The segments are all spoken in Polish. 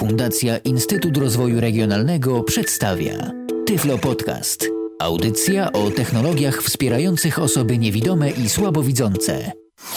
Fundacja Instytut Rozwoju Regionalnego przedstawia Tyflo Podcast. Audycja o technologiach wspierających osoby niewidome i słabowidzące.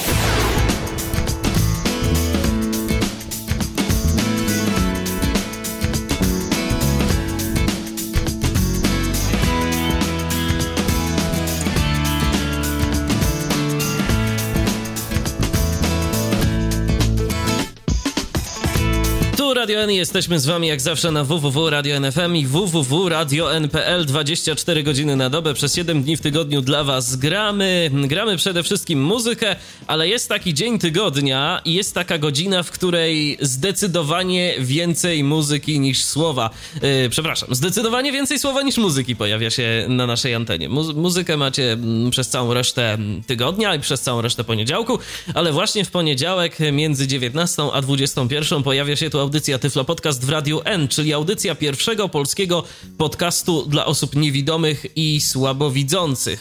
Radio N, jesteśmy z wami jak zawsze na www.radio.n.fm i www.radio.n.pl. 24 godziny na dobę, przez 7 dni w tygodniu dla was gramy przede wszystkim muzykę, ale jest taki dzień tygodnia i jest taka godzina, w której zdecydowanie więcej muzyki niż słowa. Zdecydowanie więcej słowa niż muzyki pojawia się na naszej antenie. Muzykę macie przez całą resztę tygodnia i przez całą resztę poniedziałku, ale właśnie w poniedziałek między 19 a 21 pojawia się tu audycja Tyflo Podcast w Radiu N, czyli audycja pierwszego polskiego podcastu dla osób niewidomych i słabowidzących.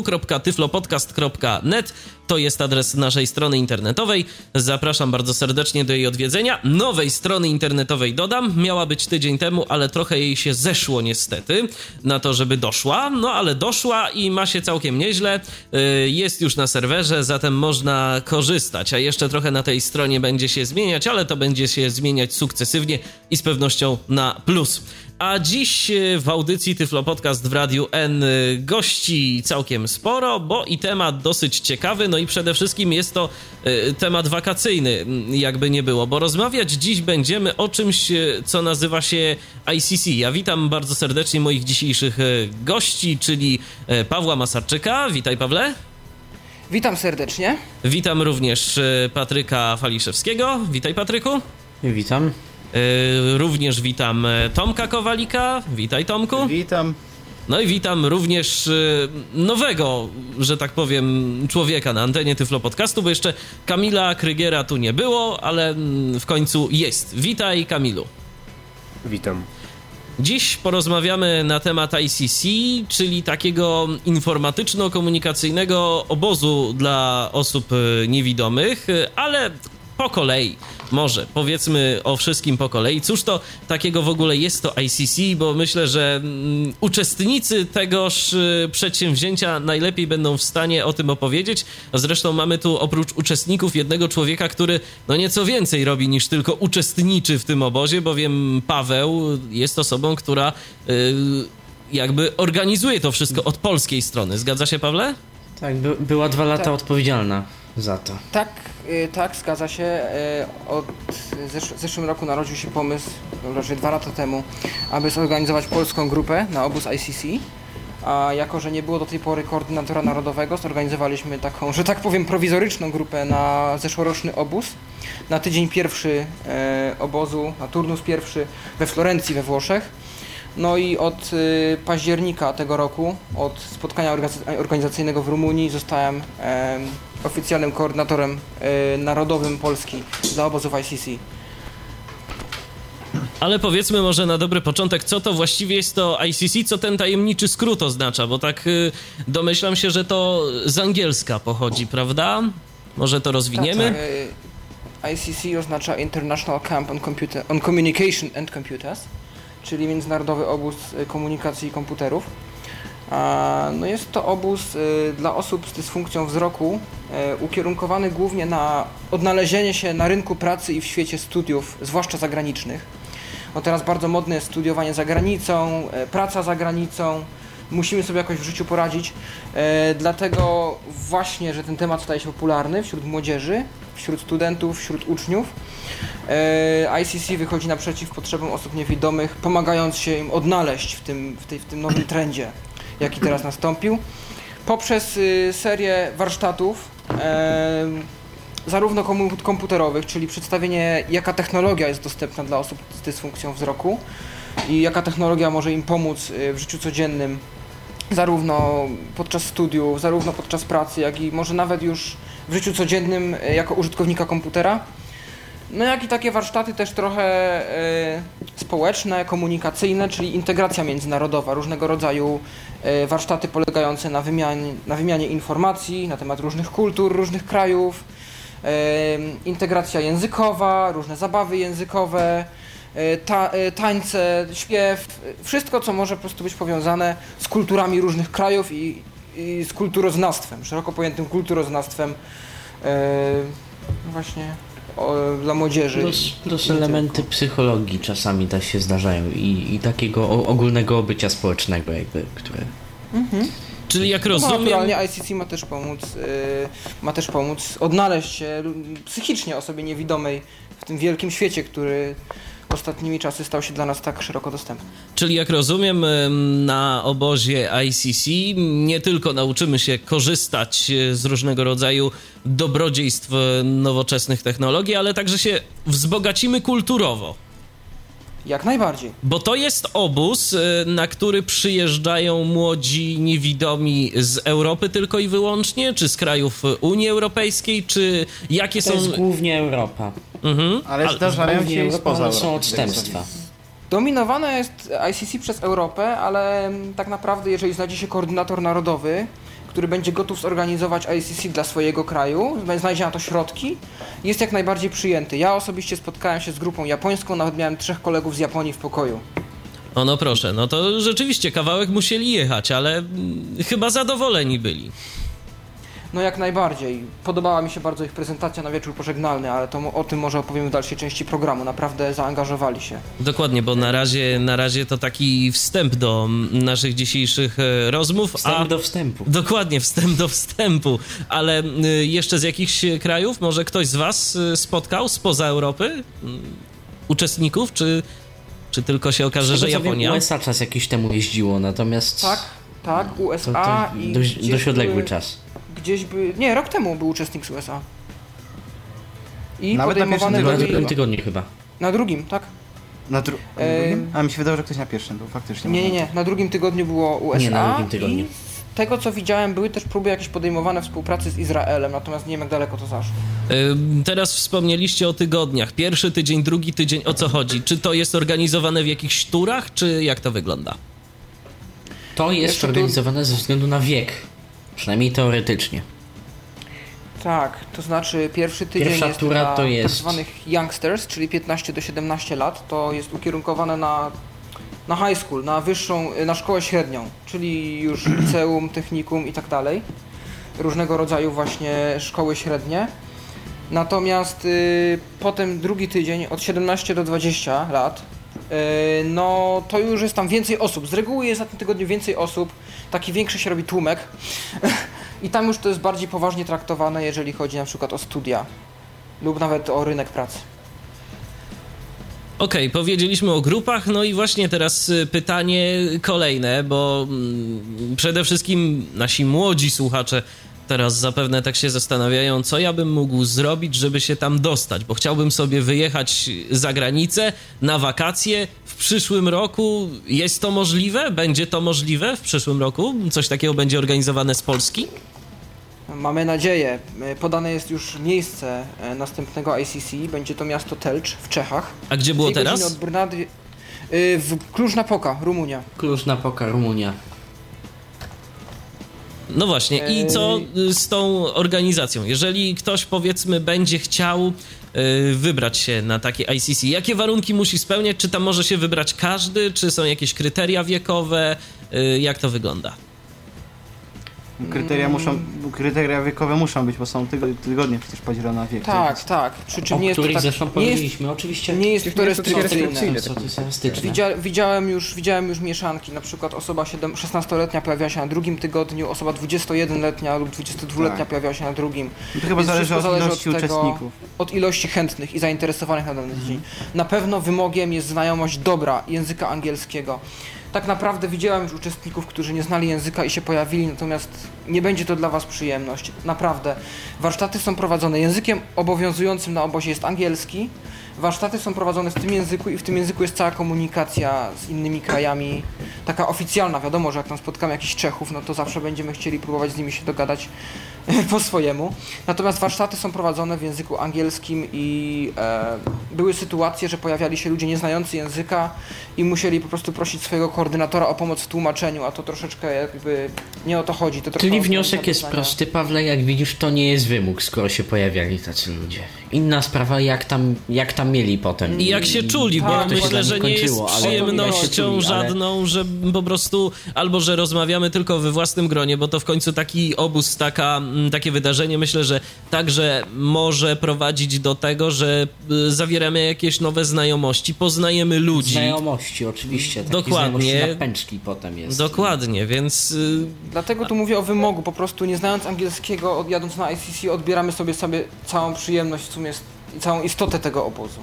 www.tyflopodcast.net to jest adres naszej strony internetowej. Zapraszam bardzo serdecznie do jej odwiedzenia. Nowej strony internetowej dodam. Miała być tydzień temu, ale trochę jej się zeszło niestety na to, żeby doszła. No ale doszła i ma się całkiem nieźle. Jest już na serwerze, zatem można korzystać. A jeszcze trochę na tej stronie będzie się zmieniać, ale to będzie się zmieniać sukcesywnie i z pewnością na plus. A dziś w audycji Tyflo Podcast w Radiu N gości całkiem sporo, bo i temat dosyć ciekawy, no i przede wszystkim jest to temat wakacyjny, jakby nie było, bo rozmawiać dziś będziemy o czymś, co nazywa się ICC. Ja witam bardzo serdecznie moich dzisiejszych gości, czyli Pawła Masarczyka. Witaj, Pawle. Witam serdecznie. Witam również Patryka Faliszewskiego. Witaj, Patryku. Witam. Również witam Tomka Kowalika. Witaj, Tomku. Witam. No i witam również nowego, że tak powiem, człowieka na antenie Tyflo Podcastu, bo jeszcze Kamila Krygiera tu nie było, ale w końcu jest. Witaj, Kamilu. Witam. Dziś porozmawiamy na temat ICC, czyli takiego informatyczno-komunikacyjnego obozu dla osób niewidomych, ale po kolei. Może powiedzmy o wszystkim po kolei. Cóż to takiego w ogóle jest to ICC, bo myślę, że uczestnicy tegoż przedsięwzięcia najlepiej będą w stanie o tym opowiedzieć. A zresztą mamy tu oprócz uczestników jednego człowieka, który no nieco więcej robi niż tylko uczestniczy w tym obozie, bowiem Paweł jest osobą, która jakby organizuje to wszystko od polskiej strony. Zgadza się, Pawle? Tak, była 2 lata odpowiedzialna za to. Tak, zgadza się. W zeszłym roku narodził się pomysł, raczej 2 lata temu, aby zorganizować polską grupę na obóz ICC. A jako, że nie było do tej pory koordynatora narodowego, zorganizowaliśmy taką, że tak powiem, prowizoryczną grupę na zeszłoroczny obóz. Na tydzień pierwszy obozu, na turnus pierwszy we Florencji we Włoszech. No i od października tego roku, od spotkania organizacyjnego w Rumunii, zostałem oficjalnym koordynatorem narodowym Polski dla obozów ICC. Ale powiedzmy może na dobry początek, co to właściwie jest to ICC, co ten tajemniczy skrót oznacza, bo tak domyślam się, że to z angielska pochodzi, prawda? Może to rozwiniemy? Tak. ICC oznacza International Camp on Communication and Computers, czyli Międzynarodowy Obóz Komunikacji i Komputerów. No jest to obóz dla osób z dysfunkcją wzroku, ukierunkowany głównie na odnalezienie się na rynku pracy i w świecie studiów, zwłaszcza zagranicznych. No teraz bardzo modne jest studiowanie za granicą, praca za granicą. Musimy sobie jakoś w życiu poradzić, dlatego właśnie, że ten temat staje się popularny wśród młodzieży, wśród studentów, wśród uczniów. ICC wychodzi naprzeciw potrzebom osób niewidomych, pomagając się im odnaleźć w tym nowym trendzie, jaki teraz nastąpił, poprzez serię warsztatów, zarówno komputerowych, czyli przedstawienie, jaka technologia jest dostępna dla osób z dysfunkcją wzroku i jaka technologia może im pomóc w życiu codziennym, zarówno podczas studiów, zarówno podczas pracy, jak i może nawet już w życiu codziennym jako użytkownika komputera. No jak i takie warsztaty też trochę społeczne, komunikacyjne, czyli integracja międzynarodowa, różnego rodzaju warsztaty polegające na wymianie informacji na temat różnych kultur, różnych krajów, integracja językowa, różne zabawy językowe, tańce, śpiew, wszystko, co może po prostu być powiązane z kulturami różnych krajów i z kulturoznawstwem, szeroko pojętym kulturoznawstwem właśnie dla młodzieży. Plus elementy psychologii czasami też się zdarzają i takiego ogólnego bycia społecznego jakby, które... Czyli jak No, rozumiem... naturalnie ICC ma też pomóc odnaleźć się psychicznie osobie niewidomej w tym wielkim świecie, który ostatnimi czasy stał się dla nas tak szeroko dostępny. Czyli jak rozumiem, na obozie ICC nie tylko nauczymy się korzystać z różnego rodzaju dobrodziejstw nowoczesnych technologii, ale także się wzbogacimy kulturowo. Jak najbardziej. Bo to jest obóz, na który przyjeżdżają młodzi niewidomi z Europy tylko i wyłącznie, czy z krajów Unii Europejskiej, czy jakie To są... jest głównie Europa. Ale zdarzają Głównie się i Europa, spoza ale są Europy. odstępstwa. Dominowane jest ICC przez Europę, ale tak naprawdę jeżeli znajdzie się koordynator narodowy, który będzie gotów zorganizować ICC dla swojego kraju, znajdzie na to środki, jest jak najbardziej przyjęty. Ja osobiście spotkałem się z grupą japońską, nawet miałem 3 kolegów z Japonii w pokoju. O, no proszę, no to rzeczywiście kawałek musieli jechać, ale chyba zadowoleni byli. No jak najbardziej. Podobała mi się bardzo ich prezentacja na wieczór pożegnalny, ale to o tym może opowiem w dalszej części programu. Naprawdę zaangażowali się. Dokładnie, bo na razie to taki wstęp do naszych dzisiejszych rozmów. Wstęp do wstępu. Dokładnie, wstęp do wstępu. Ale jeszcze z jakichś krajów może ktoś z was spotkał spoza Europy uczestników, czy tylko się okaże, że Japonia? USA czas jakiś temu jeździło, natomiast... Tak, USA to i dość odległy czas. Nie, rok temu był uczestnik z USA. I Nawet na podejmowane pierwszym Na były... drugim tygodniu chyba. Na drugim, tak? Na drugim? A mi się wydawało, że ktoś na pierwszym był faktycznie. Nie. Na drugim tygodniu było USA. Nie, na drugim tygodniu. I z tego co widziałem, były też próby jakieś podejmowane współpracy z Izraelem, natomiast nie wiem jak daleko to zaszło. Teraz wspomnieliście o tygodniach. Pierwszy tydzień, drugi tydzień, o co chodzi? Czy to jest organizowane w jakichś turach, czy jak to wygląda? To jest Jeszcze organizowane ze względu na wiek. Przynajmniej teoretycznie. Tak, to znaczy pierwszy tydzień Pierwsza jest tura dla to jest- tak zwanych youngsters, czyli 15 do 17 lat. To jest ukierunkowane na high school, na szkołę średnią, czyli już liceum, technikum i tak dalej. Różnego rodzaju właśnie szkoły średnie. Natomiast potem drugi tydzień od 17 do 20 lat, no to już jest tam więcej osób. Z reguły jest na tym tygodniu więcej osób, taki większy się robi tłumek. I tam już to jest bardziej poważnie traktowane, jeżeli chodzi na przykład o studia lub nawet o rynek pracy. Okej, powiedzieliśmy o grupach, no i właśnie teraz pytanie kolejne, bo przede wszystkim nasi młodzi słuchacze teraz zapewne tak się zastanawiają, co ja bym mógł zrobić, żeby się tam dostać, bo chciałbym sobie wyjechać za granicę na wakacje w przyszłym roku. Jest to możliwe? Będzie to możliwe w przyszłym roku? Coś takiego będzie organizowane z Polski? Mamy nadzieję. Podane jest już miejsce następnego ICC. Będzie to miasto Telcz w Czechach. A gdzie było 2 godziny teraz? od Brna, w Cluj-Napoca, Rumunia. Cluj-Napoca, Rumunia. No właśnie, i co z tą organizacją? Jeżeli ktoś, powiedzmy, będzie chciał wybrać się na takie ICC, jakie warunki musi spełniać? Czy tam może się wybrać każdy? Czy są jakieś kryteria wiekowe? Jak to wygląda? Kryteria wiekowe muszą być, bo są tygodnie przecież podzielone na wiek. Tak. Przy czym O nie jest to których tak, zresztą powiedzieliśmy, oczywiście. nie jest to restrykcyjne. Co to jest elastyczne. Widziałem już mieszanki, na przykład osoba 16-letnia pojawia się na drugim tygodniu, osoba 21-letnia lub 22-letnia Tak. pojawia się na drugim. To chyba Więc zależy wszystko od ilości uczestników. Od ilości chętnych i zainteresowanych na dany tydzień. Na pewno wymogiem jest znajomość dobra języka angielskiego. Tak naprawdę widziałem już uczestników, którzy nie znali języka i się pojawili, natomiast nie będzie to dla was przyjemność. Naprawdę. Warsztaty są prowadzone. Językiem obowiązującym na obozie jest angielski. Warsztaty są prowadzone w tym języku i w tym języku jest cała komunikacja z innymi krajami, taka oficjalna. Wiadomo, że jak tam spotkamy jakichś Czechów, no to zawsze będziemy chcieli próbować z nimi się dogadać po swojemu. Natomiast warsztaty są prowadzone w języku angielskim i były sytuacje, że pojawiali się ludzie nieznający języka i musieli po prostu prosić swojego koordynatora o pomoc w tłumaczeniu, a to troszeczkę jakby nie o to chodzi. To Czyli wniosek jest prosty, Pawle, jak widzisz, to nie jest wymóg, skoro się pojawiali tacy ludzie. Inna sprawa, jak tam mieli potem. I jak się czuli, bo Tak, myślę, że nie jest kończyło, ale przyjemnością ale- żadną, że po prostu albo, że rozmawiamy tylko we własnym gronie, bo to w końcu taki obóz, takie wydarzenie, myślę, że także może prowadzić do tego, że zawieramy jakieś nowe znajomości, poznajemy ludzi. Znajomości, oczywiście. Takie Dokładnie. znajomości na pęczki potem jest. Dokładnie, więc Dlatego tu mówię o wymogu, po prostu nie znając angielskiego, jadąc na ICC odbieramy sobie całą przyjemność w sumie i całą istotę tego obozu.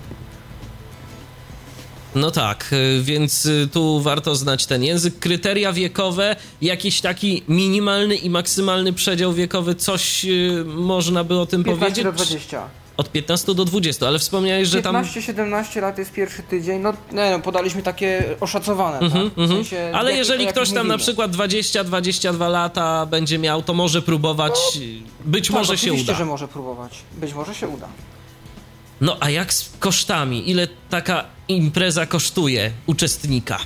no tak, więc tu warto znać ten język. Kryteria wiekowe, jakiś taki minimalny i maksymalny przedział wiekowy, coś można by o tym 15 powiedzieć? do 20. Od 15 do 20, ale wspomniałeś, że tam... 15-17 lat jest pierwszy tydzień, no podaliśmy takie oszacowane, tak? W sensie, Ale o jeżeli jakich ktoś tam na mówimy. przykład 20-22 lata będzie miał, to może próbować, być Tak, może się oczywiście, uda. że może próbować. Być może się uda. No a jak z kosztami? Ile taka impreza kosztuje uczestnika?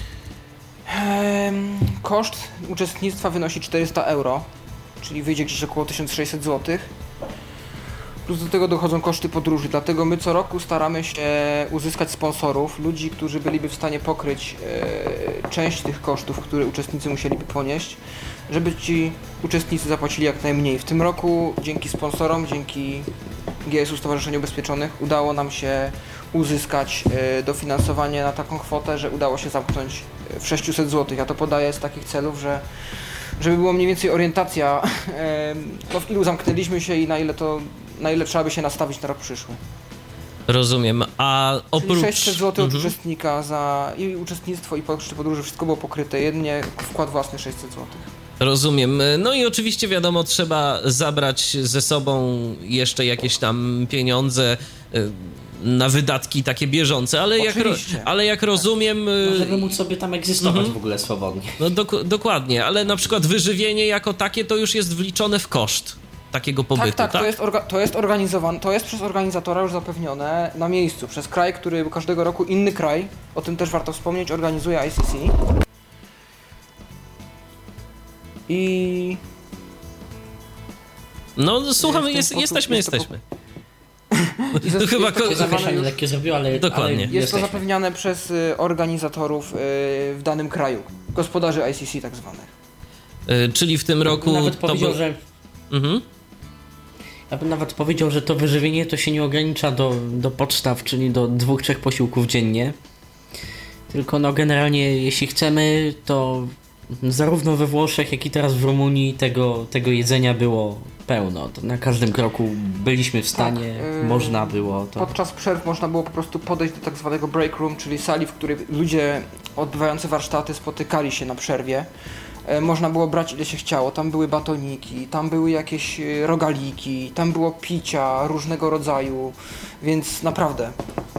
Koszt uczestnictwa wynosi 400 euro, czyli wyjdzie gdzieś około 1600 zł. Plus do tego dochodzą koszty podróży, dlatego my co roku staramy się uzyskać sponsorów, ludzi, którzy byliby w stanie pokryć część tych kosztów, które uczestnicy musieliby ponieść, żeby ci uczestnicy zapłacili jak najmniej. W tym roku dzięki sponsorom, dzięki GSU Stowarzyszeniu Ubezpieczonych udało nam się uzyskać dofinansowanie na taką kwotę, że udało się zamknąć w 600 zł. Ja to podaję z takich celów, żeby była mniej więcej orientacja, no w ilu zamknęliśmy się i na ile trzeba by się nastawić na rok przyszły. Rozumiem, a oprócz... Czyli 600 zł od uczestnika za i uczestnictwo i koszty podróży, wszystko było pokryte, jedynie wkład własny 600 zł. Rozumiem. No i oczywiście wiadomo, trzeba zabrać ze sobą jeszcze jakieś tam pieniądze na wydatki takie bieżące, ale jak rozumiem... Żeby móc sobie tam egzystować w ogóle swobodnie. No dokładnie, ale na przykład wyżywienie jako takie to już jest wliczone w koszt takiego pobytu, tak? To jest organizowane, to jest przez organizatora już zapewnione na miejscu, przez kraj, który każdego roku inny kraj, o tym też warto wspomnieć, organizuje ICC. I... No słuchamy, jesteśmy. To chyba Zawieszenie lekkie zrobiło, ale... Dokładnie. Ale jest to zapewniane przez organizatorów w danym kraju, gospodarzy ICC tak zwanych. Czyli w tym roku nawet to powiedział, był... że... Ja bym nawet powiedział, że to wyżywienie to się nie ogranicza do podstaw, czyli do 2-3 posiłków dziennie. Tylko no generalnie jeśli chcemy, to zarówno we Włoszech, jak i teraz w Rumunii tego jedzenia było pełno. To na każdym kroku byliśmy w stanie, można było to. Podczas przerw można było po prostu podejść do tak zwanego break room, czyli sali, w której ludzie odbywający warsztaty spotykali się na przerwie. Można było brać ile się chciało, tam były batoniki, tam były jakieś rogaliki, tam było picia różnego rodzaju, więc naprawdę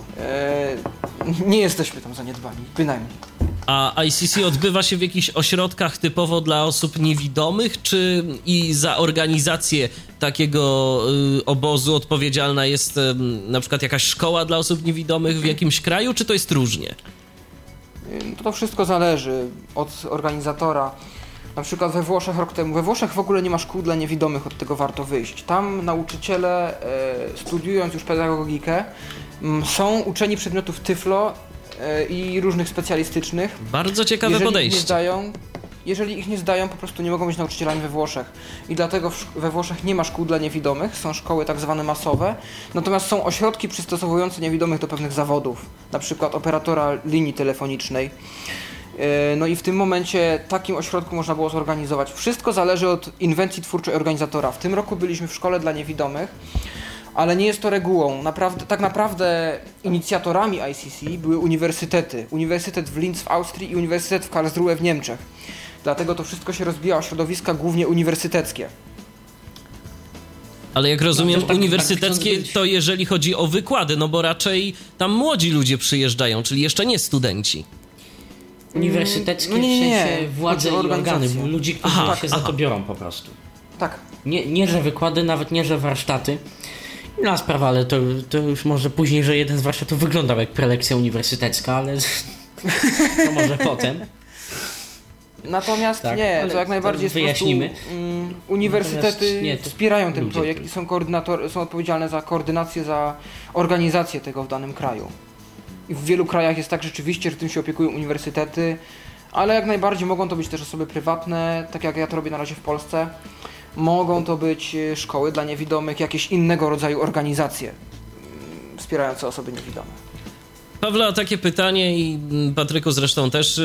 nie jesteśmy tam zaniedbani, bynajmniej. A ICC odbywa się w jakichś ośrodkach typowo dla osób niewidomych, czy i za organizację takiego obozu odpowiedzialna jest na przykład jakaś szkoła dla osób niewidomych w jakimś kraju, czy to jest różnie? To wszystko zależy od organizatora. Na przykład we Włoszech rok temu, we Włoszech w ogóle nie ma szkół dla niewidomych, od tego warto wyjść. Tam nauczyciele, studiując już pedagogikę, są uczeni przedmiotów tyflo i różnych specjalistycznych. Bardzo ciekawe podejście. Jeżeli ich nie zdają, po prostu nie mogą być nauczycielami we Włoszech. I dlatego we Włoszech nie ma szkół dla niewidomych, są szkoły tak zwane masowe, natomiast są ośrodki przystosowujące niewidomych do pewnych zawodów, na przykład operatora linii telefonicznej. No i w tym momencie takim ośrodku można było zorganizować. Wszystko zależy od inwencji twórczej organizatora. W tym roku byliśmy w szkole dla niewidomych, ale nie jest to regułą. Tak naprawdę inicjatorami ICC były uniwersytety. Uniwersytet w Linz w Austrii i Uniwersytet w Karlsruhe w Niemczech. Dlatego to wszystko się rozbija o środowiska głównie uniwersyteckie. Ale jak rozumiem, tak uniwersyteckie to jeżeli chodzi o wykłady, no bo raczej tam młodzi ludzie przyjeżdżają, czyli jeszcze nie studenci. Uniwersyteckie w sensie władze i organy, ludzi, którzy się za to biorą po prostu. Tak. Nie, że wykłady, nawet nie, że warsztaty. Inna sprawa, ale to już może później, że jeden z warsztatów wyglądał jak prelekcja uniwersytecka, ale to może potem. Natomiast Tak, nie, ale to jak najbardziej jest wyjaśnimy. po prostu, uniwersytety Natomiast nie, to wspierają ten ludzie projekt i są odpowiedzialne za koordynację, za organizację tego w danym kraju. I w wielu krajach jest tak rzeczywiście, że tym się opiekują uniwersytety, ale jak najbardziej mogą to być też osoby prywatne, tak jak ja to robię na razie w Polsce. Mogą to być szkoły dla niewidomych, jakieś innego rodzaju organizacje wspierające osoby niewidome. Pawle, a takie pytanie i Patryku zresztą też,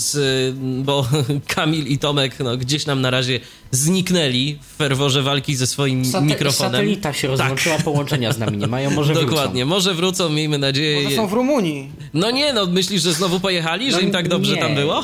bo Kamil i Tomek gdzieś nam na razie zniknęli w ferworze walki ze swoim mikrofonem. Satelita się rozłączyła, połączenia z nami nie mają, może wrócą. Dokładnie, może wrócą, miejmy nadzieję. Może są w Rumunii. No nie, myślisz, że znowu pojechali, że im tak dobrze tam było?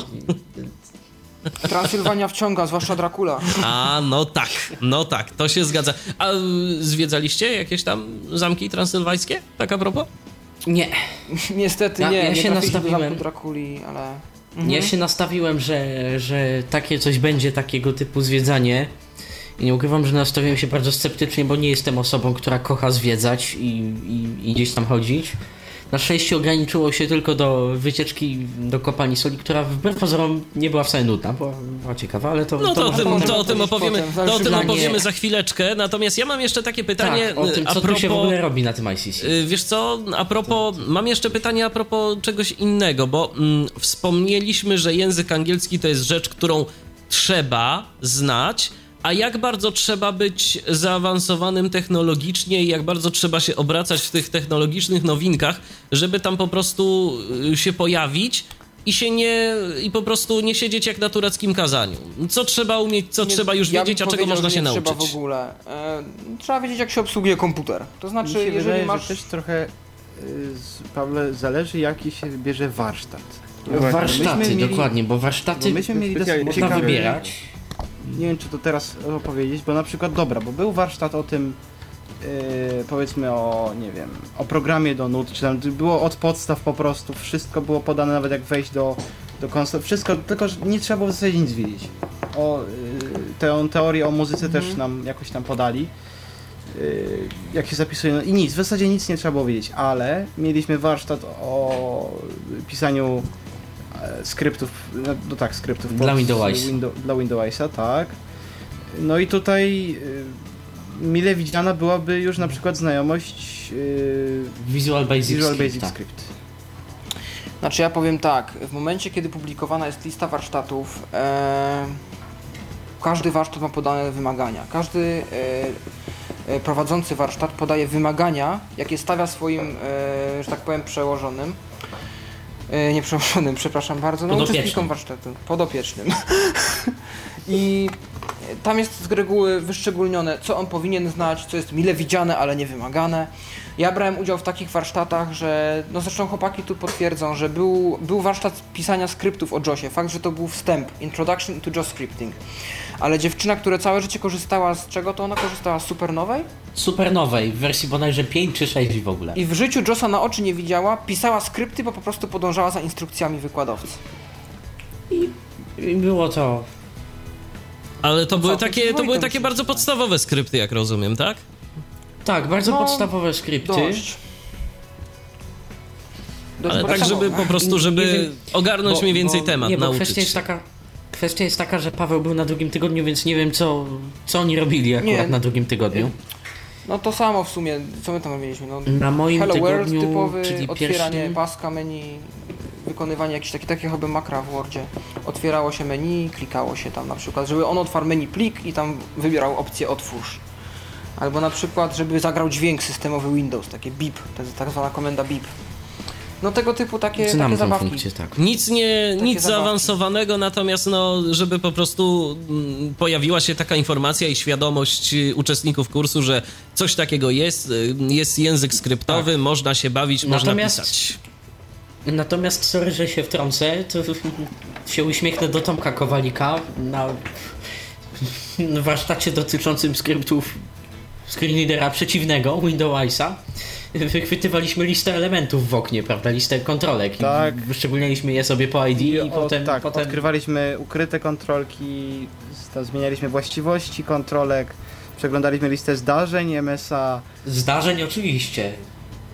Transylwania wciąga, zwłaszcza Dracula. A, no tak, to się zgadza. A zwiedzaliście jakieś tam zamki transylwańskie, tak a propos? Nie. Niestety Ja nie się trafiliśmy do nastawiłem. zamku Drakuli, ale... Ja się nastawiłem, że takie coś będzie, takiego typu zwiedzanie. I nie ukrywam, że nastawiłem się bardzo sceptycznie, bo nie jestem osobą, która kocha zwiedzać i gdzieś tam chodzić. Na szczęście ograniczyło się tylko do wycieczki do kopalni soli, która wbrew pozorom nie była wcale nudna, była ciekawa, ale to... No to o tym opowiemy, potem. Za chwileczkę. Natomiast ja mam jeszcze takie pytanie, tak, o tym, co a propos, tu się w ogóle robi na tym ICC. Wiesz co, mam jeszcze pytanie a propos czegoś innego, bo wspomnieliśmy, że język angielski to jest rzecz, którą trzeba znać, a jak bardzo trzeba być zaawansowanym technologicznie i jak bardzo trzeba się obracać w tych technologicznych nowinkach, żeby tam po prostu się pojawić i po prostu nie siedzieć jak na tureckim kazaniu. Co trzeba umieć, trzeba już wiedzieć, a czego można się nauczyć? Trzeba w ogóle. Trzeba wiedzieć, jak się obsługuje komputer. To znaczy, Mi się jeżeli wydaje, masz... że też trochę, Pawle, zależy jaki się bierze warsztat. Warsztaty, dokładnie, bo warsztaty myśmy mieli można ciekawe, wybierać. Nie wiem, czy to teraz opowiedzieć, bo na przykład, bo był warsztat o tym, powiedzmy o programie do nut, czy tam było od podstaw po prostu, wszystko było podane, nawet jak wejść do konsol, wszystko, tylko że nie trzeba było w zasadzie nic wiedzieć. Teorię o muzyce też nam jakoś tam podali, jak się zapisuje, i nic, w zasadzie nic nie trzeba było wiedzieć, ale mieliśmy warsztat o pisaniu skryptów, skryptów dla Windowsa. Dla Windowsa, tak. No i tutaj mile widziana byłaby już na przykład znajomość Visual Basic Script. Script. Znaczy ja powiem tak, w momencie kiedy publikowana jest lista warsztatów, każdy warsztat ma podane wymagania. Każdy prowadzący warsztat podaje wymagania, jakie stawia swoim, że tak powiem, przełożonym. Nie przełożonym, przepraszam bardzo, uczestnikom warsztatu, podopiecznym. I tam jest z reguły wyszczególnione, co on powinien znać, co jest mile widziane, ale nie wymagane. Ja brałem udział w takich warsztatach, że, zresztą chłopaki tu potwierdzą, że był warsztat pisania skryptów o JOSie. Fakt, że to był wstęp, Introduction to JOS Scripting. Ale dziewczyna, która całe życie korzystała z czego, to ona korzystała z Supernowej? Supernowej, w wersji bodajże 5 czy 6 w ogóle. I w życiu JOSa na oczy nie widziała, pisała skrypty, bo po prostu podążała za instrukcjami wykładowcy. I było to... Ale to były takie bardzo podstawowe skrypty, jak rozumiem, tak? Tak, bardzo podstawowe skrypty. Dość ale tak, żeby po prostu, ogarnąć mniej więcej temat, nauczyć się. Kwestia jest taka, że Paweł był na drugim tygodniu, więc nie wiem, co oni robili akurat na drugim tygodniu. No to samo w sumie, co my tam robiliśmy? Na moim Hello tygodniu, World typowy, czyli otwieranie paska menu, wykonywanie jakichś takich jakby makra w Wordzie. Otwierało się menu, klikało się tam na przykład, żeby on otwarł menu plik i tam wybierał opcję otwórz. Albo na przykład, żeby zagrał dźwięk systemowy Windows, takie beep, to jest tak zwana komenda beep. No tego typu takie zabawki. Funkcję, tak. Nic zaawansowanego, natomiast żeby po prostu pojawiła się taka informacja i świadomość uczestników kursu, że coś takiego jest język skryptowy, tak. Można się bawić, można pisać. Natomiast, sorry, że się wtrącę, to się uśmiechnę do Tomka Kowalika na warsztacie dotyczącym skryptów screenreadera przeciwnego, Windowsa. Wychwytywaliśmy listę elementów w oknie, prawda, listę kontrolek i wyszczególnialiśmy je sobie po ID i potem... odkrywaliśmy ukryte kontrolki, zmienialiśmy właściwości kontrolek, przeglądaliśmy listę zdarzeń MSA. Zdarzeń oczywiście.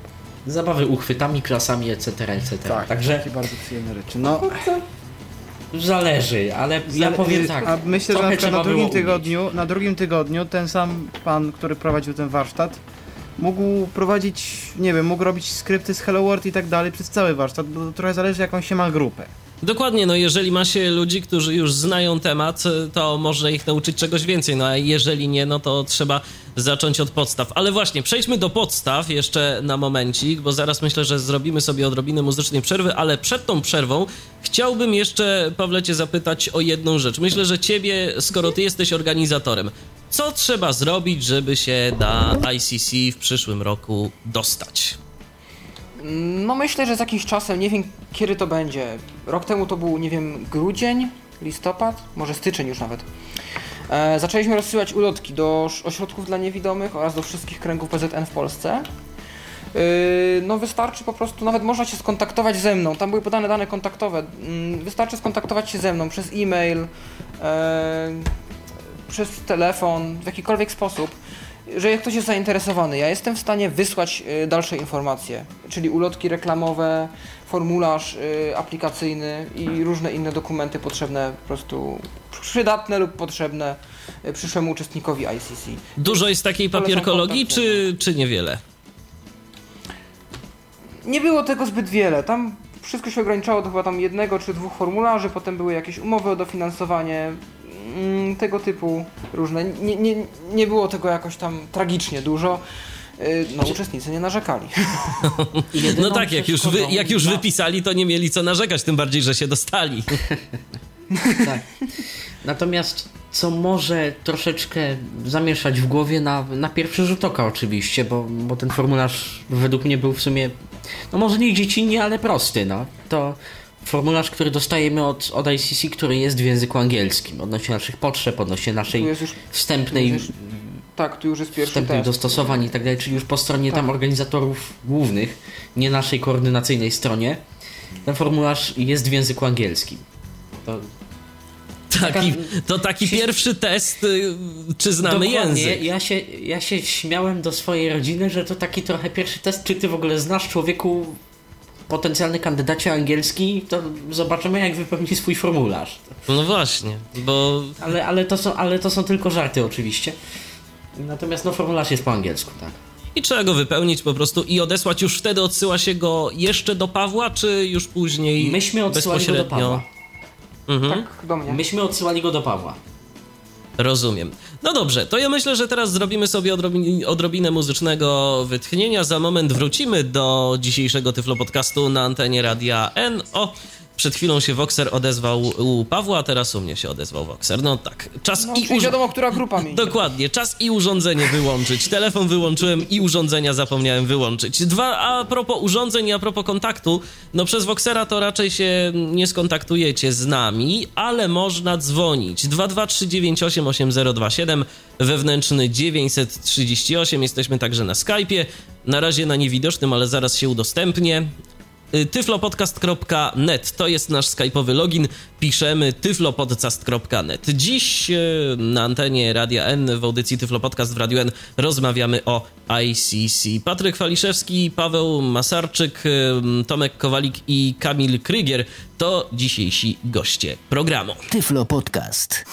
Zabawy uchwytami, klasami, etc., etc. Tak, także takie bardzo przyjemne rzeczy. Zależy, ale ja powiem tak. A myślę, że na przykład umieść. na drugim tygodniu ten sam pan, który prowadził ten warsztat, mógł prowadzić, nie wiem, mógł robić skrypty z Hello World i tak dalej przez cały warsztat, bo trochę zależy jaką się ma grupę. Dokładnie, no jeżeli ma się ludzi, którzy już znają temat, to można ich nauczyć czegoś więcej, no a jeżeli nie, no to trzeba zacząć od podstaw. Ale właśnie, przejdźmy do podstaw jeszcze na momencik, bo zaraz myślę, że zrobimy sobie odrobinę muzycznej przerwy, ale przed tą przerwą chciałbym jeszcze, Pawle, cię zapytać o jedną rzecz. Myślę, że ciebie, skoro ty jesteś organizatorem, co trzeba zrobić, żeby się na ICC w przyszłym roku dostać? No myślę, że z jakimś czasem, nie wiem kiedy to będzie. Rok temu to był, nie wiem, grudzień, listopad, może styczeń już nawet. Zaczęliśmy rozsyłać ulotki do ośrodków dla niewidomych oraz do wszystkich kręgów PZN w Polsce. No wystarczy po prostu, nawet można się skontaktować ze mną, tam były podane dane kontaktowe. Wystarczy skontaktować się ze mną przez e-mail, przez telefon, w jakikolwiek sposób. Że jak ktoś jest zainteresowany, ja jestem w stanie wysłać dalsze informacje, czyli ulotki reklamowe, formularz aplikacyjny i różne inne dokumenty potrzebne, po prostu przydatne lub potrzebne przyszłemu uczestnikowi ICC. Dużo jest takiej papierkologii, czy niewiele? Nie było tego zbyt wiele, tam wszystko się ograniczało do chyba tam 1 czy 2 formularzy, potem były jakieś umowy o dofinansowanie, tego typu różne. Nie było tego jakoś tam tragicznie dużo. No uczestnicy nie narzekali. No tak, jak już wypisali, to nie mieli co narzekać, tym bardziej, że się dostali. Tak. Natomiast co może troszeczkę zamieszać w głowie na pierwszy rzut oka oczywiście, bo ten formularz według mnie był w sumie, no może nie dziecinnie, ale prosty, no. To formularz, który dostajemy od ICC, który jest w języku angielskim, odnośnie naszych potrzeb, odnośnie naszej wstępnej tu już jest pierwszy test. Dostosowań i tak dalej, czyli już po stronie tam organizatorów głównych, nie naszej koordynacyjnej stronie, ten formularz jest w języku angielskim. Taki pierwszy test, czy znamy język. Ja się śmiałem do swojej rodziny, że to taki trochę pierwszy test, czy ty w ogóle znasz, człowieku, potencjalny kandydacie angielski, to zobaczymy, jak wypełni swój formularz. No właśnie, bo... Ale to są tylko żarty oczywiście. Natomiast formularz jest po angielsku, tak. I trzeba go wypełnić po prostu i odesłać. Już wtedy odsyła się go jeszcze do Pawła, czy już później myśmy odsyłali go do Pawła. Mhm. Tak, do mnie. Myśmy odsyłali go do Pawła. Rozumiem. No dobrze, to ja myślę, że teraz zrobimy sobie odrobinę muzycznego wytchnienia. Za moment wrócimy do dzisiejszego Tyflo Podcastu na antenie Radia N. Przed chwilą się Voxer odezwał u Pawła, a teraz u mnie się odezwał Voxer. No tak, czas i wiadomo, która grupa mi. Dokładnie, czas i urządzenie wyłączyć. Telefon wyłączyłem i urządzenia zapomniałem wyłączyć. A propos urządzeń i a propos kontaktu, no przez Voxera to raczej się nie skontaktujecie z nami, ale można dzwonić. 223988027, wewnętrzny 938, jesteśmy także na Skype'ie. Na razie na niewidocznym, ale zaraz się udostępnię. tyflopodcast.net to jest nasz skype'owy login, piszemy tyflopodcast.net. Dziś na antenie Radia N w audycji Tyflo Podcast w Radiu N rozmawiamy o ICC. Patryk Waliszewski, Paweł Masarczyk, Tomek Kowalik i Kamil Krygier to dzisiejsi goście programu. Tyflo Podcast.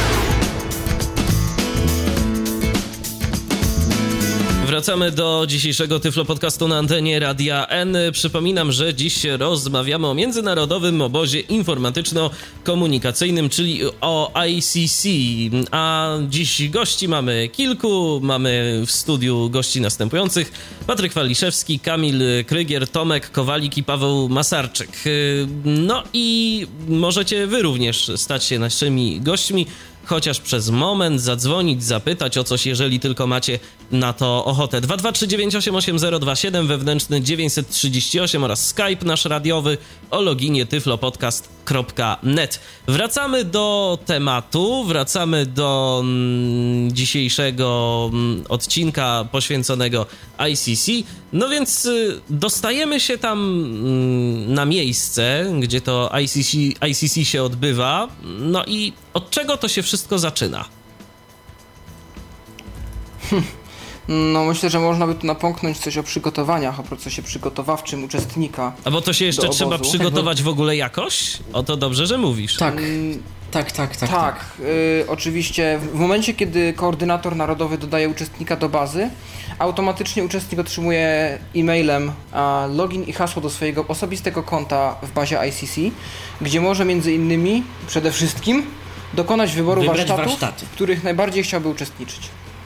Wracamy do dzisiejszego Tyflo Podcastu na antenie Radia N. Przypominam, że dziś rozmawiamy o Międzynarodowym Obozie Informatyczno-Komunikacyjnym, czyli o ICC. A dziś gości mamy kilku. Mamy w studiu gości następujących: Patryk Waliszewski, Kamil Krygier, Tomek Kowalik i Paweł Masarczyk. No i możecie wy również stać się naszymi gośćmi, chociaż przez moment, zadzwonić, zapytać o coś, jeżeli tylko macie na to ochotę. 223988027, wewnętrzny 938 oraz Skype nasz radiowy o loginie tyflopodcast.net. Wracamy do tematu, wracamy do dzisiejszego odcinka poświęconego ICC. No więc dostajemy się tam na miejsce, gdzie to ICC się odbywa. No i od czego to się wszystko zaczyna? No myślę, że można by tu napomknąć coś o przygotowaniach, o procesie przygotowawczym uczestnika. A bo to się jeszcze do trzeba obozu. przygotować w ogóle jakoś? O to dobrze, że mówisz. Tak, Mm, tak. Oczywiście w momencie, kiedy koordynator narodowy dodaje uczestnika do bazy, automatycznie uczestnik otrzymuje e-mailem login i hasło do swojego osobistego konta w bazie ICC, gdzie może między innymi, przede wszystkim, dokonać wyboru Wybrać warsztatów, warsztaty. w których najbardziej chciałby uczestniczyć.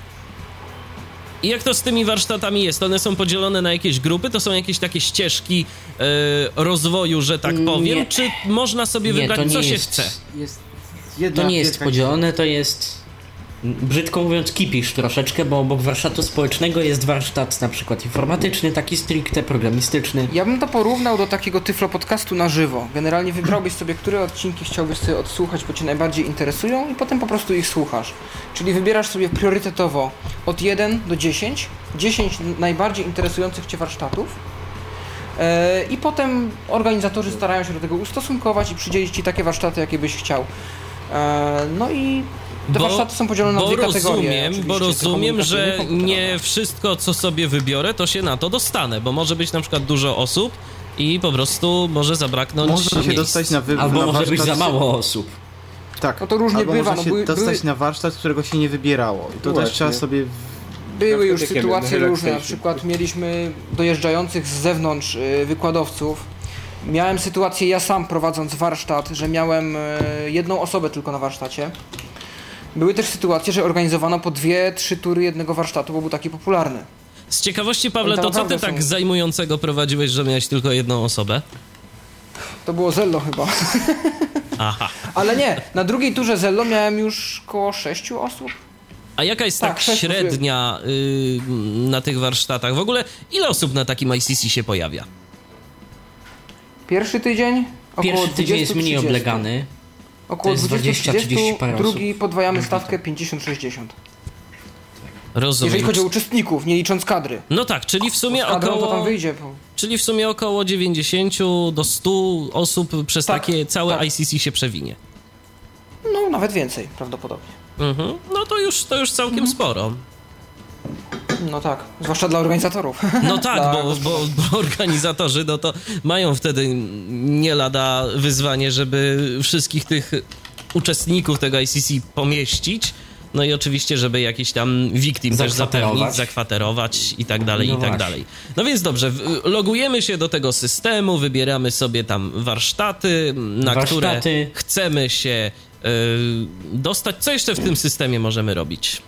I jak to z tymi warsztatami jest? One są podzielone na jakieś grupy? To są jakieś takie ścieżki rozwoju, że tak powiem? Nie. Czy można sobie Nie, wybrać, to nie co się jest- chce? Jest jedna To nie jest wielka podzielone, to jest, brzydko mówiąc, kipisz troszeczkę, bo obok warsztatu społecznego jest warsztat na przykład informatyczny, taki stricte programistyczny. Ja bym to porównał do takiego Tyflo podcastu na żywo. Generalnie wybrałbyś sobie, które odcinki chciałbyś sobie odsłuchać, bo cię najbardziej interesują i potem po prostu ich słuchasz. Czyli wybierasz sobie priorytetowo od 1 do 10, 10 najbardziej interesujących cię warsztatów i potem organizatorzy starają się do tego ustosunkować i przydzielić ci takie warsztaty, jakie byś chciał. No i te warsztaty są podzielone na dwie kategorie. Bo rozumiem, że komunikacyjne i komputerowe. nie wszystko, co sobie wybiorę, to się na to dostanę, bo może być na przykład dużo osób i po prostu może zabraknąć Można się miejsc. dostać na Albo na może być warsztat- za mało osób. Tak, No to różnie albo bywa, można no się dostać były- na warsztat, którego się nie wybierało. I to Właśnie. też trzeba sobie... Były już Praktykiem sytuacje relaxation. różne, na przykład mieliśmy dojeżdżających z zewnątrz wykładowców. Miałem sytuację ja sam prowadząc warsztat, że miałem jedną osobę tylko na warsztacie. Były też sytuacje, że organizowano po 2-3 tury jednego warsztatu, bo był taki popularny. Z ciekawości, Pawle, Tam to co ty naprawdę tak są- zajmującego prowadziłeś, że miałeś tylko jedną osobę? To było Zello chyba. Aha. Ale nie, na drugiej turze Zello miałem już koło 6 osób. A jaka jest Tak, tak sześć średnia na tych warsztatach? W ogóle ile osób na takim ICC się pojawia? Pierwszy tydzień około Pierwszy tydzień jest 20-30. mniej oblegany. Około to jest 20-30, parę drugi podwajamy stawkę 50-60. Rozumiem. Jeżeli chodzi o uczestników, nie licząc kadry. No tak, czyli w sumie Z kadrą to tam około... wyjdzie. Czyli w sumie około 90 do 100 osób przez Tak, takie całe tak. ICC się przewinie. No, nawet więcej prawdopodobnie. Mhm. No to już całkiem sporo. No tak, zwłaszcza dla organizatorów. No tak, Dla bo organizatorzy no to mają wtedy nie lada wyzwanie, żeby wszystkich tych uczestników tego ICC pomieścić. No i oczywiście, żeby jakiś tam victim też zapewnić, zakwaterować i tak dalej, No i tak właśnie. dalej. No więc dobrze, logujemy się do tego systemu, wybieramy sobie tam warsztaty, na które chcemy się dostać. Co jeszcze w tym systemie możemy robić?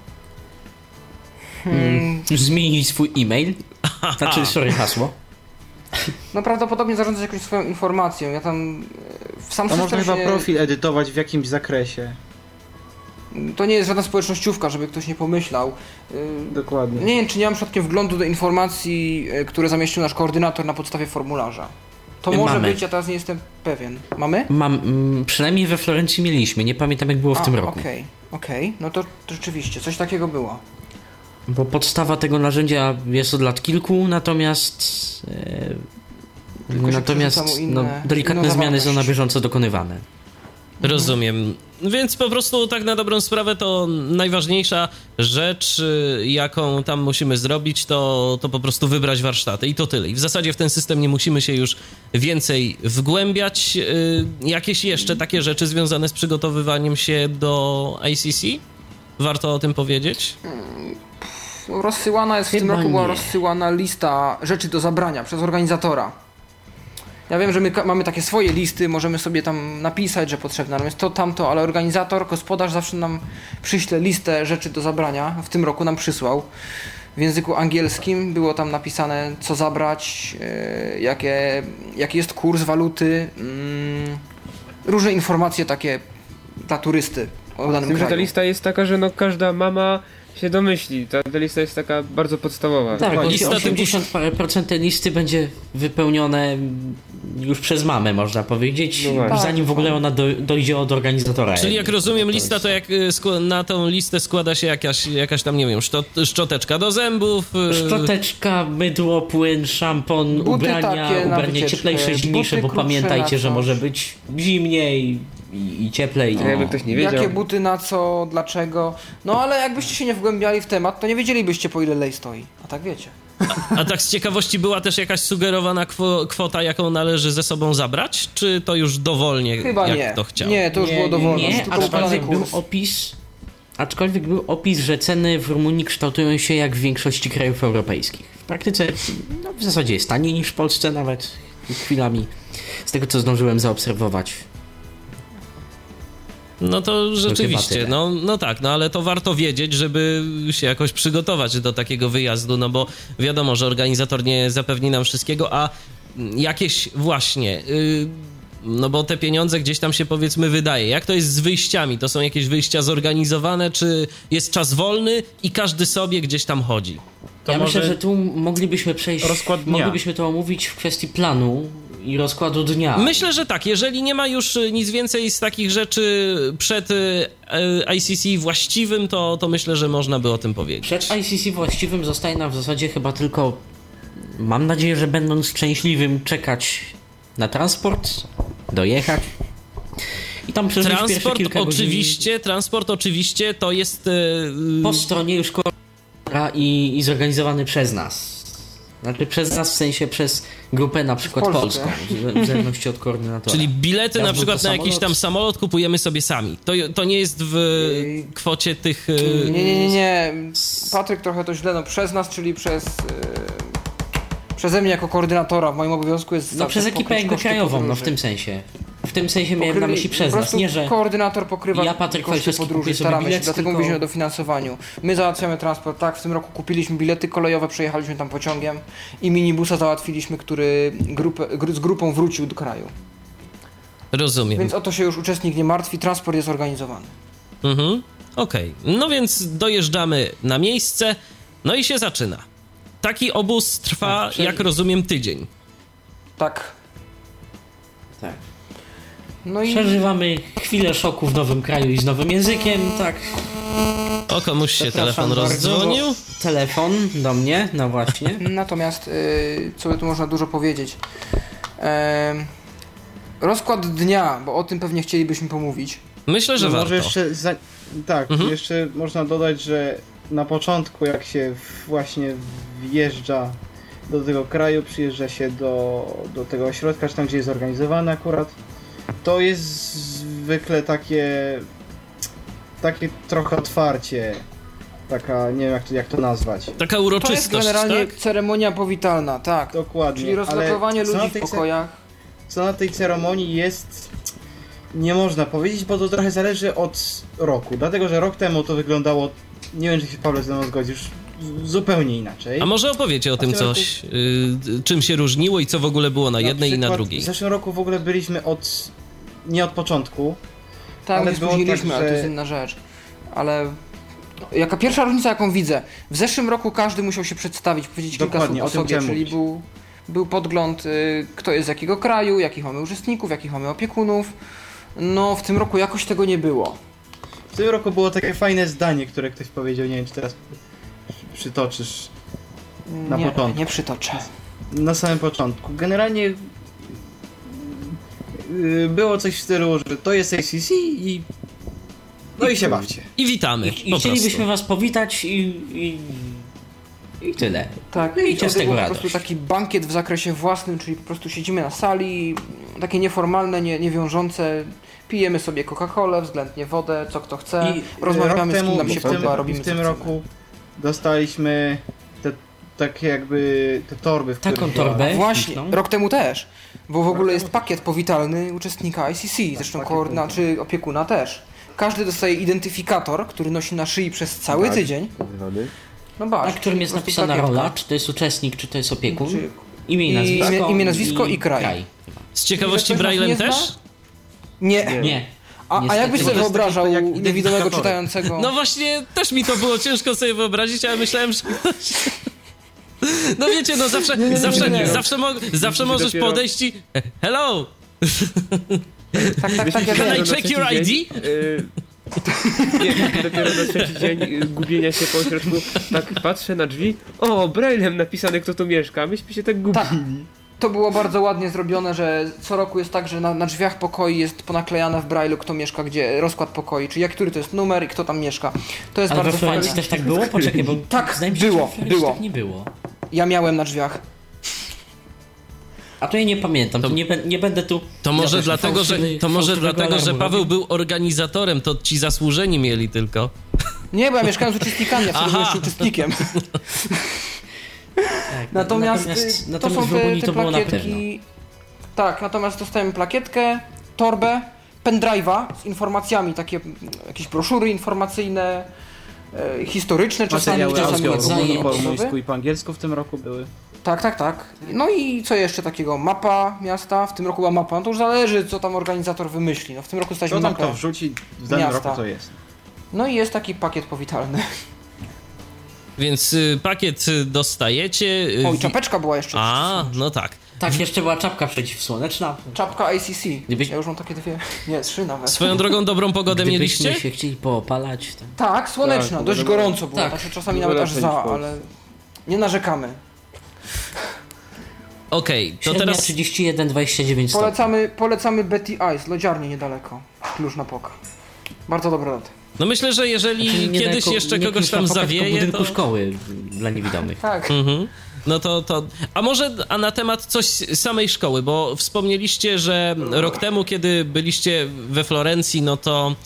Zmienić swój e-mail. Znaczy, sorry, hasło. No prawdopodobnie zarządzać jakąś swoją informacją. Ja tam w sam To system można chyba się... profil edytować w jakimś zakresie. To nie jest żadna społecznościówka, żeby ktoś nie pomyślał. Dokładnie. Nie wiem, czy nie mam przypadkiem wglądu do informacji, które zamieścił nasz koordynator na podstawie formularza. To może Mamy. być, ja teraz nie jestem pewien. Mamy? Przynajmniej we Florencji mieliśmy, nie pamiętam jak było w tym roku. Okej. No to rzeczywiście, coś takiego było. Bo podstawa tego narzędzia jest od lat kilku, natomiast Tylko się przerzuca mu delikatne inną zmiany są na zawartość. bieżąco dokonywane. Rozumiem. Więc po prostu tak na dobrą sprawę to najważniejsza rzecz, jaką tam musimy zrobić, to po prostu wybrać warsztaty i to tyle. I w zasadzie w ten system nie musimy się już więcej wgłębiać. Jakieś jeszcze takie rzeczy związane z przygotowywaniem się do ICC? Warto o tym powiedzieć? Rozsyłana jest w tym Chyba roku była nie. rozsyłana lista rzeczy do zabrania przez organizatora. Ja wiem, że my mamy takie swoje listy, możemy sobie tam napisać, że potrzebne, natomiast to, tamto, ale organizator, gospodarz zawsze nam przyśle listę rzeczy do zabrania. W tym roku nam przysłał. W języku angielskim było tam napisane, co zabrać, jaki jest kurs waluty, różne informacje takie dla turysty o Z danym tym, że ta kraju. lista jest taka, że no każda mama się domyśli. Ta lista jest taka bardzo podstawowa. Tak, Lista 80 parę procent tej listy będzie wypełnione już przez mamę, można powiedzieć, No właśnie. zanim w ogóle ona dojdzie od organizatora. Czyli jak rozumiem, lista to jak na tą listę składa się jakaś tam, nie wiem, szczoteczka do zębów. Szczoteczka, mydło, płyn, szampon, Buty ubrania, takie na ubranie wycieczkę, cieplejsze, zimniejsze, buty bo krótsze pamiętajcie, na że coś. może być zimniej i cieplej. Jakby ktoś nie wiedział. Jakie buty, na co, dlaczego. No ale jakbyście się nie wgłębiali w temat, to nie wiedzielibyście, po ile lej stoi. A tak wiecie. A tak z ciekawości była też jakaś sugerowana kwota, jaką należy ze sobą zabrać? Czy to już dowolnie, Chyba jak nie. kto chciał? Nie, to już było dowolne. Nie, Tylko ustalony aczkolwiek był opis, że ceny w Rumunii kształtują się jak w większości krajów europejskich. W praktyce w zasadzie jest taniej niż w Polsce nawet chwilami, z tego co zdążyłem zaobserwować. No to rzeczywiście, tyle. no tak, no ale to warto wiedzieć, żeby się jakoś przygotować do takiego wyjazdu, no bo wiadomo, że organizator nie zapewni nam wszystkiego, a jakieś właśnie... No bo te pieniądze gdzieś tam się powiedzmy wydaje. Jak to jest z wyjściami? To są jakieś wyjścia zorganizowane, czy jest czas wolny i każdy sobie gdzieś tam chodzi? To ja może myślę, że tu moglibyśmy przejść, rozkład dnia. moglibyśmy to omówić w kwestii planu i rozkładu dnia. Myślę, że tak. Jeżeli nie ma już nic więcej z takich rzeczy przed ICC właściwym, to myślę, że można by o tym powiedzieć. Przed ICC właściwym zostaje nam w zasadzie chyba tylko, mam nadzieję, że będąc szczęśliwym, czekać na transport, dojechać i tam przeżyć pierwsze kilka godzin. Transport oczywiście to jest... Po stronie już i zorganizowany przez nas. Znaczy przez nas w sensie przez grupę na przykład polską, w zależności od koordynatora. Czyli bilety na przykład na jakiś tam samolot kupujemy sobie sami. To nie jest w kwocie tych... Nie. Patryk trochę to źle, no przez nas, czyli przeze mnie jako koordynatora w moim obowiązku jest... No przez ekipę jakby krajową, no w tym sensie. W tym sensie miałem na myśli przez nas, nie że... koordynator pokrywa ja, Patryk koszty podróży, staramy się, dlatego mówimy o dofinansowaniu. My załatwiamy transport, tak, w tym roku kupiliśmy bilety kolejowe, przejechaliśmy tam pociągiem i minibusa załatwiliśmy, który z grupą wrócił do kraju. Rozumiem. Więc o to się już uczestnik nie martwi, transport jest organizowany. Okej. No więc dojeżdżamy na miejsce, no i się zaczyna. Taki obóz trwa, jak rozumiem, tydzień. Tak. Tak. No i Przeżywamy chwilę szoku w nowym kraju i z nowym językiem, tak. O, komuś się Przepraszam telefon bardzo, rozdzwonił. Telefon do mnie, no właśnie. natomiast, co by tu można dużo powiedzieć? Rozkład dnia, bo o tym pewnie chcielibyśmy pomówić. Myślę, że No warto. może jeszcze jeszcze można dodać, że na początku jak się właśnie wjeżdża do tego kraju, przyjeżdża się do tego ośrodka, czy tam gdzie jest zorganizowany akurat, to jest zwykle takie trochę otwarcie, taka, nie wiem jak to nazwać. Taka To jest uroczystość, generalnie tak? ceremonia powitalna, tak. Dokładnie. Czyli rozlokowanie ale ludzi w pokojach. Co na tej ceremonii jest, nie można powiedzieć, bo to trochę zależy od roku. Dlatego, że rok temu to wyglądało, nie wiem czy się Paweł ze mną zgodzisz, zupełnie inaczej. A może opowiecie o tym coś, czym się różniło i co w ogóle było na jednej i na drugiej? W zeszłym roku w ogóle byliśmy nie od początku. Tak, ale nie było spóźniliśmy, tak, ale to że- jest inna rzecz. Ale jaka pierwsza różnica, jaką widzę, w zeszłym roku każdy musiał się przedstawić, powiedzieć kilka Dokładnie, słów o o tym sobie, chciałem czyli mówić. był podgląd, kto jest z jakiego kraju, jakich mamy uczestników, jakich mamy opiekunów. No w tym roku jakoś tego nie było. W tym roku było takie fajne zdanie, które ktoś powiedział, nie wiem czy teraz przytoczysz na początku. Nie przytoczę. Na samym początku. Generalnie było coś w stylu, że to jest ACC i się bawcie. I witamy, I po chcielibyśmy prostu. was powitać i tyle. Tak, No i i to z tego był po radość. prostu taki bankiet w zakresie własnym, czyli po prostu siedzimy na sali, takie nieformalne, niewiążące, pijemy sobie Coca-Colę, względnie wodę, co kto chce, rozmawiamy z kim nam się podoba, robimy w tym co roku dostaliśmy takie jakby te torby, w Taką których torbę. Właśnie, Śliczną. rok temu też, bo w ogóle jest pakiet powitalny uczestnika ICC, zresztą czy opiekuna też. Każdy dostaje identyfikator, który nosi na szyi przez cały tydzień. No Na patrz, którym jest po prostu napisana plakietka. rola, czy to jest uczestnik, czy to jest opiekun. Czy- Imię i nazwisko. imię, nazwisko i kraj. Z ciekawości Ktoś nas Braillem nie zna? też? Nie. Nie. A Niestety jakbyś sobie nie. wyobrażał jak niewidomego identyfikatory. czytającego? No właśnie, też mi to było ciężko sobie wyobrazić, ale myślałem, że ktoś... No wiecie, no zawsze możesz dopiero- podejść i... Hello! tak, ja Can wiem. I check your ID? Nie, dopiero na trzeci dzień gubienia się po ośrodku, tak patrzę na drzwi, o, braillem napisane kto tu mieszka, myśmy się tak gubili. to było bardzo ładnie zrobione, że co roku jest tak, że na drzwiach pokoi jest ponaklejane w Braille'u, kto mieszka gdzie, rozkład pokoi, czyli który to jest numer i kto tam mieszka. To jest Ale bardzo we Florencji fajne. też tak było? Poczekaj, bo Tak, wydaje mi się, było, że w Florencji było. tak nie było. Ja miałem na drzwiach. A to ja nie pamiętam, to nie będę tu... To może Ja dlatego, że Paweł był organizatorem, to ci zasłużeni mieli tylko. Nie, bo ja mieszkałem z uczestnikami, ja wtedy byłem jeszcze uczestnikiem. Tak, Natomiast to są w Rumunii te to było na pewno. plakietki. Tak, natomiast dostałem plakietkę, torbę, pendrive'a z informacjami, takie jakieś broszury informacyjne, historyczne czasami. Materiały czasami po rumuńsku i po angielsku w tym roku były. Tak. No i co jeszcze takiego? Mapa miasta, w tym roku była mapa, no to już zależy, co tam organizator wymyśli. No w tym roku dostaliśmy Kto tam mapę to wrzuci, w danym miasta. roku to jest. No i jest taki pakiet powitalny. Więc pakiet dostajecie. O, i czapeczka była jeszcze. No tak. Tak, jeszcze była czapka przeciwsłoneczna. Czapka ICC. Gdybyś- Ja już mam takie dwie. Nie, 3 nawet. Swoją drogą dobrą pogodę Gdybyśmy mieliście? się chcieli poopalać, to... Tak, słoneczna. Tak, dość wiadomo. gorąco było. Tak. Znaczy, czasami nawet aż za, ale nie narzekamy. Okej, to Średnia teraz 31-29 stopni. Polecamy Betty Ice, lodziarnię niedaleko. Kluż-Napoka. Bardzo dobry lot. no myślę, że jeżeli Czyli nie kiedyś tylko- jeszcze nie kogoś tam Kluż-Napoka, tylko zawieje, budynku to... szkoły dla niewidomych. Tak. No to... A na temat coś samej szkoły, bo wspomnieliście, że rok temu, kiedy byliście we Florencji, no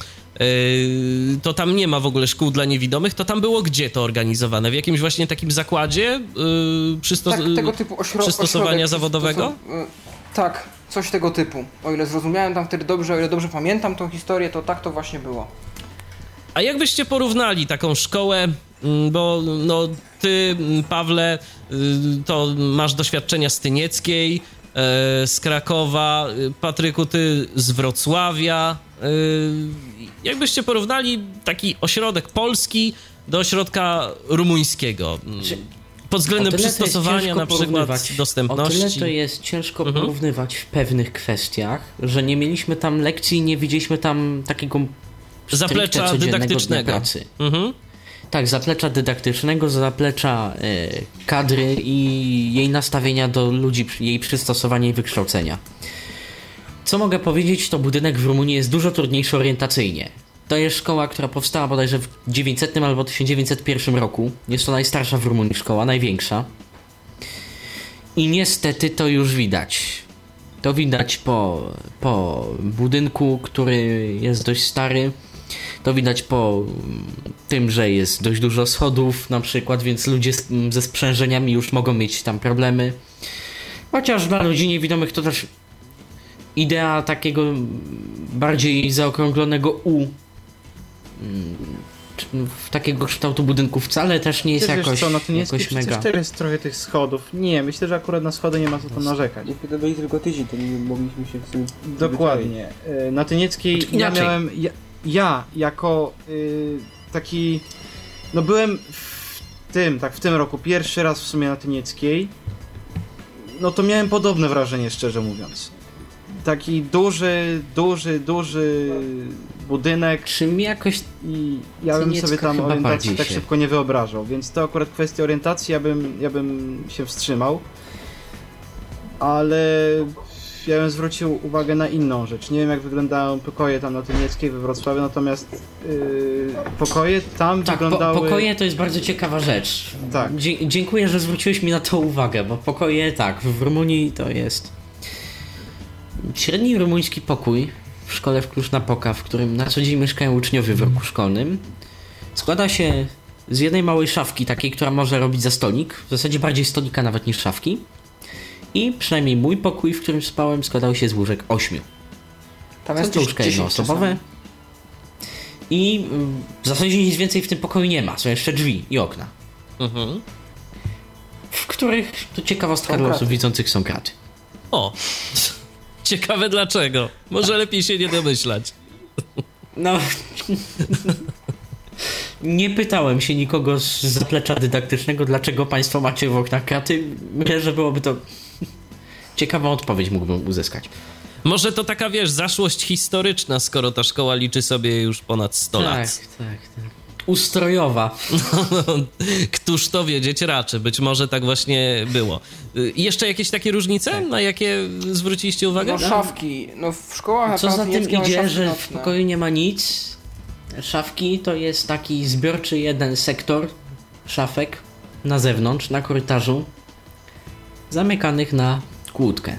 to tam nie ma w ogóle szkół dla niewidomych, to tam było gdzie to organizowane? W jakimś właśnie takim zakładzie Tak, tego typu przystosowania ośrodek zawodowego? Tak, coś tego typu. O ile zrozumiałem tam wtedy dobrze, o ile dobrze pamiętam tą historię, to tak to właśnie było. A jakbyście porównali taką szkołę, bo no ty, Pawle, to masz doświadczenia z Tynieckiej, z Krakowa, Patryku, ty z Wrocławia. Jakbyście porównali taki ośrodek polski do ośrodka rumuńskiego? Pod względem przystosowania na przykład dostępności. O tyle to jest ciężko porównywać w pewnych kwestiach, że nie mieliśmy tam lekcji, nie widzieliśmy tam takiego zaplecza codziennego dydaktycznego. dnia pracy. Tak, zaplecza dydaktycznego, zaplecza kadry i jej nastawienia do ludzi, jej przystosowania i wykształcenia. Co mogę powiedzieć, to budynek w Rumunii jest dużo trudniejszy orientacyjnie. To jest szkoła, która powstała bodajże w 900 albo 1901 roku. Jest to najstarsza w Rumunii szkoła, największa. I niestety to już widać. To widać po budynku, który jest dość stary. To widać po tym, że jest dość dużo schodów na przykład, więc ludzie ze sprzężeniami już mogą mieć tam problemy. Chociaż dla ludzi niewidomych to też idea takiego bardziej zaokrąglonego U, takiego kształtu budynku wcale też nie jest jakoś mega. Też jest trochę tych schodów. Nie, myślę, że akurat na schody nie ma co tam narzekać. Jeśli to byli tylko tydzień, to nie mogliśmy się w tym Dokładnie. Na Tynieckiej Znaczy, ja inaczej. miałem... Ja jako taki... No byłem w tym roku pierwszy raz w sumie na Tynieckiej. No to miałem podobne wrażenie, szczerze mówiąc. Taki duży budynek Czy mi jakoś i ja bym Tyniecka sobie tam chyba orientacji bardziej tak się- szybko nie wyobrażał, więc to akurat kwestia orientacji ja bym się wstrzymał. Ale ja bym zwrócił uwagę na inną rzecz. Nie wiem, jak wyglądają pokoje tam na Tynieckiej we Wrocławiu, natomiast pokoje tam tak, wyglądały... pokoje to jest bardzo ciekawa rzecz. Tak. Dziękuję, że zwróciłeś mi na to uwagę, bo pokoje tak, w Rumunii to jest średni rumuński pokój w szkole w Cluj-Napoca, w którym na co dzień mieszkają uczniowie w roku szkolnym. Składa się z jednej małej szafki, takiej, która może robić za stolik, w zasadzie bardziej stolika nawet niż szafki. I przynajmniej mój pokój, w którym spałem, składał się z łóżek 8. Tam Są jest to łóżka 10 jednoosobowe. czasami. I w zasadzie nic więcej w tym pokoju nie ma. Są jeszcze drzwi i okna, w których, to ciekawostka Są dla kraty. osób widzących, są kraty. O, ciekawe dlaczego. Może lepiej się nie domyślać. No... Nie pytałem się nikogo z zaplecza dydaktycznego, dlaczego państwo macie w oknach kraty. Myślę, że byłoby to... Ciekawą odpowiedź mógłbym uzyskać. Może to taka, wiesz, zaszłość historyczna, skoro ta szkoła liczy sobie już ponad 100 lat. Tak. ustrojowa. Któż to wiedzieć raczy, być może tak właśnie było. Jeszcze jakieś takie różnice, na jakie zwróciliście uwagę? No szafki, no w szkołach... Co za tym niemieckie mamy idzie, szafki że w nocne. pokoju nie ma nic. Szafki to jest taki zbiorczy jeden sektor szafek na zewnątrz, na korytarzu, zamykanych na kłódkę.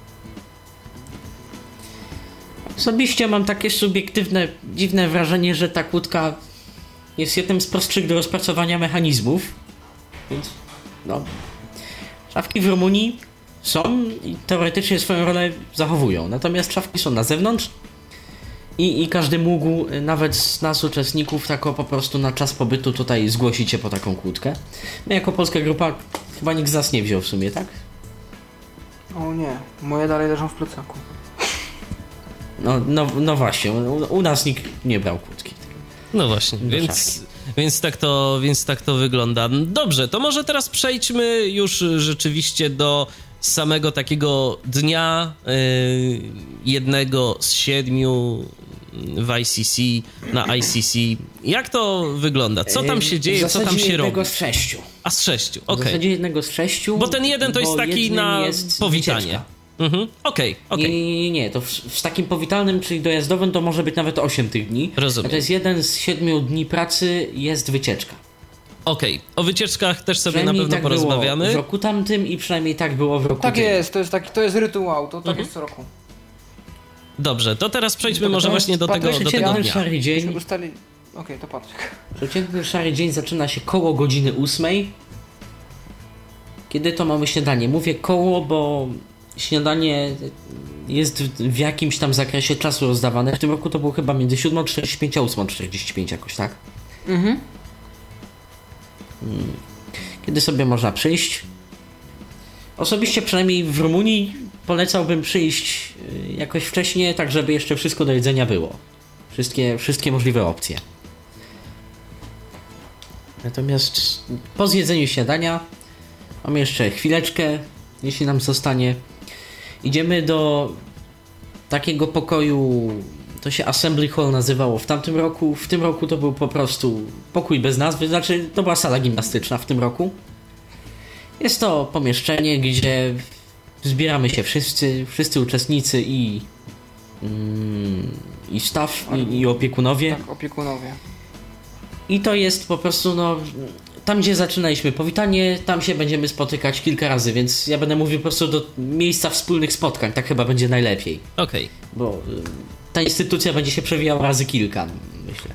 Osobiście mam takie subiektywne, dziwne wrażenie, że ta kłódka jest jednym z prostszych do rozpracowania mechanizmów. Więc no, szafki w Rumunii są i teoretycznie swoją rolę zachowują. Natomiast szafki są na zewnątrz i każdy mógł, nawet z nas uczestników, tako po prostu na czas pobytu tutaj zgłosić się po taką kłódkę. My jako polska grupa chyba nikt z nas nie wziął w sumie, tak? O nie, moje dalej leżą w plecaku. No właśnie, u nas nikt nie brał kłódki. No właśnie, Do więc tak to wygląda. Dobrze, to może teraz przejdźmy już rzeczywiście do samego takiego dnia, jednego z 7 w ICC, na ICC. Jak to wygląda? Co tam się dzieje, co tam się robi? jednego z 6. A z 6, W okej. zasadzie jednego z 6. Bo ten jeden to jest taki na powitanie. Wycieczka. Okej. Nie, to w takim powitalnym, czyli dojazdowym, to może być nawet 8 tych dni. Rozumiem. A to jest jeden z 7 dni pracy, jest wycieczka. Okej, o wycieczkach też sobie na Przynajmniej pewno tak porozmawiamy. było w roku tamtym i przynajmniej tak było w roku Tak tym. jest, to jest rytuał, to tak jest co roku. Dobrze, to teraz przejdźmy To może jest właśnie do tego Przeciętny dnia. szary dzień. Myśmy ustali... Okej, to Patryk. Przeciętny szary dzień zaczyna się koło godziny 8. Kiedy to mamy śniadanie? Mówię koło, bo śniadanie jest w jakimś tam zakresie czasu rozdawane. W tym roku to było chyba między 7:45 a 8:45 jakoś, tak? Mhm. Kiedy sobie można przyjść. Osobiście przynajmniej w Rumunii polecałbym przyjść jakoś wcześniej, tak żeby jeszcze wszystko do jedzenia było. Wszystkie możliwe opcje. Natomiast po zjedzeniu śniadania mamy jeszcze chwileczkę, jeśli nam zostanie. Idziemy do takiego pokoju, to się Assembly Hall nazywało w tamtym roku. W tym roku to był po prostu pokój bez nazwy, znaczy to była sala gimnastyczna w tym roku. Jest to pomieszczenie, gdzie zbieramy się wszyscy uczestnicy i staff, i opiekunowie. Tak, opiekunowie. I to jest po prostu, tam gdzie zaczynaliśmy powitanie, tam się będziemy spotykać kilka razy, więc ja będę mówił po prostu do miejsca wspólnych spotkań, tak chyba będzie najlepiej. Okej. Bo ta instytucja będzie się przewijała razy kilka, myślę.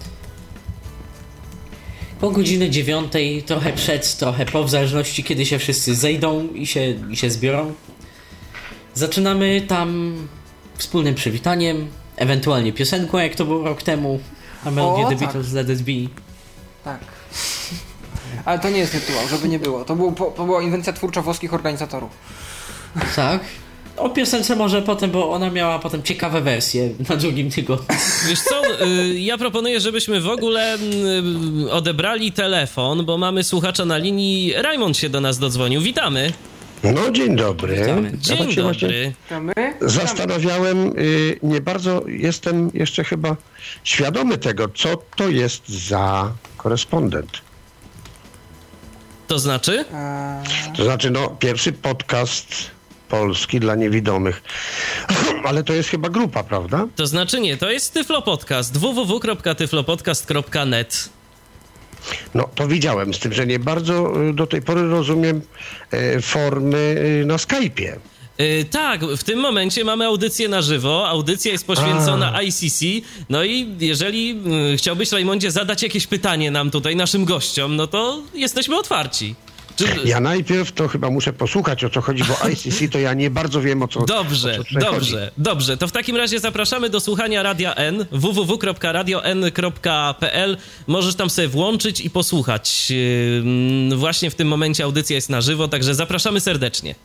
Po godzinie 9, trochę przed, trochę po, w zależności kiedy się wszyscy zejdą i się zbiorą. Zaczynamy tam wspólnym przywitaniem, ewentualnie piosenką, jak to było rok temu. A melodię The tak. Beatles, Let It Be. Tak. Ale to nie jest rytuał, żeby nie było. To była inwencja twórcza włoskich organizatorów. Tak. O piosence może potem, bo ona miała potem ciekawe wersje na drugim tygodniu. Wiesz co, ja proponuję, żebyśmy w ogóle odebrali telefon, bo mamy słuchacza na linii. Rajmond się do nas dodzwonił. Witamy. No dzień dobry. Witamy. Dzień tak się właśnie dobry. To my? zastanawiałem, nie bardzo jestem jeszcze chyba świadomy tego, co to jest za korespondent. To znaczy? To znaczy, pierwszy podcast polski dla niewidomych. Ale to jest chyba grupa, prawda? To znaczy nie, to jest Tyflo Podcast. www.tyflopodcast.net. No, to widziałem, z tym, że nie bardzo do tej pory rozumiem formy na Skype'ie. Tak, w tym momencie mamy audycję na żywo. Audycja jest poświęcona ICC. No i jeżeli chciałbyś, Rajmondzie, zadać jakieś pytanie nam tutaj, naszym gościom, no to jesteśmy otwarci. Ja najpierw to chyba muszę posłuchać, o co chodzi, bo ICC to ja nie bardzo wiem, o co Dobrze. To w takim razie zapraszamy do słuchania Radia N, www.radion.pl. Możesz tam sobie włączyć i posłuchać. Właśnie w tym momencie audycja jest na żywo, także zapraszamy serdecznie.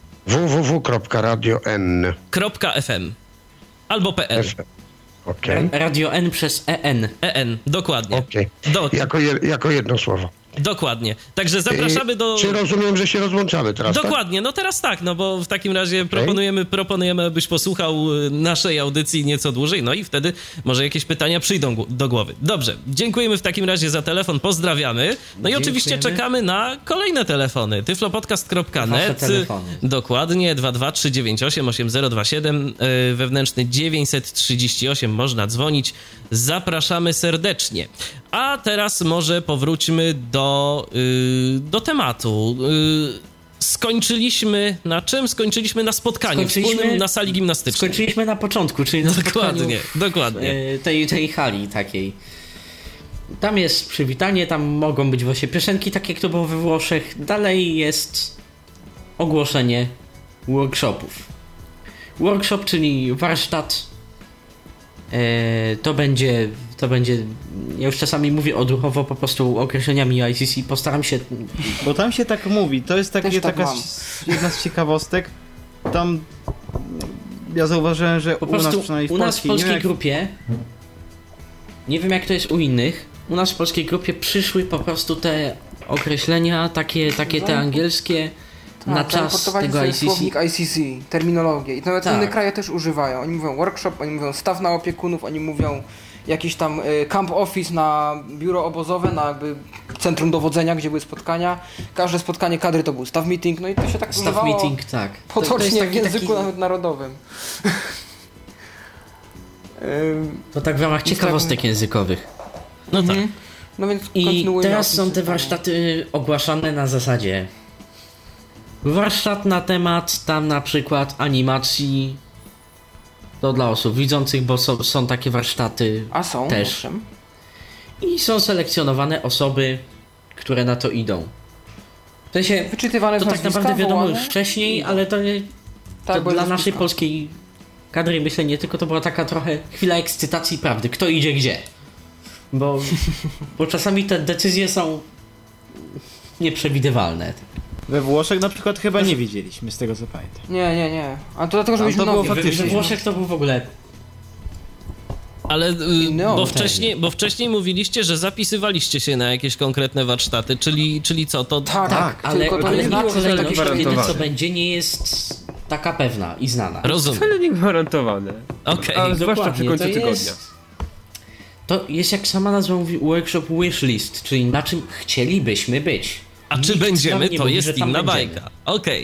www.radion.fm albo .pl. Okej. Radio N przez EN. EN, dokładnie. Okej. Jako jedno słowo. Dokładnie. Także zapraszamy do... Czy rozumiem, że się rozłączamy teraz, Dokładnie, tak? no teraz tak, no bo w takim razie proponujemy, abyś posłuchał naszej audycji nieco dłużej, no i wtedy może jakieś pytania przyjdą do głowy. Dobrze, dziękujemy w takim razie za telefon, pozdrawiamy. No i oczywiście czekamy na kolejne telefony. tyflopodcast.net, dokładnie, 223988027, wewnętrzny 938, można dzwonić. Zapraszamy serdecznie. A teraz może powróćmy do tematu. Skończyliśmy na czym? Skończyliśmy na spotkaniu wspólnym na sali gimnastycznej. Skończyliśmy na początku, czyli na Dokładnie. Tej hali takiej. Tam jest przywitanie, tam mogą być właśnie piosenki, tak jak to było we Włoszech. Dalej jest ogłoszenie workshopów. Workshop, czyli warsztat. To będzie, ja już czasami mówię odruchowo po prostu określeniami ICC, postaram się... Bo tam się tak mówi, to jest jedna z ciekawostek. Tam ja zauważyłem, że po prostu u nas w polskiej grupie, nie wiem jak to jest u innych, u nas w polskiej grupie przyszły po prostu te określenia, takie te angielskie, na czas tego ICC. Słownik ICC, terminologię. I to nawet inne kraje też używają. Oni mówią workshop, oni mówią staw na opiekunów, oni mówią jakiś tam camp office na biuro obozowe, na jakby centrum dowodzenia, gdzie były spotkania. Każde spotkanie kadry to był staff meeting, no i to się tak staff meeting, tak. Potocznie w języku nawet narodowym. To tak w ramach ciekawostek językowych. No tak. No więc i teraz są te warsztaty ogłaszane na zasadzie warsztat na temat tam na przykład animacji, to dla osób widzących, bo są takie warsztaty. A są też. Owszem. I są selekcjonowane osoby, które na to idą. W sensie, wyczytywane to tak naprawdę wiadomo już wcześniej, ale to nie. Tak, to dla naszej polskiej kadry, myślę, nie tylko to była taka trochę chwila ekscytacji prawdy. Kto idzie gdzie? Bo czasami te decyzje są nieprzewidywalne. We Włoszech na przykład chyba nie widzieliśmy, z tego co pamiętam. Nie. A to dlatego, że byliśmy było faktycznie. We Włoszech to był w ogóle... Ale bo wcześniej mówiliście, że zapisywaliście się na jakieś konkretne warsztaty, czyli co to... Tak, ale kolejność kiedy co będzie nie jest taka pewna i znana. Rozumiem. Wcale nie gwarantowane. Okej. A zwłaszcza przy końcu tygodnia. To jest, jak sama nazwa mówi, workshop wishlist, czyli na czym chcielibyśmy być. A czy będziemy, to jest inna bajka. Okej.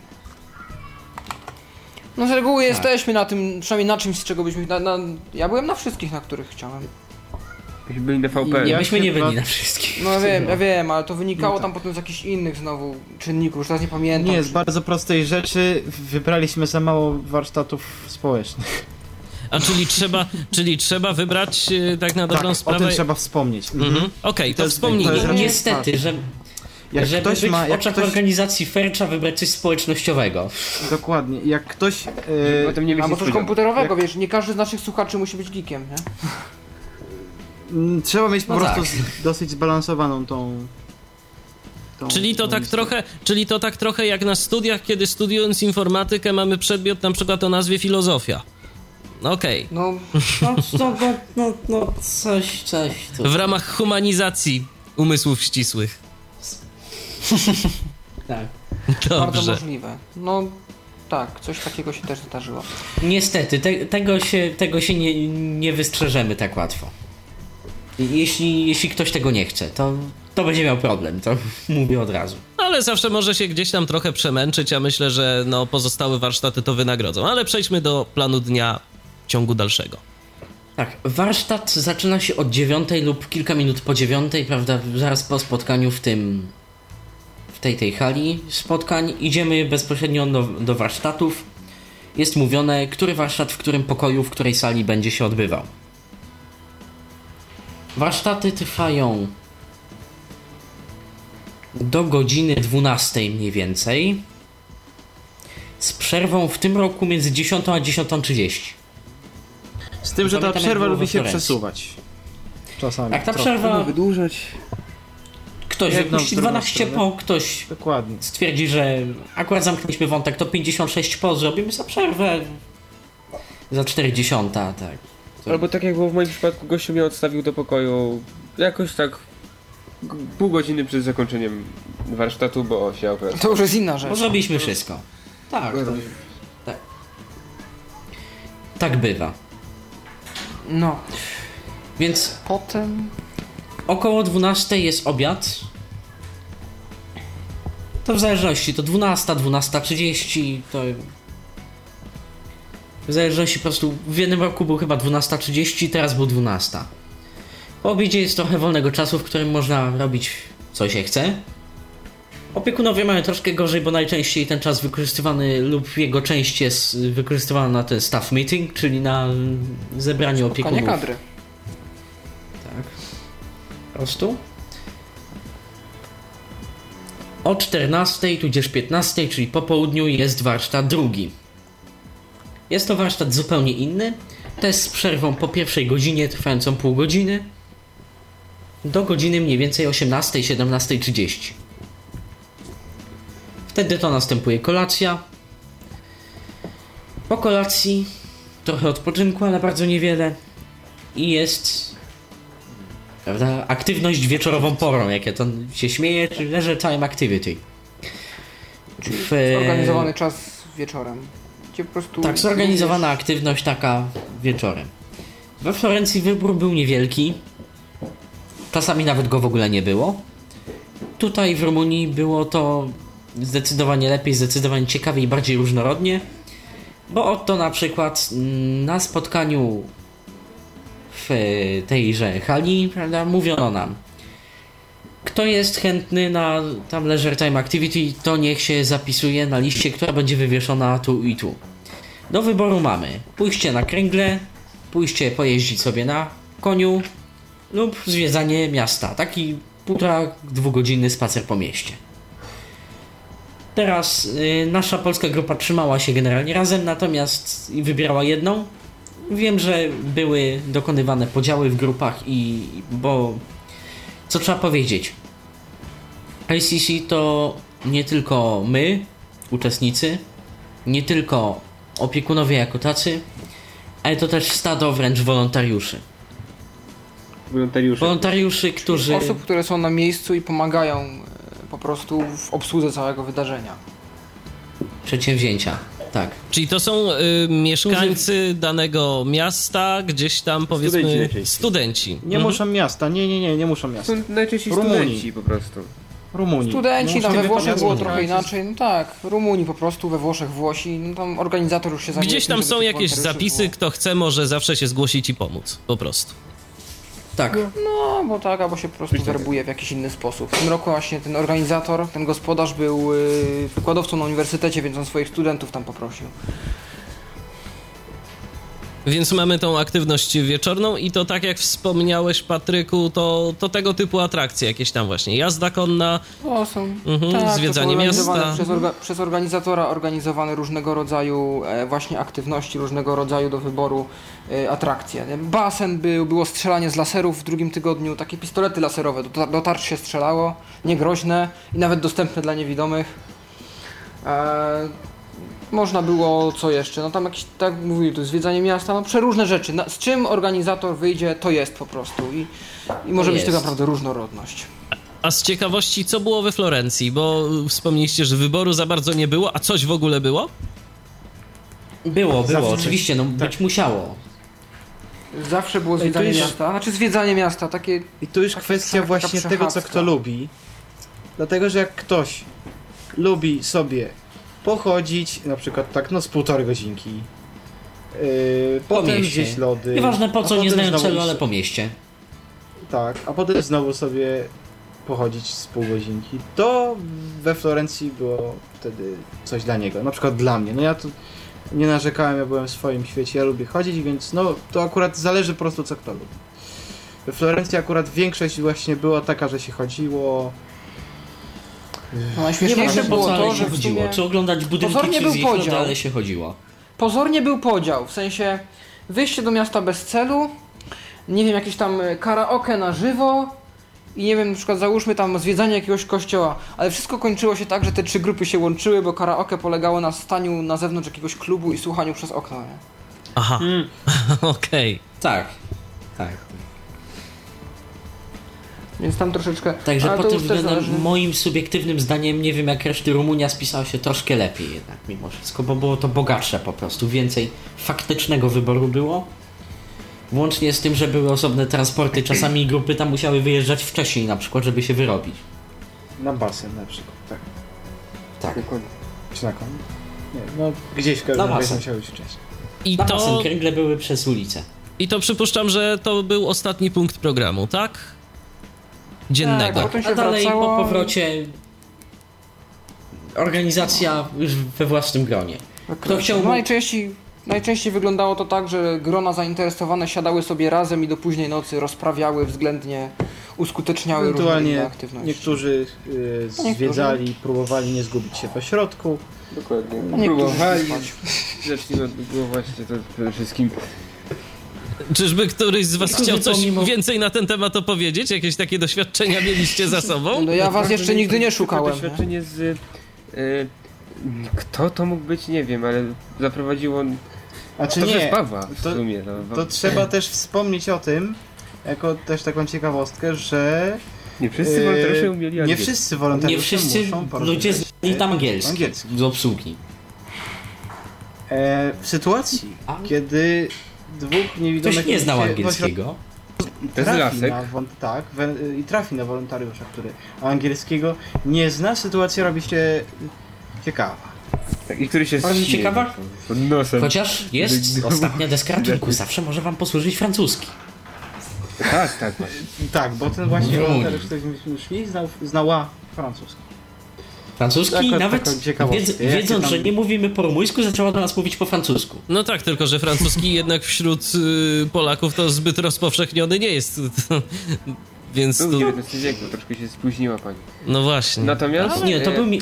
No z reguły jesteśmy na tym, przynajmniej na czymś, z czego byśmy... Ja byłem na wszystkich, na których chciałem. Byśmy byli DVP. Myśmy nie byli na wszystkich. No ja wiem, ale to wynikało tam potem z jakichś innych znowu czynników, już teraz nie pamiętam. Nie, z bardzo prostej rzeczy wybraliśmy za mało warsztatów społecznych. A czyli trzeba wybrać tak na dobrą sprawę... o tym trzeba wspomnieć. Okej, to wspomnijmy. Niestety, żeby być w oczach organizacji fair, trzeba wybrać coś społecznościowego. Dokładnie. Jak ktoś... albo coś komputerowego, wiesz, nie każdy z naszych słuchaczy musi być geekiem, nie? Trzeba mieć po prostu dosyć zbalansowaną tą Czyli to tak trochę jak na studiach, kiedy studiując informatykę mamy przedmiot na przykład o nazwie filozofia. Okej. Coś. W ramach humanizacji umysłów ścisłych. Tak. Dobrze. Bardzo możliwe. No tak, coś takiego się też zdarzyło. Niestety, tego się nie wystrzeżemy tak łatwo. Jeśli ktoś tego nie chce, to będzie miał problem, to mówię od razu. Ale zawsze może się gdzieś tam trochę przemęczyć, a myślę, że pozostałe warsztaty to wynagrodzą. Ale przejdźmy do planu dnia w ciągu dalszego. Tak, warsztat zaczyna się od 9 lub kilka minut po 9, prawda, zaraz po spotkaniu w tej hali spotkań. Idziemy bezpośrednio do warsztatów. Jest mówione, który warsztat w którym pokoju, w której sali będzie się odbywał. Warsztaty trwają do godziny 12 mniej więcej, z przerwą w tym roku między 10 a 10:30. Z tym, że ta przerwa lubi się przesuwać. Czasami. Jak ta przerwa wydłużać. Ktoś wypuści 12 po, ktoś dokładnie stwierdzi, że akurat zamknęliśmy wątek, to 56 po, zrobimy za przerwę za 40, tak. Albo tak jak było w moim przypadku, gościu mnie odstawił do pokoju jakoś tak pół godziny przed zakończeniem warsztatu, bo się akurat... To już jest inna rzecz. Bo zrobiliśmy wszystko. Tak, tak. Tak bywa. No, Więc potem... około 12 jest obiad. To w zależności, to 12, 12:30, to... W zależności po prostu, w jednym roku był chyba 12:30, teraz był 12. Po obiedzie jest trochę wolnego czasu, w którym można robić co się chce. Opiekunowie mają troszkę gorzej, bo najczęściej ten czas wykorzystywany lub jego część jest wykorzystywana na ten staff meeting, czyli na zebranie opiekunów. Spotkanie kadry. Tak. Po prostu. O 14, tudzież 15, czyli po południu jest warsztat drugi. Jest to warsztat zupełnie inny. To jest z przerwą po pierwszej godzinie, trwającą pół godziny, do godziny mniej więcej 18, 17:30. Wtedy to następuje kolacja. Po kolacji trochę odpoczynku, ale bardzo niewiele. I jest, prawda, aktywność wieczorową porą, jak ja to się śmieję, czyli leisure time activity. Zorganizowany czas wieczorem. Gdzie po prostu... Tak, zorganizowana aktywność taka wieczorem. We Florencji wybór był niewielki. Czasami nawet go w ogóle nie było. Tutaj w Rumunii było to zdecydowanie lepiej, zdecydowanie ciekawiej i bardziej różnorodnie. Bo oto na przykład na spotkaniu w tejże hali, prawda, mówiono nam: kto jest chętny na tam leisure time activity, to niech się zapisuje na liście, która będzie wywieszona tu i tu. Do wyboru mamy pójście na kręgle, pójście pojeździć sobie na koniu lub zwiedzanie miasta. Taki 1,5-2 godziny spacer po mieście. Teraz nasza polska grupa trzymała się generalnie razem, natomiast wybierała jedną. Wiem, że były dokonywane podziały w grupach bo co trzeba powiedzieć, ICC to nie tylko my, uczestnicy, nie tylko opiekunowie jako tacy, ale to też stado wręcz wolontariuszy. Wolontariuszy, którzy... Osób, które są na miejscu i pomagają po prostu w obsłudze całego wydarzenia. Przedsięwzięcia, tak. Czyli to są mieszkańcy danego miasta, gdzieś tam powiedzmy studenci. Nie muszą miasta, nie muszą miasta. Są najczęściej studenci po prostu. Rumunii. Studenci, tam we Włoszech było Rumunii. trochę inaczej. No tak, Rumunii po prostu, we Włoszech Włosi. No tam organizator już się zajmuje. Gdzieś tam są jakieś zapisy, kto chce może zawsze się zgłosić i pomóc, po prostu. Tak. No, bo tak, albo się po prostu werbuje w jakiś inny sposób. W tym roku właśnie ten organizator, ten gospodarz był wykładowcą na uniwersytecie, więc on swoich studentów tam poprosił. Więc mamy tą aktywność wieczorną i to tak jak wspomniałeś, Patryku, to tego typu atrakcje jakieś tam właśnie. Jazda konna, O, są. zwiedzanie miasta. Przez organizatora organizowane różnego rodzaju właśnie aktywności, różnego rodzaju do wyboru atrakcje. Basen było strzelanie z laserów w drugim tygodniu, takie pistolety laserowe, do tarcz się strzelało, niegroźne i nawet dostępne dla niewidomych. Można było, co jeszcze, no tam jakieś, tak jak mówili, to zwiedzanie miasta, no przeróżne rzeczy, z czym organizator wyjdzie, to jest po prostu i może być tak naprawdę różnorodność. A z ciekawości, co było we Florencji? Bo wspomnieliście, że wyboru za bardzo nie było, a coś w ogóle było? Było, oczywiście, no być musiało. Zawsze było zwiedzanie miasta, znaczy zwiedzanie miasta, takie... I tu już kwestia właśnie tego, co kto lubi. Dlatego, że jak ktoś lubi sobie pochodzić, na przykład tak, no z 1,5 godzinki, potem zjeść lody. Nieważne po co, nie znając celu, ale po mieście. Tak, a potem znowu sobie pochodzić z pół godzinki. To we Florencji było wtedy coś dla niego, na przykład dla mnie. No ja tu nie narzekałem, ja byłem w swoim świecie, ja lubię chodzić, więc no to akurat zależy po prostu co kto lubi. We Florencji akurat większość właśnie była taka, że się chodziło. No, najśmieszniejsze było to, że w sumie... Czy oglądać budynki, czy zjeść lody, ale się chodziło. Pozornie był podział, w sensie wyjście do miasta bez celu, nie wiem, jakieś tam karaoke na żywo i nie wiem, na przykład załóżmy tam zwiedzanie jakiegoś kościoła, ale wszystko kończyło się tak, że te 3 grupy się łączyły, bo karaoke polegało na staniu na zewnątrz jakiegoś klubu i słuchaniu przez okno, nie? Aha, okej. Tak. Więc tam troszeczkę... Także ale pod to tym już też względem zależy. moim subiektywnym zdaniem, nie wiem jak reszty, Rumunia spisała się troszkę lepiej jednak mimo wszystko, bo było to bogatsze po prostu, więcej faktycznego wyboru było. Włącznie z tym, że były osobne transporty, czasami grupy tam musiały wyjeżdżać wcześniej na przykład, żeby się wyrobić. Na basen na przykład, tak. Tak. Czy na koń? Nie, no gdzieś w Na każdym razie basen. musiały się wcześniej. I Na basen to, kręgle były przez ulicę. I to przypuszczam, że to był ostatni punkt programu, tak? Dziennego. Tak, potem się A dalej wracało. po powrocie organizacja już we własnym gronie. Kto chciał... No, najczęściej wyglądało to tak, że grona zainteresowane siadały sobie razem i do późnej nocy rozprawiały, względnie uskuteczniały różne inne Ewentualnie aktywności. niektórzy zwiedzali, próbowali nie zgubić się w ośrodku. Dokładnie. A niektórzy Próbowali. spać. Zacznijmy od było właśnie to przede wszystkim. Czyżby któryś z was Niektórzy chciał coś pomimo- więcej na ten temat opowiedzieć? Jakieś takie doświadczenia mieliście za sobą? No ja was jeszcze nigdy nie szukałem. Nie? Doświadczenie z... kto to mógł być, nie wiem, ale zaprowadziło... Znaczy To nie, przez Pawła w to- sumie. to trzeba też wspomnieć o tym, jako też taką ciekawostkę, że Nie wszyscy wolontariusze umieli nie angielski. wszyscy Nie wolontariusze wszyscy muszą ludzie porozumieć znali tam angielski. angielski. Z obsługi. W sytuacji, A? kiedy dwóch niewidomych Ktoś nie znał ludzi się angielskiego. To jest lasek. i trafi na wolontariusza, który angielskiego nie zna, sytuacja robi się ciekawa. Tak, i który się Bardzo śmieje ciekawa? pod nosem. Chociaż jest ostatnia deska ratunku, zawsze może wam posłużyć francuski. Tak, tak. Tak, bo ten właśnie Rumunii. wolontariusz, który myśmy szli, znała francuski. Francuski, Taką nawet ciekawostkę. Jak wiedząc, tam- że nie mówimy po rumuńsku, zaczęła do nas mówić po francusku. No tak, tylko że francuski jednak wśród Polaków to zbyt rozpowszechniony nie jest. Więc Był tu, XIX wieku, troszkę się spóźniła pani. no właśnie. Natomiast... Nie,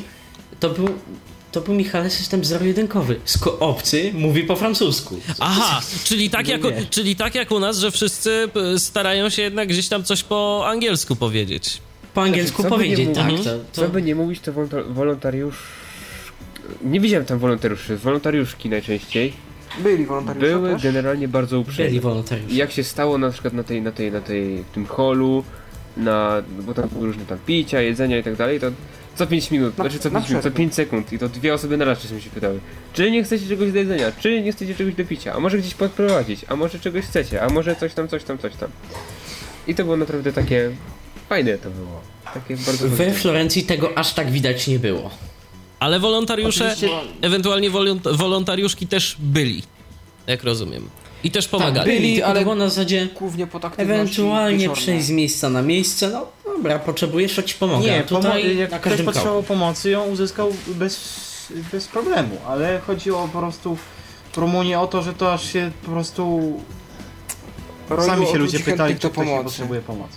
to był Michale system zero-jedynkowy. Obcy mówi po francusku. Aha, czyli tak jak u nas, że wszyscy starają się jednak gdzieś tam coś po angielsku powiedzieć. Po angielsku Co by nie powiedzieć, mówić? tak. Co by nie mówić, to wolontariusz... Nie widziałem tam wolontariuszy, wolontariuszki najczęściej. Byli wolontariusze Były też. generalnie bardzo Byli uprzejme. wolontariusze. I jak się stało na przykład w tym holu, bo tam były różne tam picia, jedzenia i tak dalej, to co 5 minut, Na co przerwę. 5 sekund i to dwie osoby na raz czasem się pytały, czy nie chcecie czegoś do jedzenia, czy nie chcecie czegoś do picia, a może gdzieś podprowadzić, a może czegoś chcecie, a może coś tam. I to było naprawdę takie fajne to było. Takie bardzo We Florencji tego aż tak widać nie było. Ale wolontariusze, Oczywiście- ewentualnie wolontariuszki też byli, jak rozumiem. I też pomagali. Tak, byli, ale ale było na zasadzie Głównie pod aktywności ewentualnie wieczorne. przejść z miejsca na miejsce. No dobra, potrzebujesz, to ci pomogę. Nie, A tutaj jak na ktoś każdym potrzebował kroku. pomocy, ją uzyskał bez problemu, ale chodziło po prostu w Rumunii o to, że to aż się po prostu Roiło sami się od ludzie ludzi pytali, chętnych czy do ktoś pomocy. potrzebuje pomocy.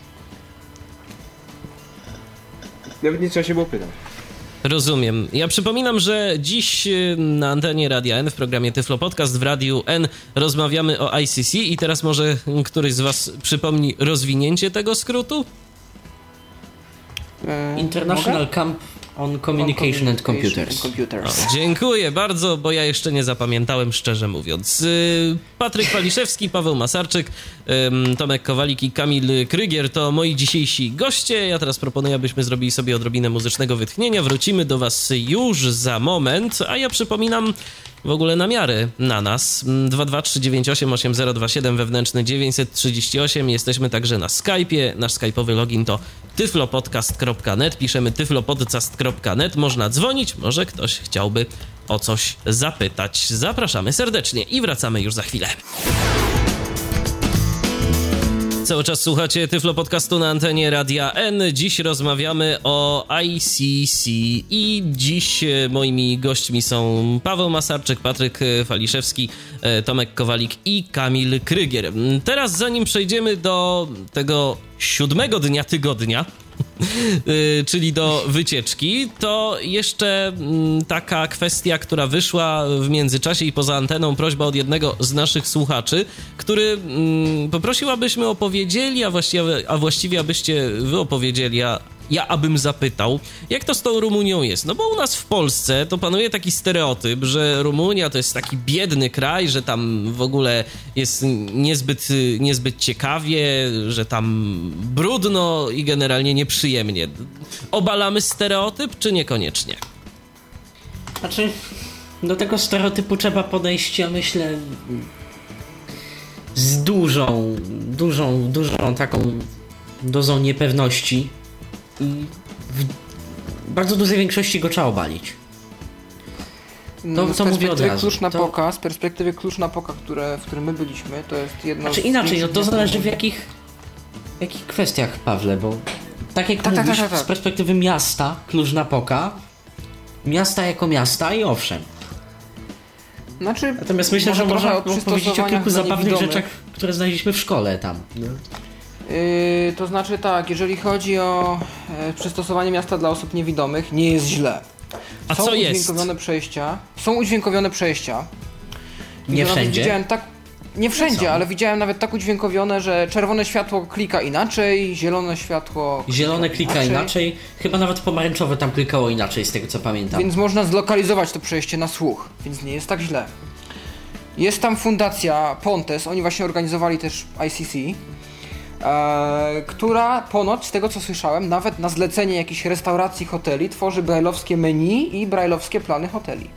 Nawet nie trzeba się było pytać. Rozumiem. Ja przypominam, że dziś na antenie Radia N w programie Tyflo Podcast w Radiu N rozmawiamy o ICC i teraz może któryś z was przypomni rozwinięcie tego skrótu? International mogę? Camp on Communication and Computers. Dziękuję bardzo, bo ja jeszcze nie zapamiętałem, szczerze mówiąc. Patryk Waliszewski, Paweł Masarczyk, Tomek Kowalik i Kamil Krygier to moi dzisiejsi goście. Ja teraz proponuję, abyśmy zrobili sobie odrobinę muzycznego wytchnienia. Wrócimy do was już za moment, a ja przypominam w ogóle namiary na nas. 223988027 wewnętrzny 938. Jesteśmy także na Skype'ie. Nasz skype'owy login to tyflopodcast.net. Piszemy tyflopodcast.net. Można dzwonić, może ktoś chciałby o coś zapytać. Zapraszamy serdecznie i wracamy już za chwilę. Cały czas słuchacie Tyflo Podcastu na antenie Radia N. Dziś rozmawiamy o ICC i dziś moimi gośćmi są Paweł Masarczyk, Patryk Waliszewski, Tomek Kowalik i Kamil Krygier. Teraz zanim przejdziemy do tego 7. dnia tygodnia, czyli do wycieczki, to jeszcze taka kwestia, która wyszła w międzyczasie i poza anteną, prośba od jednego z naszych słuchaczy, który poprosił, abyśmy opowiedzieli, a właściwie abyście wy opowiedzieli, a ja abym zapytał, jak to z tą Rumunią jest? No bo u nas w Polsce to panuje taki stereotyp, że Rumunia to jest taki biedny kraj, że tam w ogóle jest niezbyt ciekawie, że tam brudno i generalnie nieprzyjemnie. Obalamy stereotyp, czy niekoniecznie? Znaczy, do tego stereotypu trzeba podejść, ja myślę, z dużą taką dozą niepewności i w bardzo dużej większości go trzeba obalić. To mówię od razu. Z perspektywy Cluj-Napoca, w którym my byliśmy, to jest jedno znaczy inaczej, no to zależy w jakich kwestiach, Pawle, bo tak jak mówisz, z perspektywy miasta Cluj-Napoca, miasta jako miasta i owszem. Natomiast myślę, że można powiedzieć o kilku zabawnych rzeczach, które znaleźliśmy w szkole tam. No. To znaczy tak, jeżeli chodzi o przystosowanie miasta dla osób niewidomych, nie jest źle. A co jest? Są udźwiękowione przejścia. Nie wszędzie? Nie wszędzie, ale widziałem nawet tak udźwiękowione, że czerwone światło klika inaczej, zielone światło klika inaczej. Chyba nawet pomarańczowe tam klikało inaczej, z tego co pamiętam. Więc można zlokalizować to przejście na słuch, więc nie jest tak źle. Jest tam fundacja Pontes, oni właśnie organizowali też ICC, która ponoć, z tego co słyszałem, nawet na zlecenie jakichś restauracji, hoteli tworzy brajlowskie menu i brajlowskie plany hoteli.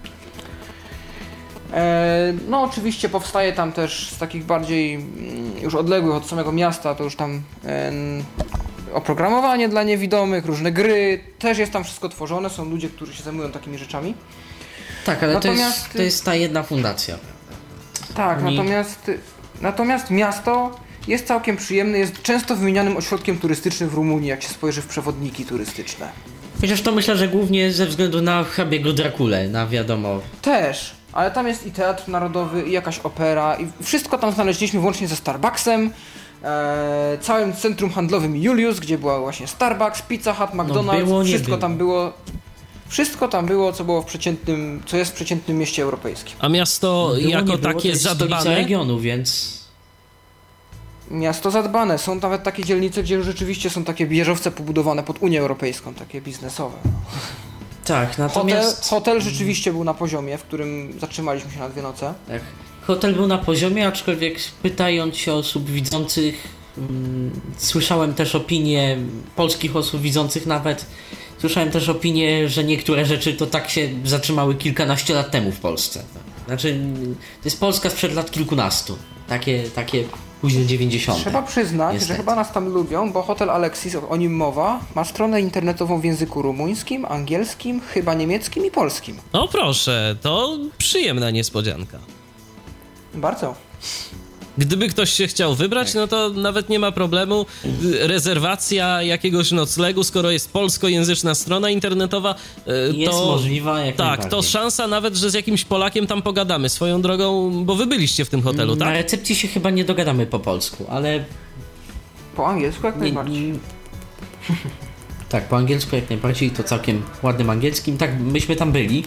No oczywiście powstaje tam też z takich bardziej już odległych od samego miasta, to już tam oprogramowanie dla niewidomych, różne gry, też jest tam wszystko tworzone, są ludzie, którzy się zajmują takimi rzeczami. Tak, ale to jest ta jedna fundacja. Tak, natomiast miasto jest całkiem przyjemne, jest często wymienianym ośrodkiem turystycznym w Rumunii, jak się spojrzy w przewodniki turystyczne. Chociaż to myślę, że głównie ze względu na hrabiego Drakulę, na wiadomo. Też, ale tam jest i Teatr Narodowy, i jakaś opera, i wszystko tam znaleźliśmy włącznie ze Starbucksem, całym centrum handlowym Julius, gdzie była właśnie Starbucks, Pizza Hut, McDonald's, wszystko tam było, co było co jest w przeciętnym mieście europejskim. A miasto jako takie zadbane? Regionu, więc... Miasto zadbane. Są nawet takie dzielnice, gdzie rzeczywiście są takie wieżowce pobudowane pod Unię Europejską, takie biznesowe. Tak, natomiast... Hotel rzeczywiście był na poziomie, w którym zatrzymaliśmy się na 2 noce. Tak. Hotel był na poziomie, aczkolwiek pytając się osób widzących, słyszałem też opinie polskich osób widzących nawet, słyszałem też opinię, że niektóre rzeczy to tak się zatrzymały kilkanaście lat temu w Polsce. Znaczy, to jest Polska sprzed lat kilkunastu. Takie późne 90. Trzeba przyznać, niestety, że chyba nas tam lubią, bo Hotel Alexis, o nim mowa, ma stronę internetową w języku rumuńskim, angielskim, chyba niemieckim i polskim. No proszę, to przyjemna niespodzianka. Bardzo. Gdyby ktoś się chciał wybrać, no to nawet nie ma problemu. Rezerwacja jakiegoś noclegu, skoro jest polskojęzyczna strona internetowa, jest możliwa jak tak, najbardziej. to szansa nawet, że z jakimś Polakiem tam pogadamy. Swoją drogą, bo wy byliście w tym hotelu, tak? Na recepcji się chyba nie dogadamy po polsku, ale... Po angielsku jak najbardziej. Tak, po angielsku jak najbardziej, to całkiem ładnym angielskim. Tak, myśmy tam byli.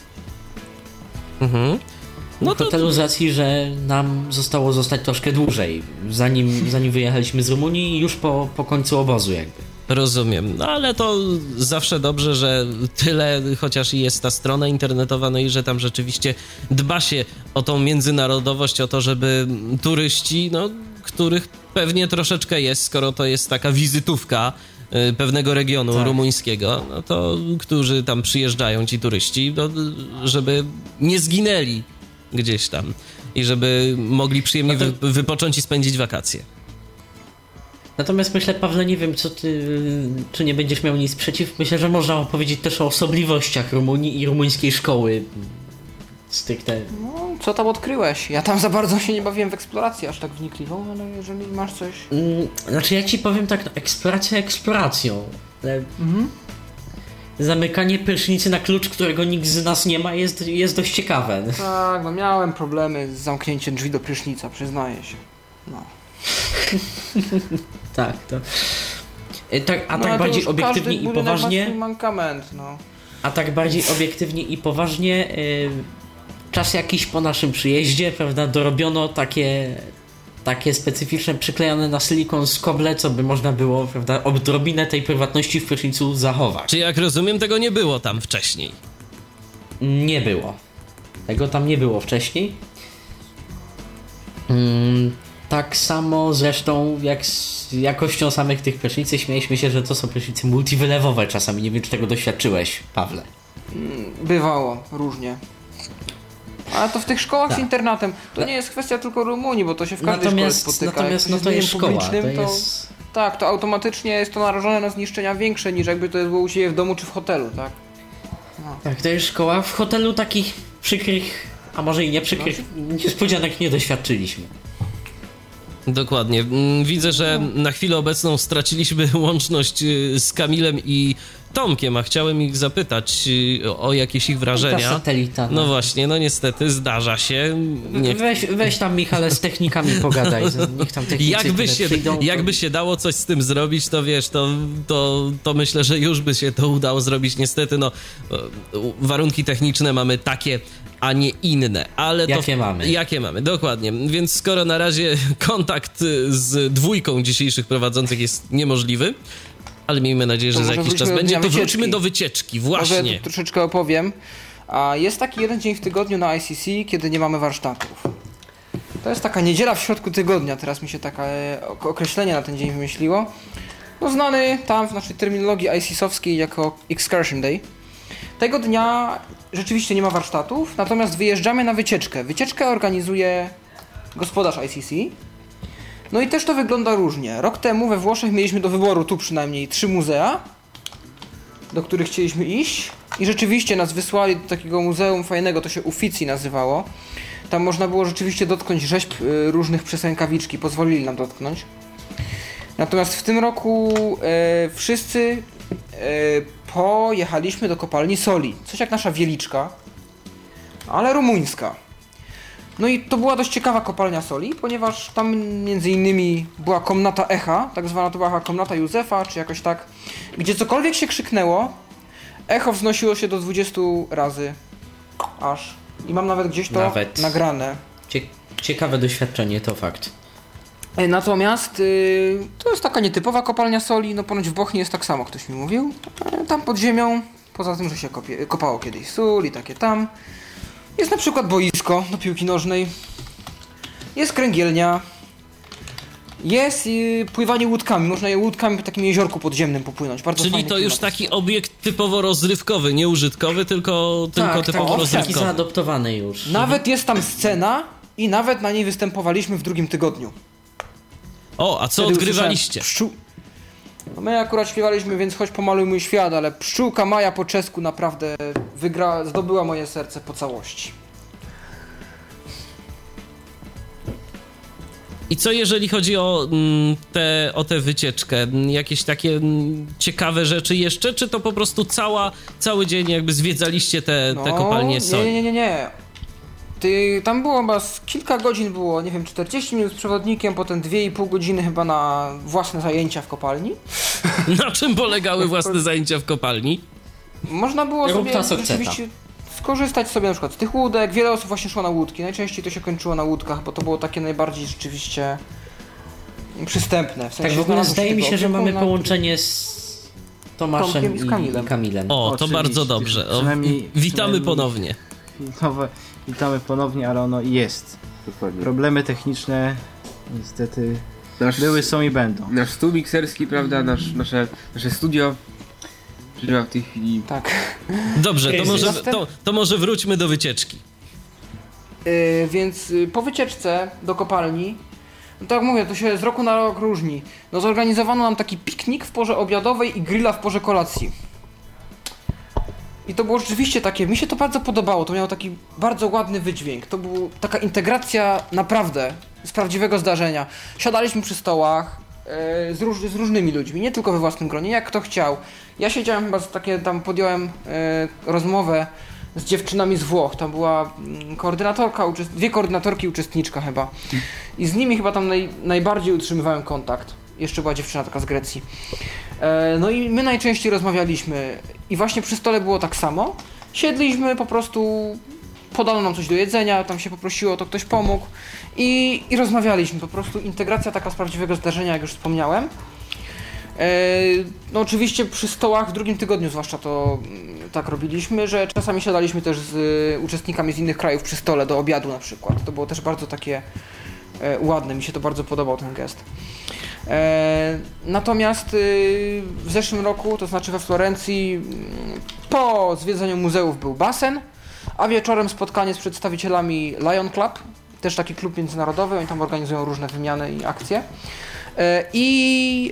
Mhm. No w hotelu z racji, że nam zostało zostać troszkę dłużej, zanim wyjechaliśmy z Rumunii, już po końcu obozu jakby. Rozumiem, no ale to zawsze dobrze, że tyle, chociaż jest ta strona internetowa, no i że tam rzeczywiście dba się o tą międzynarodowość, o to, żeby turyści, no których pewnie troszeczkę jest, skoro to jest taka wizytówka pewnego regionu rumuńskiego, no to którzy tam przyjeżdżają, ci turyści, no, żeby nie zginęli gdzieś tam i żeby mogli przyjemnie wypocząć i spędzić wakacje. Natomiast myślę, Pawle, nie wiem, czy nie będziesz miał nic przeciw. Myślę, że można opowiedzieć też o osobliwościach Rumunii i rumuńskiej szkoły stricte. No, co tam odkryłeś? Ja tam za bardzo się nie bawiłem w eksplorację aż tak wnikliwą, ale jeżeli masz coś... Znaczy ja ci powiem tak, no, eksploracja eksploracją, ale... Zamykanie prysznicy na klucz, którego nikt z nas nie ma, jest dość ciekawe. Tak, no miałem problemy z zamknięciem drzwi do prysznica, przyznaję się. No. Tak, to... tak bardziej obiektywnie i poważnie... Ma swój mankament, no. A tak bardziej obiektywnie i poważnie... czas jakiś po naszym przyjeździe, prawda, dorobiono takie specyficzne przyklejone na silikon skoble, co by można było, prawda, odrobinę tej prywatności w prysznicu zachować. Czy jak rozumiem, tego nie było tam wcześniej? Nie było. Tego tam nie było wcześniej. Tak samo zresztą jak z jakością samych tych prysznicy, śmieliśmy się, że to są prysznice multiwylewowe czasami. Nie wiem, czy tego doświadczyłeś, Pawle. Bywało, różnie. Ale to w tych szkołach z internatem, to nie jest kwestia tylko Rumunii, bo to się w każdej szkole spotyka. Natomiast no to jest szkoła, to jest... Tak, to automatycznie jest to narażone na zniszczenia większe niż jakby to było u siebie w domu czy w hotelu, tak? No. Tak, to jest szkoła. W hotelu takich przykrych, a może i nie przykrych niespodzianek nie doświadczyliśmy. Dokładnie. Widzę, że na chwilę obecną straciliśmy łączność z Kamilem i Tomkiem, a chciałem ich zapytać o jakieś ich wrażenia. Ta satelita. No właśnie, no niestety zdarza się. Weź tam, Michale, z technikami pogadaj. Niech tam technicy jakby się dało coś z tym zrobić, to wiesz, to myślę, że już by się to udało zrobić. Niestety, no, warunki techniczne mamy takie, a nie inne. Ale jakie mamy, dokładnie. Więc skoro na razie kontakt z dwójką dzisiejszych prowadzących jest niemożliwy, ale miejmy nadzieję, że za jakiś czas będzie, to wróćmy do wycieczki, właśnie. Może troszeczkę opowiem. Jest taki jeden dzień w tygodniu na ICC, kiedy nie mamy warsztatów. To jest taka niedziela w środku tygodnia, teraz mi się takie określenie na ten dzień wymyśliło. No znany tam w naszej terminologii ICC-owskiej jako Excursion Day. Tego dnia rzeczywiście nie ma warsztatów, natomiast wyjeżdżamy na wycieczkę. Wycieczkę organizuje gospodarz ICC. No i też to wygląda różnie. Rok temu we Włoszech mieliśmy do wyboru, tu przynajmniej, 3 muzea, do których chcieliśmy iść. I rzeczywiście nas wysłali do takiego muzeum fajnego, to się Uffizi nazywało. Tam można było rzeczywiście dotknąć rzeźb różnych przez rękawiczki, pozwolili nam dotknąć. Natomiast w tym roku wszyscy pojechaliśmy do kopalni soli. Coś jak nasza Wieliczka, ale rumuńska. No i to była dość ciekawa kopalnia soli, ponieważ tam między innymi była komnata echa, tak zwana to była komnata Józefa, czy jakoś tak, gdzie cokolwiek się krzyknęło, echo wznosiło się do 20 razy aż. I mam nawet gdzieś to nagrane. Ciekawe doświadczenie, to fakt. Natomiast to jest taka nietypowa kopalnia soli, no ponoć w Bochni jest tak samo, ktoś mi mówił. Tam pod ziemią, poza tym, że się kopało kiedyś sól i takie tam. Jest na przykład boisko do piłki nożnej, jest kręgielnia, jest pływanie łódkami, można je łódkami po takim jeziorku podziemnym popłynąć. Bardzo czyli to już taki obiekt typowo rozrywkowy, nie użytkowy, tylko typowo rozrywkowy. Taki zaadoptowany już. Nawet jest tam scena i nawet na niej występowaliśmy w drugim tygodniu. O, a co wtedy odgrywaliście? No my akurat śpiewaliśmy, więc choć pomaluj mój świat, ale Pszczółka Maja po czesku naprawdę zdobyła moje serce po całości. I co jeżeli chodzi o tę wycieczkę? Jakieś takie ciekawe rzeczy jeszcze? Czy to po prostu cały dzień jakby zwiedzaliście te kopalnie soli? Nie. Tam było chyba kilka godzin było, nie wiem, 40 minut z przewodnikiem, potem 2,5 godziny chyba na własne zajęcia w kopalni. Na czym polegały własne zajęcia w kopalni? Można było sobie rzeczywiście skorzystać sobie na przykład z tych łódek. Wiele osób właśnie szło na łódki. Najczęściej to się kończyło na łódkach, bo to było takie najbardziej rzeczywiście przystępne. W sensie tak, w ogóle zdaje mi się, że mamy połączenie z Tomaszem i Kamilem. O, to bardzo dobrze. Witamy ponownie. Witamy ponownie, ale ono jest. Dokładnie. Problemy techniczne niestety były, są i będą. Nasz stół mikserski, prawda, nasze studio przeżywa w tej chwili. Tak. Dobrze, to może wróćmy do wycieczki. Więc po wycieczce do kopalni, no tak jak mówię, to się z roku na rok różni. No zorganizowano nam taki piknik w porze obiadowej i grilla w porze kolacji. I to było rzeczywiście takie, mi się to bardzo podobało, to miało taki bardzo ładny wydźwięk. To była taka integracja naprawdę z prawdziwego zdarzenia. Siadaliśmy przy stołach z różnymi ludźmi, nie tylko we własnym gronie, jak kto chciał. Ja siedziałem chyba tam podjąłem rozmowę z dziewczynami z Włoch. Tam była koordynatorka, 2 koordynatorki, uczestniczka chyba. I z nimi chyba tam najbardziej utrzymywałem kontakt. Jeszcze była dziewczyna taka z Grecji. No i my najczęściej rozmawialiśmy i właśnie przy stole było tak samo. Siedliśmy po prostu, podano nam coś do jedzenia, tam się poprosiło, to ktoś pomógł i rozmawialiśmy. Po prostu integracja taka z prawdziwego zdarzenia, jak już wspomniałem. No oczywiście przy stołach w drugim tygodniu zwłaszcza to tak robiliśmy, że czasami siadaliśmy też z uczestnikami z innych krajów przy stole do obiadu na przykład. To było też bardzo takie ładne, mi się to bardzo podobał ten gest. Natomiast w zeszłym roku, to znaczy we Florencji, po zwiedzaniu muzeów był basen, a wieczorem spotkanie z przedstawicielami Lion Club, też taki klub międzynarodowy, oni tam organizują różne wymiany i akcje. I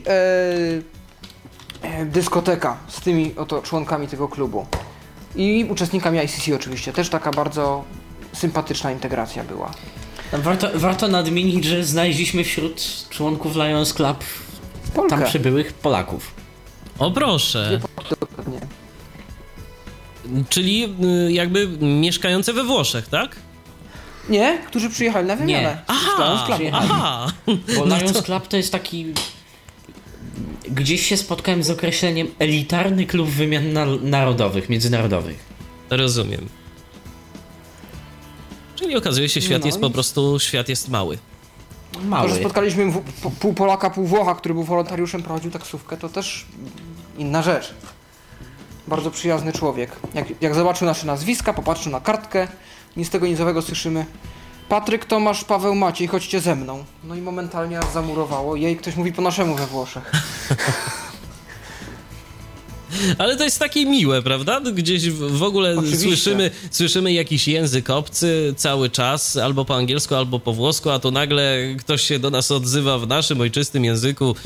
dyskoteka z tymi oto członkami tego klubu i uczestnikami ICC oczywiście, też taka bardzo sympatyczna integracja była. Warto nadmienić, że znaleźliśmy wśród członków Lions Club Polkę. tam przybyłych Polaków. O proszę. Dokładnie. Czyli jakby mieszkające we Włoszech, tak? Nie, którzy przyjechali na wymianę. Aha. Bo Lions Club to jest taki... Gdzieś się spotkałem z określeniem elitarny klub wymian narodowych, międzynarodowych. Rozumiem. Czyli okazuje się, świat jest po prostu, świat jest mały. To, że spotkaliśmy pół Polaka, pół Włocha, który był wolontariuszem, prowadził taksówkę, to też inna rzecz. Bardzo przyjazny człowiek. Jak zobaczył nasze nazwiska, popatrzył na kartkę, nic z tego nizowego słyszymy: Patryk, Tomasz, Paweł, Maciej, chodźcie ze mną. No i momentalnie nas zamurowało. Jej, ktoś mówi po naszemu we Włoszech. Ale to jest takie miłe, prawda? Gdzieś w ogóle słyszymy jakiś język obcy cały czas, albo po angielsku, albo po włosku, a to nagle ktoś się do nas odzywa w naszym ojczystym języku.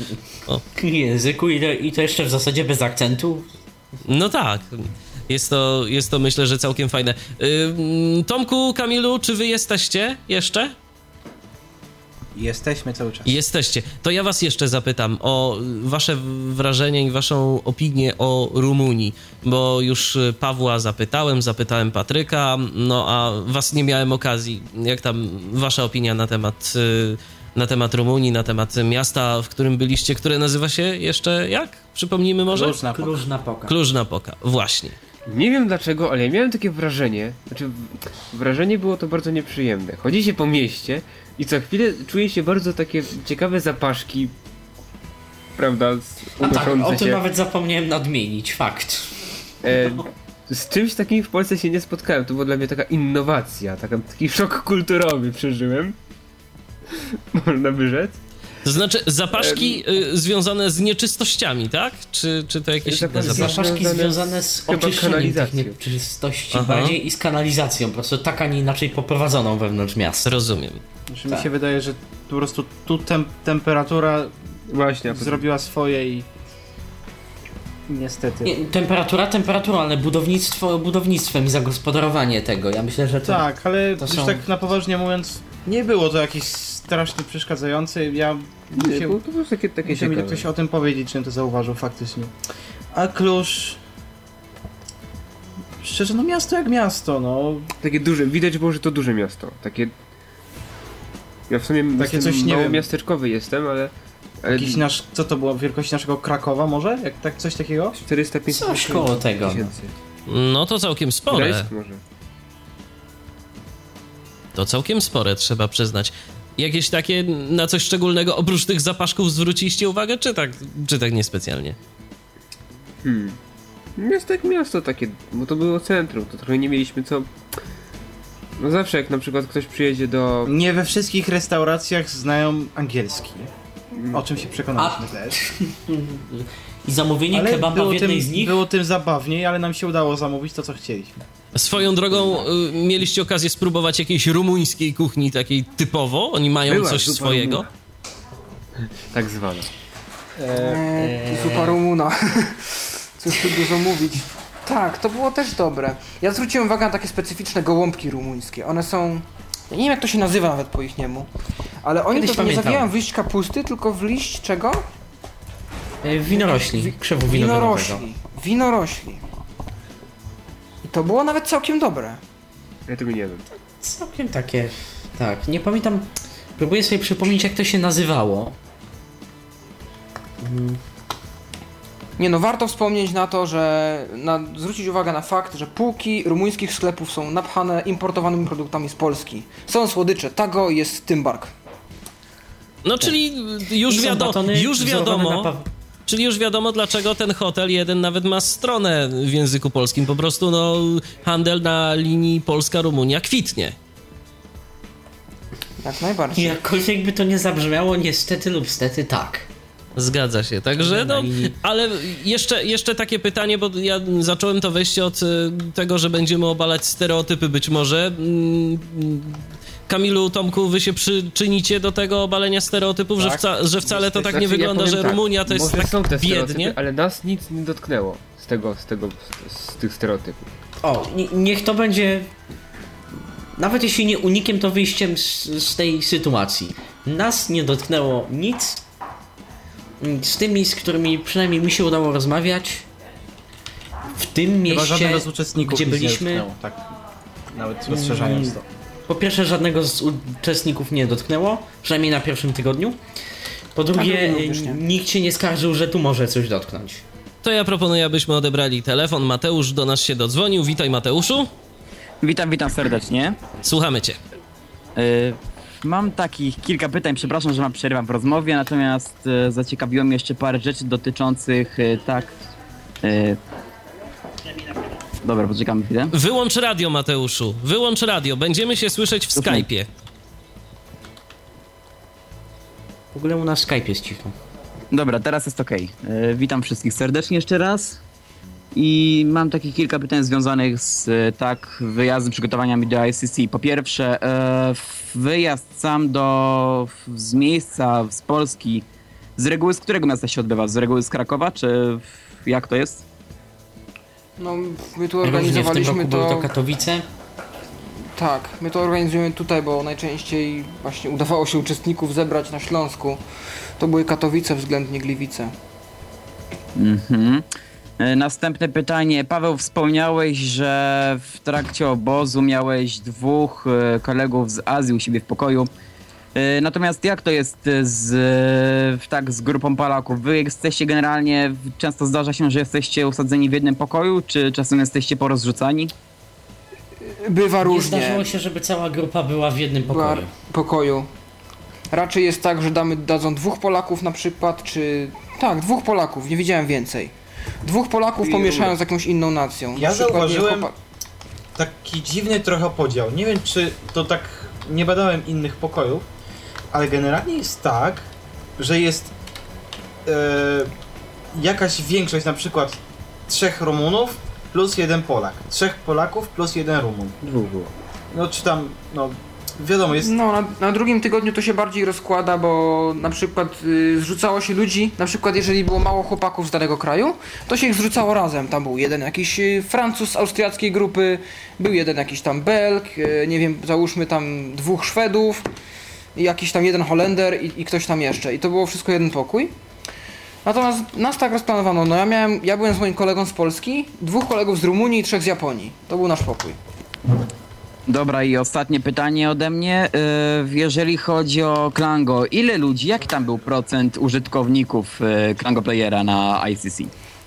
I to jeszcze w zasadzie bez akcentu. No tak. Jest to myślę, że całkiem fajne. Tomku, Kamilu, czy wy jesteście jeszcze? Jesteśmy cały czas. Jesteście. To ja was jeszcze zapytam o wasze wrażenie i waszą opinię o Rumunii, bo już Pawła zapytałem Patryka, no a was nie miałem okazji. Jak tam wasza opinia na temat Rumunii, na temat miasta, w którym byliście, które nazywa się jeszcze jak? Przypomnijmy może? Cluj-Napoca, właśnie. Nie wiem dlaczego, ale ja miałem takie wrażenie, wrażenie było to bardzo nieprzyjemne. Chodzi się po mieście i co chwilę czuje się bardzo takie ciekawe zapaszki, prawda, o tym nawet zapomniałem nadmienić, fakt. Z czymś takim w Polsce się nie spotkałem, to była dla mnie taka innowacja, taki szok kulturowy przeżyłem, można by rzec. To znaczy zapaszki związane z nieczystościami, tak? Czy to jakieś inne zapaszki związane z oczyszczeniem tych nieczystości bardziej i z kanalizacją, po prostu tak, a nie inaczej poprowadzoną wewnątrz miasta. Rozumiem. Znaczy, mi się wydaje, że po prostu tu temperatura właśnie zrobiła swoje i niestety. Nie, temperatura, ale budownictwo budownictwem i zagospodarowanie tego. Ja myślę, że to... Tak, ale już tak na poważnie mówiąc, nie było to jakieś strasznie przeszkadzające. To było takie mi ktoś o tym powiedzieć, czym to zauważył faktycznie. A Kluż... Szczerze, no miasto jak miasto, no. Takie duże, widać było, że to duże miasto. Takie... Ja w sumie takie coś nie wiem, miasteczkowy jestem, ale jakiś co to było, wielkości naszego Krakowa może? Jak tak coś takiego? 400-500 coś koło tego. Tysięcy. No to całkiem spore. Gdańsk może. To całkiem spore, trzeba przyznać. Jakieś takie na coś szczególnego oprócz tych zapaszków zwróciliście uwagę, czy tak niespecjalnie? Miasto jak miasto takie, bo to było centrum, to trochę nie mieliśmy co... No zawsze jak na przykład ktoś przyjedzie do... Nie we wszystkich restauracjach znają angielski. O czym się przekonaliśmy też. I zamówienie kebaba w jednej z nich... Było tym zabawniej, ale nam się udało zamówić to, co chcieliśmy. Swoją drogą mieliście okazję spróbować jakiejś rumuńskiej kuchni takiej typowo? Oni mają coś swojego? Tak zwana. Zupa rumuna. Cóż tu dużo mówić. Tak, to było też dobre. Ja zwróciłem uwagę na takie specyficzne gołąbki rumuńskie. One są... Ja nie wiem, jak to się nazywa nawet po ich niemu. Ale oni to nie zawijają w liść kapusty, tylko w liść czego? Winorośli. Krzewu Winorośli. I to było nawet całkiem dobre. Ja tego nie wiem. Całkiem takie... Tak, nie pamiętam... Próbuję sobie przypomnieć, jak to się nazywało. Nie no, warto wspomnieć na to, że zwrócić uwagę na fakt, że półki rumuńskich sklepów są napchane importowanymi produktami z Polski. Są słodycze Tago i jest Tymbark. No czyli już wiadomo, dlaczego ten hotel jeden nawet ma stronę w języku polskim. Po prostu handel na linii Polska-Rumunia kwitnie. Jak najbardziej. Jakkolwiek by to nie zabrzmiało, niestety lub stety tak. Zgadza się, także ale jeszcze takie pytanie, bo ja zacząłem to wejście od tego, że będziemy obalać stereotypy być może. Kamilu, Tomku, wy się przyczynicie do tego obalenia stereotypów, tak? że wcale to tak nie wygląda, że Rumunia to jest tak są te biednie? Ale nas nic nie dotknęło z tych stereotypów. Niech to będzie, nawet jeśli nie unikiem, to wyjściem z tej sytuacji. Nas nie dotknęło nic. Z tymi, z którymi przynajmniej mi się udało rozmawiać w tym mieście, z uczestników gdzie byliśmy, dotknęło, tak, nawet rozszerzając to. Po pierwsze, żadnego z uczestników nie dotknęło, przynajmniej na pierwszym tygodniu. Po drugie, nikt się nie skarżył, że tu może coś dotknąć. To ja proponuję, abyśmy odebrali telefon. Mateusz do nas się dodzwonił. Witaj, Mateuszu. Witam serdecznie. Słuchamy cię. Mam takich kilka pytań, przepraszam, że przerywam w rozmowie, natomiast zaciekawiło mnie jeszcze parę rzeczy dotyczących Dobra, poczekamy chwilę. Wyłącz radio, Mateuszu. Wyłącz radio. Będziemy się słyszeć w Skype'ie. W ogóle u nas Skype jest cicho. Dobra, teraz jest okej. Witam wszystkich serdecznie jeszcze raz. I mam takich kilka pytań związanych z wyjazdem, przygotowaniami do ICC. Po pierwsze, wyjazd sam z miejsca, z Polski, z reguły z którego miasta się odbywa? Z reguły z Krakowa, czy jak to jest? No, my tu organizowaliśmy były to Katowice. Tak, my to organizujemy tutaj, bo najczęściej właśnie udawało się uczestników zebrać na Śląsku. To były Katowice, względnie Gliwice. Następne pytanie. Paweł, wspomniałeś, że w trakcie obozu miałeś 2 kolegów z Azji u siebie w pokoju. Natomiast jak to jest z grupą Polaków? Wy jesteście generalnie, często zdarza się, że jesteście usadzeni w jednym pokoju, czy czasem jesteście porozrzucani? Bywa różnie. Nie zdarzyło się, żeby cała grupa była w jednym pokoju. Raczej jest tak, że dadzą 2 Polaków na przykład, czy... Tak, 2 Polaków, nie widziałem więcej. 2 Polaków pomieszają z jakąś inną nacją. Ja zauważyłem taki dziwny trochę podział. Nie wiem, czy to tak... Nie badałem innych pokojów, ale generalnie jest tak, że jest jakaś większość, na przykład 3 Rumunów plus 1 Polak. 3 Polaków plus 1 Rumun. 2 było. No czy tam, wiadomo jest... No, na drugim tygodniu to się bardziej rozkłada, bo na przykład zrzucało się ludzi, na przykład jeżeli było mało chłopaków z danego kraju, to się ich zrzucało razem. Tam był jeden jakiś Francuz z austriackiej grupy, był jeden jakiś tam Belg, nie wiem, załóżmy tam 2 Szwedów, i jakiś tam 1 Holender i ktoś tam jeszcze. I to było wszystko jeden pokój. Natomiast nas tak rozplanowano, ja byłem z moim kolegą z Polski, 2 kolegów z Rumunii i 3 z Japonii. To był nasz pokój. Dobra, i ostatnie pytanie ode mnie. Jeżeli chodzi o Klango, ile ludzi, jaki tam był procent użytkowników Klango Playera na ICC?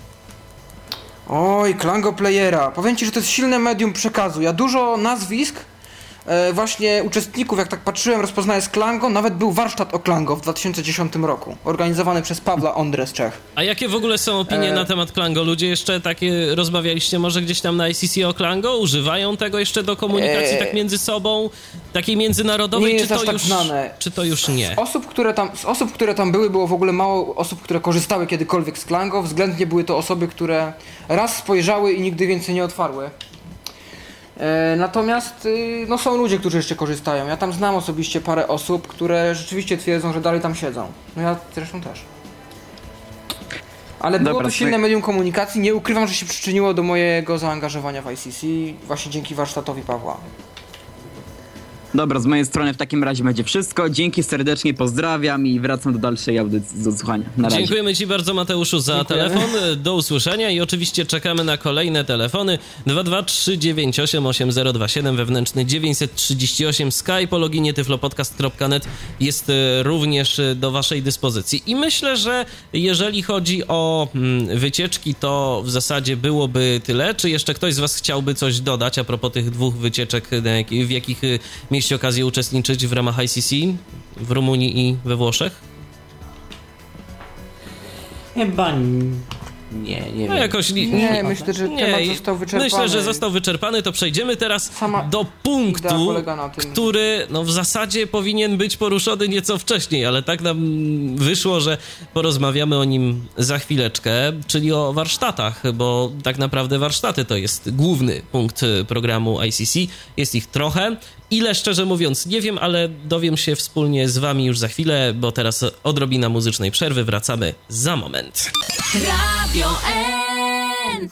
Oj, Klango Playera. Powiem ci, że to jest silne medium przekazu. Ja dużo nazwisk właśnie uczestników, jak tak patrzyłem, rozpoznaję z Klango. Nawet był warsztat o Klango w 2010 roku, organizowany przez Pawła Ondrę z Czech. A jakie w ogóle są opinie na temat Klango? Ludzie jeszcze takie rozmawialiście może gdzieś tam na ICC o Klango? Używają tego jeszcze do komunikacji tak między sobą, takiej międzynarodowej, nie jest aż tak znane. Czy to już nie? Z osób, które tam były, było w ogóle mało osób, które korzystały kiedykolwiek z Klango. Względnie były to osoby, które raz spojrzały i nigdy więcej nie otwarły. Natomiast są ludzie, którzy jeszcze korzystają. Ja tam znam osobiście parę osób, które rzeczywiście twierdzą, że dalej tam siedzą. No ja zresztą też. Ale było to silne medium komunikacji. Nie ukrywam, że się przyczyniło do mojego zaangażowania w ICC właśnie dzięki warsztatowi Pawła. Dobra, z mojej strony w takim razie będzie wszystko. Dzięki serdecznie, pozdrawiam i wracam do dalszej audycji, do słuchania. Na razie. Dziękujemy Ci bardzo, Mateuszu, za telefon. Do usłyszenia i oczywiście czekamy na kolejne telefony. 223988027 wewnętrzny 938 Skype o loginie tyflopodcast.net jest również do Waszej dyspozycji. I myślę, że jeżeli chodzi o wycieczki, to w zasadzie byłoby tyle. Czy jeszcze ktoś z Was chciałby coś dodać a propos tych dwóch wycieczek, w jakich mieliście okazję uczestniczyć w ramach ICC w Rumunii i we Włoszech? Chyba nie wiem. No jakoś nie, myślę, że temat został wyczerpany. Myślę, że został wyczerpany, to przejdziemy teraz do punktu, który w zasadzie powinien być poruszony nieco wcześniej, ale tak nam wyszło, że porozmawiamy o nim za chwileczkę, czyli o warsztatach, bo tak naprawdę warsztaty to jest główny punkt programu ICC. Jest ich trochę. Ile, szczerze mówiąc, nie wiem, ale dowiem się wspólnie z Wami już za chwilę, bo teraz odrobina muzycznej przerwy. Wracamy za moment. Radio N.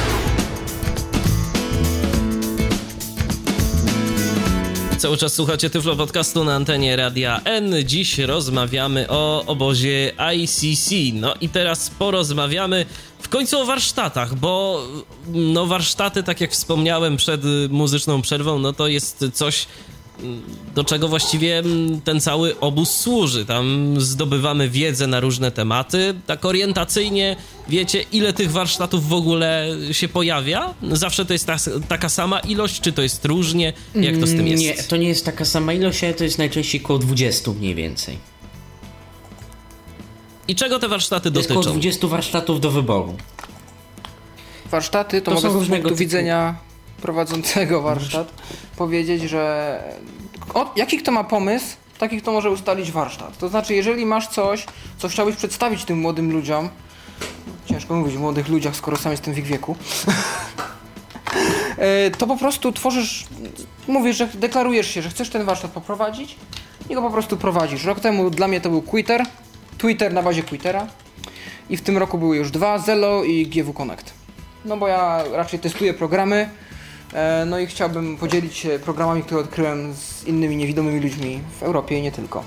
Cały czas słuchacie Tyflo Podcastu na antenie Radia N. Dziś rozmawiamy o obozie ICC. No i teraz porozmawiamy w końcu o warsztatach, bo warsztaty, tak jak wspomniałem przed muzyczną przerwą, to jest coś, do czego właściwie ten cały obóz służy. Tam zdobywamy wiedzę na różne tematy. Tak orientacyjnie wiecie, ile tych warsztatów w ogóle się pojawia? Zawsze to jest taka sama ilość, czy to jest różnie? Jak to z tym jest? Nie, to nie jest taka sama ilość, ale to jest najczęściej około 20 mniej więcej. I czego te warsztaty dotyczą? Jest około 20 warsztatów do wyboru. Warsztaty to mogę z punktu widzenia prowadzącego warsztat powiedzieć, że jaki kto ma pomysł, taki kto może ustalić warsztat. To znaczy, jeżeli masz coś, co chciałbyś przedstawić tym młodym ludziom, ciężko mówić o młodych ludziach, skoro sam jestem w ich wieku, to po prostu tworzysz, mówisz, że deklarujesz się, że chcesz ten warsztat poprowadzić i go po prostu prowadzisz. Rok temu dla mnie to był Twitter na bazie Twittera i w tym roku były już 2, Zello i GW Connect. No bo ja raczej testuję programy, no i chciałbym podzielić się programami, które odkryłem z innymi niewidomymi ludźmi w Europie i nie tylko.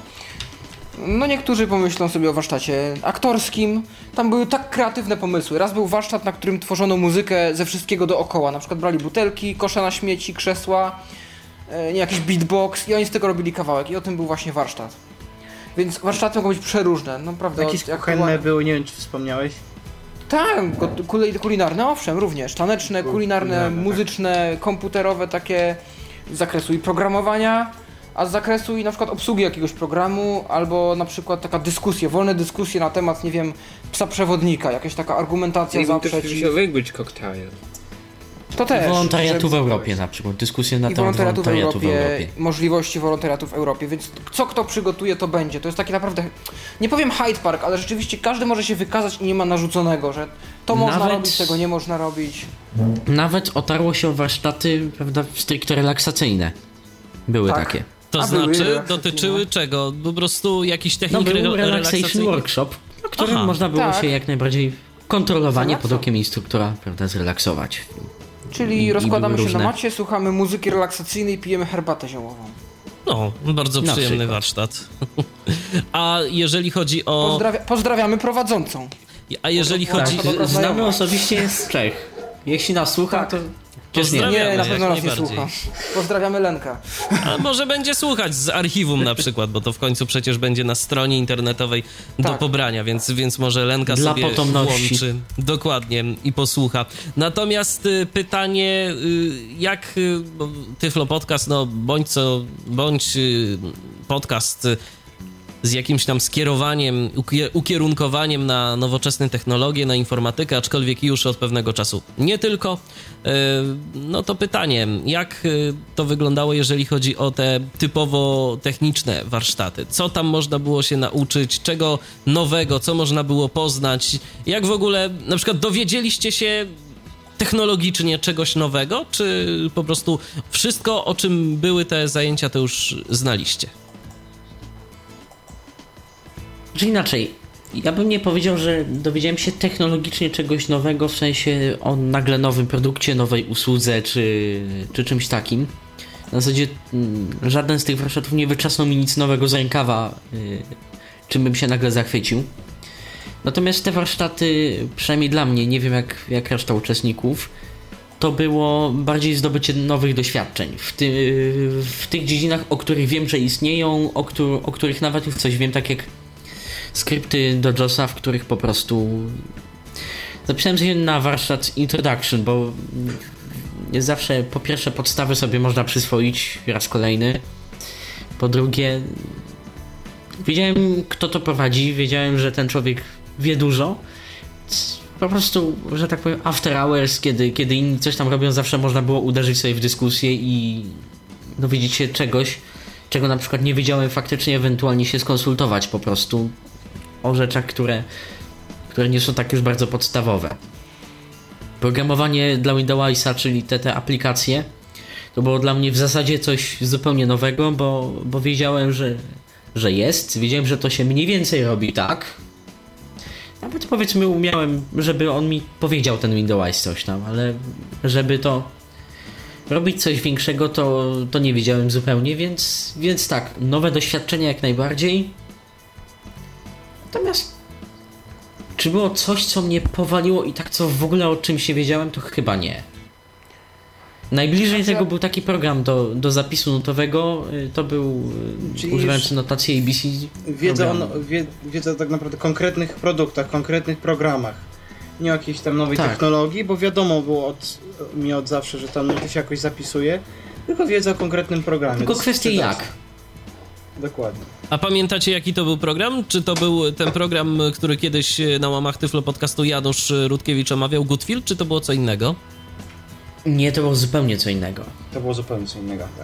No niektórzy pomyślą sobie o warsztacie aktorskim. Tam były tak kreatywne pomysły. Raz był warsztat, na którym tworzono muzykę ze wszystkiego dookoła. Na przykład brali butelki, kosze na śmieci, krzesła, jakiś beatbox i oni z tego robili kawałek. I o tym był właśnie warsztat. Więc warsztaty mogą być przeróżne. Naprawdę. Jakieś kuchenne były, nie wiem czy wspomniałeś? Tak, kulinarne, owszem, również. Taneczne, kulinarne, muzyczne, komputerowe, takie z zakresu i programowania, a z zakresu i na przykład obsługi jakiegoś programu, albo na przykład taka dyskusja, wolne dyskusje na temat, nie wiem, psa przewodnika, jakaś taka argumentacja za przeciw. Być koktajl. To też. Wolontariatu w Europie na przykład, dyskusje na temat wolontariatu w Europie. Możliwości wolontariatu w Europie, więc co kto przygotuje, to będzie. To jest taki naprawdę, nie powiem Hyde Park, ale rzeczywiście każdy może się wykazać i nie ma narzuconego, że to można robić, tego nie można robić. Nawet otarło się o warsztaty, prawda, stricte relaksacyjne. Były takie. To znaczy, dotyczyły czego? Po prostu jakiś technik był relaxation workshop, na którym można było się jak najbardziej kontrolowanie pod okiem instruktora, prawda, zrelaksować. Czyli rozkładamy się na macie, słuchamy muzyki relaksacyjnej, pijemy herbatę ziołową. No, bardzo przyjemny warsztat. A jeżeli chodzi o... Pozdrawiamy prowadzącą. A jeżeli chodzi... Znamy osobiście z Czech. Jeśli nas słucha, to... Pozdrawiamy, nie, na pewno nas nie słucha. Pozdrawiamy Lenka. A może będzie słuchać z archiwum na przykład, bo to w końcu przecież będzie na stronie internetowej do pobrania, więc może Lenka dla sobie włączy dokładnie i posłucha. Natomiast pytanie, jak Tyflo Podcast, bądź podcast z jakimś tam skierowaniem, ukierunkowaniem na nowoczesne technologie, na informatykę, aczkolwiek już od pewnego czasu nie tylko. No to pytanie, jak to wyglądało, jeżeli chodzi o te typowo techniczne warsztaty? Co tam można było się nauczyć? Czego nowego? Co można było poznać? Jak w ogóle, na przykład dowiedzieliście się technologicznie czegoś nowego? Czy po prostu wszystko, o czym były te zajęcia, to już znaliście? Czy inaczej, ja bym nie powiedział, że dowiedziałem się technologicznie czegoś nowego, w sensie o nagle nowym produkcie, nowej usłudze, czy czymś takim. W zasadzie żaden z tych warsztatów nie wyczasnął mi nic nowego z rękawa, czym bym się nagle zachwycił. Natomiast te warsztaty, przynajmniej dla mnie, nie wiem jak reszta uczestników, to było bardziej zdobycie nowych doświadczeń w tych dziedzinach, o których wiem, że istnieją, o których nawet już coś wiem, tak jak skrypty do JOSa, w których po prostu zapisałem się na warsztat Introduction, bo zawsze po pierwsze podstawy sobie można przyswoić raz kolejny, po drugie wiedziałem, kto to prowadzi, wiedziałem, że ten człowiek wie dużo. Po prostu, że tak powiem, after hours, kiedy inni coś tam robią, zawsze można było uderzyć sobie w dyskusję i dowiedzieć się czegoś, czego na przykład nie wiedziałem faktycznie, ewentualnie się skonsultować po prostu o rzeczach, które nie są tak już bardzo podstawowe. Programowanie dla Windowsa, czyli te aplikacje, to było dla mnie w zasadzie coś zupełnie nowego, bo wiedziałem, że jest, wiedziałem, że to się mniej więcej robi tak. Nawet powiedzmy umiałem, żeby on mi powiedział ten Windows coś tam, ale żeby to robić coś większego, to nie wiedziałem zupełnie, więc tak, nowe doświadczenia jak najbardziej. Natomiast czy było coś, co mnie powaliło i tak co w ogóle o czymś nie wiedziałem, to chyba nie. Najbliżej tego był taki program do zapisu notowego, to był używający notacji ABC. Wiedza tak naprawdę o konkretnych produktach, konkretnych programach. Nie o jakiejś tam nowej technologii, bo wiadomo było od zawsze, że tam to się jakoś zapisuje, tylko wiedza o konkretnym programie. Tylko kwestia jak. Dokładnie. A pamiętacie, jaki to był program? Czy to był ten program, który kiedyś na łamach Tyflo Podcastu Janusz Rutkiewicz omawiał, Goodfield, czy to było co innego? Nie, to było zupełnie co innego. To było zupełnie co innego, tak.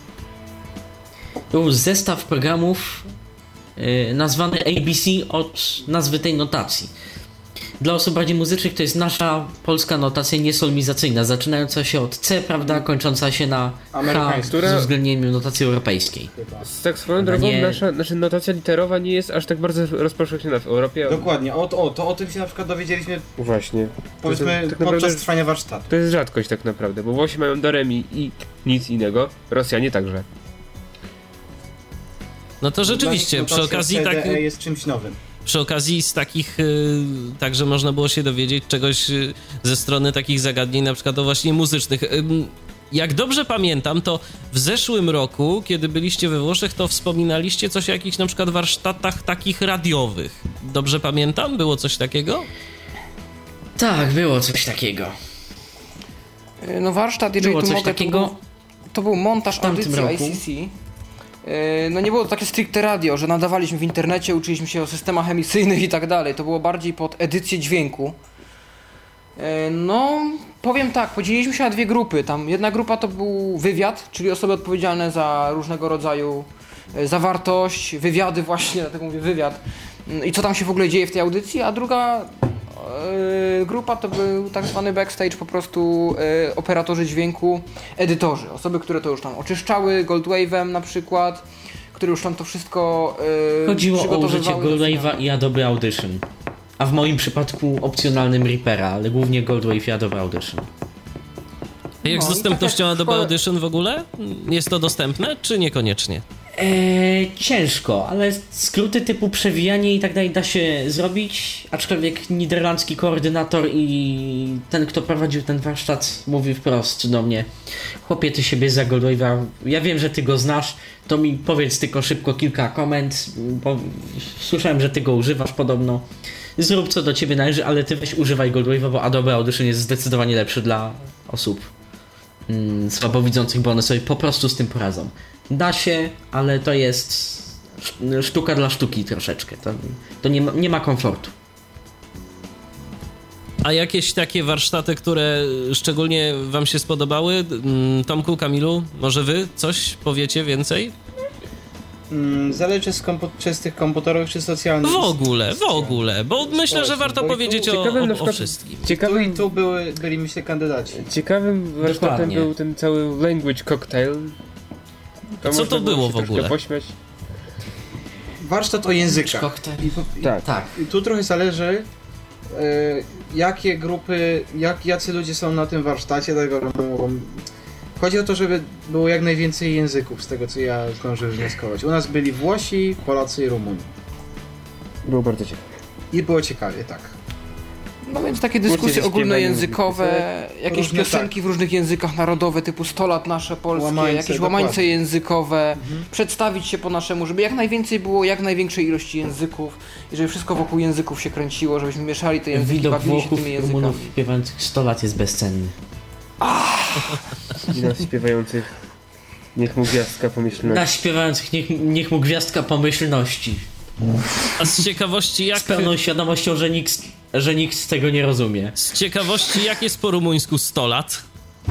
To był zestaw programów nazwany ABC od nazwy tej notacji. Dla osób bardziej muzycznych to jest nasza polska notacja niesolmizacyjna, zaczynająca się od C, prawda, kończąca się na H z uwzględnieniem notacji europejskiej. Tak swoją drogą nasza notacja literowa nie jest aż tak bardzo rozpowszechniona w Europie. Dokładnie, o tym się na przykład dowiedzieliśmy właśnie. Powiedzmy tak podczas trwania warsztatu. To jest rzadkość tak naprawdę, bo Włosi mają do, re, mi i nic innego, Rosjanie także. No to rzeczywiście, przy okazji tak jest czymś nowym. Przy okazji z takich, także można było się dowiedzieć czegoś ze strony takich zagadnień, na przykład właśnie muzycznych. Jak dobrze pamiętam, to w zeszłym roku, kiedy byliście we Włoszech, to wspominaliście coś o jakichś na przykład warsztatach takich radiowych. Dobrze pamiętam? Było coś takiego? Tak, było coś takiego. No warsztat, jeżeli było tu coś mogę, takiego to był montaż audycji ICC. No nie było to takie stricte radio, że nadawaliśmy w internecie, uczyliśmy się o systemach emisyjnych i tak dalej. To było bardziej pod edycję dźwięku. No, powiem tak, podzieliliśmy się na dwie grupy. Tam jedna grupa to był wywiad, czyli osoby odpowiedzialne za różnego rodzaju zawartość, wywiady właśnie, dlatego mówię wywiad. I co tam się w ogóle dzieje w tej audycji, a druga grupa to był tak zwany backstage, po prostu operatorzy dźwięku, edytorzy, osoby, które to już tam oczyszczały Goldwave'em na przykład, które już tam to wszystko chodziło o użycie Goldwave'a i Adobe Audition, a w moim przypadku opcjonalnym Reapera, ale głównie Goldwave i Adobe Audition. A jak z dostępnością Adobe Audition w ogóle? Jest to dostępne, czy niekoniecznie? Ciężko, ale skróty typu przewijanie i tak dalej da się zrobić, aczkolwiek niderlandzki koordynator i ten, kto prowadził ten warsztat, mówi wprost do mnie: chłopie, ty siebie za Goldwave'a, ja wiem, że ty go znasz, to mi powiedz tylko szybko kilka komend, bo słyszałem, że ty go używasz podobno, zrób co do ciebie należy, ale ty weź używaj Goldwave'a, bo Adobe Audition jest zdecydowanie lepszy dla osób słabowidzących, bo one sobie po prostu z tym poradzą. Da się, ale to jest sztuka dla sztuki troszeczkę. To nie ma komfortu. A jakieś takie warsztaty, które szczególnie wam się spodobały? Tomku, Kamilu, może wy coś powiecie więcej? Zależy czy z tych komputerowych, czy socjalnych. W ogóle, bo myślę, że warto powiedzieć o wszystkim. Tu byli myślę kandydaci. Ciekawym warsztatem był ten cały language cocktail. Co to było w ogóle? Pośmiać. Warsztat o językach. Tak. I tu trochę zależy, jakie grupy, jacy ludzie są na tym warsztacie, tego mogą Chodzi o to, żeby było jak najwięcej języków, z tego co ja zdążyłem wnioskować. U nas byli Włosi, Polacy i Rumuni. Było bardzo ciekawe. I było ciekawie, tak. No więc takie dyskusje ogólnojęzykowe, jakieś Różne, piosenki w różnych językach narodowe, typu 100 lat nasze polskie, Łamańce, jakieś dokładnie. łamańce językowe, przedstawić się po naszemu, żeby jak najwięcej było jak największej ilości języków i żeby wszystko wokół języków się kręciło, żebyśmy mieszali te języki, Widok bawili się Włochów tymi i językami. Rumunów śpiewających 100 lat jest bezcenny. I nas śpiewających niech mu gwiazdka pomyślności. Na śpiewających niech mu gwiazdka pomyślności. A z ciekawości jak... Z pełną świadomością, że nikt z tego nie rozumie. Z ciekawości jak jest po rumuńsku 100 lat?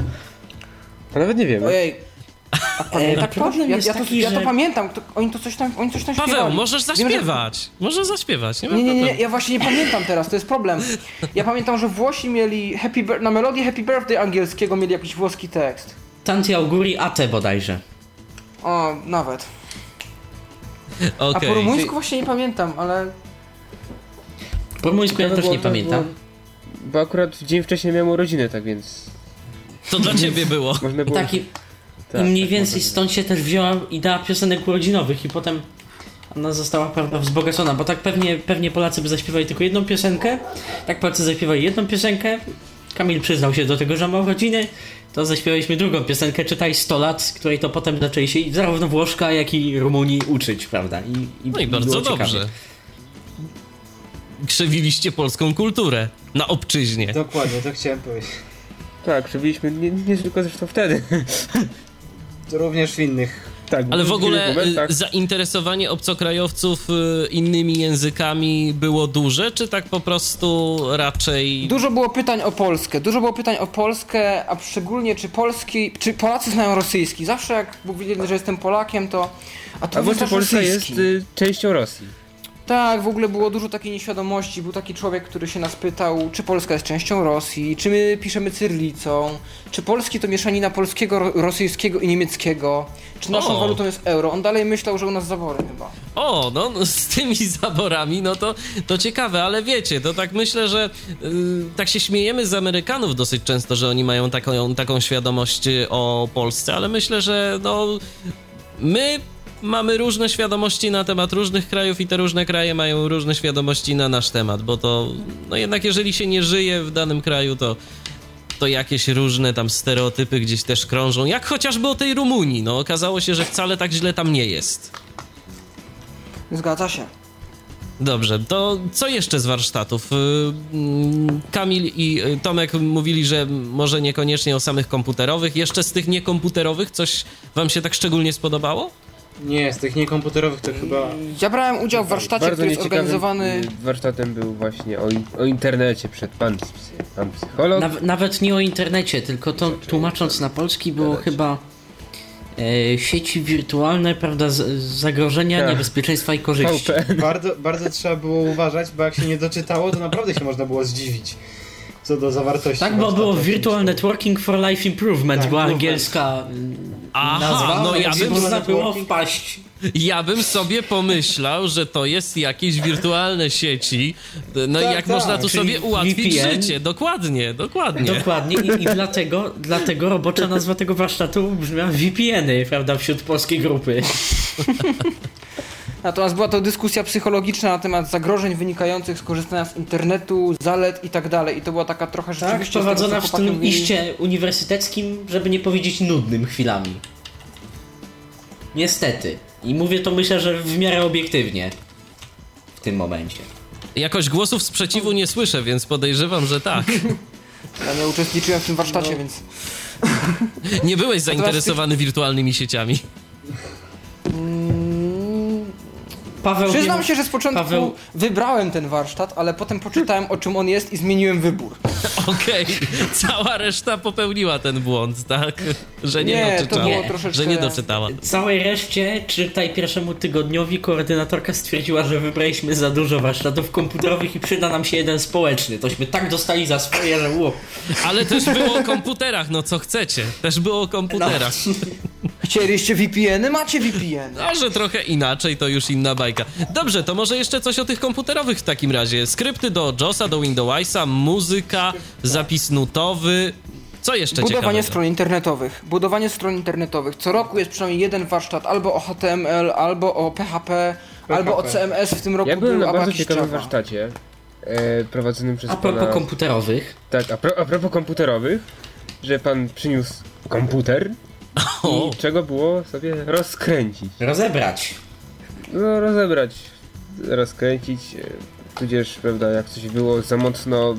A nawet nie wiemy. Ojej. A pamiętasz to? problem jest taki, ja to że- pamiętam, oni coś tam Paweł, śpiewali. możesz Wiem, że- zaśpiewać. Możesz zaśpiewać. Nie, ma Nie, problemu. ja właśnie nie pamiętam teraz, to jest problem. Ja pamiętam, że Włosi mieli na melodię Happy Birthday angielskiego mieli jakiś włoski tekst. Tanti auguri a te bodajże. O, nawet. A Okej. po rumuńsku właśnie nie pamiętam, ale... Po rumuńsku ja To też było- nie pamiętam. Bo akurat dzień wcześniej miałem urodziny, tak więc To dla ciebie było. można było... Taki, Tak, I mniej tak, więcej można stąd się też wzięła idea piosenek urodzinowych i potem ona została, prawda, wzbogacona, bo tak pewnie Polacy by zaśpiewali tylko jedną piosenkę, tak Polacy zaśpiewali jedną piosenkę, Kamil przyznał się do tego, że ma urodziny, to zaśpiewaliśmy drugą piosenkę, czytaj 100 lat, z której to potem zaczęli się zarówno Włoszka, jak i Rumunii uczyć, prawda? No i było bardzo ciekawie. dobrze. Krzewiliście polską kulturę na obczyźnie. Dokładnie, to chciałem powiedzieć. Tak, przywiliśmy nie tylko zresztą wtedy. To również w innych. Tak, Ale w ogóle innych momentach. zainteresowanie obcokrajowców innymi językami było duże, czy tak po prostu raczej... Dużo było pytań o Polskę, a szczególnie czy Polacy znają rosyjski. Zawsze jak powiedzieli, że jestem Polakiem, to... A to A właśnie znasz Polska rosyjski. jest częścią Rosji. Tak, w ogóle było dużo takiej nieświadomości. Był taki człowiek, który się nas pytał, czy Polska jest częścią Rosji, czy my piszemy cyrlicą, czy polski to mieszanina polskiego, rosyjskiego i niemieckiego, czy naszą walutą jest euro. On dalej myślał, że u nas zabory chyba. O, no z tymi zaborami, no to ciekawe, ale wiecie, to tak myślę, że tak się śmiejemy z Amerykanów dosyć często, że oni mają taką świadomość o Polsce, ale myślę, że no my mamy różne świadomości na temat różnych krajów i te różne kraje mają różne świadomości na nasz temat, bo to, no jednak jeżeli się nie żyje w danym kraju, to jakieś różne tam stereotypy gdzieś też krążą, jak chociażby o tej Rumunii, no okazało się, że wcale tak źle tam nie jest. Zgadza się. Dobrze, to co jeszcze z warsztatów? Kamil i Tomek mówili, że może niekoniecznie o samych komputerowych. Jeszcze z tych niekomputerowych coś wam się tak szczególnie spodobało? Nie, z tych niekomputerowych to chyba... Ja brałem udział w warsztacie, Bardzo który jest nieciekawym organizowany... warsztatem był właśnie o internecie przed pan psycholog. Nawet nie o internecie, tylko to tłumacząc na polski było chyba sieci wirtualne, prawda, zagrożenia, Tak. niebezpieczeństwa i korzyści. Bardzo trzeba było uważać, bo jak się nie doczytało, to naprawdę się można było zdziwić. Co do zawartości. Tak, bo było Virtual Networking for Life Improvement, Tak, była improvement. angielska Aha, nazwa, no gdzie można było wpaść. Ja bym sobie pomyślał, że to jest jakieś wirtualne sieci, no i Tak, jak tak, można tu czyli sobie ułatwić VPN. życie. Dokładnie. Dokładnie i dlatego robocza nazwa tego warsztatu brzmiała VPN-y, prawda, wśród polskiej grupy. Natomiast była to dyskusja psychologiczna na temat zagrożeń wynikających z korzystania z internetu, zalet i tak dalej. I to była taka trochę Tak, rzeczywiście... prowadzona w stylu chłopaki mówili- iście uniwersyteckim, żeby nie powiedzieć nudnym chwilami. Niestety. I mówię to, myślę, że w miarę obiektywnie w tym momencie. Jakoś głosów sprzeciwu nie słyszę, więc podejrzewam, że tak. Ja nie uczestniczyłem w tym warsztacie, więc... Nie byłeś zainteresowany wirtualnymi sieciami. Paweł Przyznam się, że z początku Paweł- wybrałem ten warsztat, ale potem poczytałem, o czym on jest i zmieniłem wybór. Okej, cała reszta popełniła ten błąd, tak? Że nie, Nie, to doczytała. było troszeczkę- Że nie doczytała. Całej reszcie, czytaj pierwszemu tygodniowi, koordynatorka stwierdziła, że wybraliśmy za dużo warsztatów komputerowych i przyda nam się jeden społeczny. Tośmy tak dostali za swoje, że Ale też było o komputerach, no co chcecie. Też było o komputerach. Chcieliście VPN-y? Macie VPN-y. No, że trochę inaczej, to już inna bajka. Dobrze, to może jeszcze coś o tych komputerowych w takim razie. Skrypty do JOS-a, do Windowsa, muzyka, zapis nutowy. Co jeszcze Budowanie ciekawego? stron internetowych. Budowanie stron internetowych. Co roku jest przynajmniej jeden warsztat albo o HTML, albo o PHP, albo o CMS. W tym roku Ja byłem był na bardzo jakiś ciekawym Java. warsztacie prowadzonym przez A propos pana... komputerowych, Tak, a propos komputerowych, że pan przyniósł komputer O. i czego było sobie rozkręcić. rozebrać. No, rozebrać, rozkręcić, tudzież, prawda, jak coś było za mocno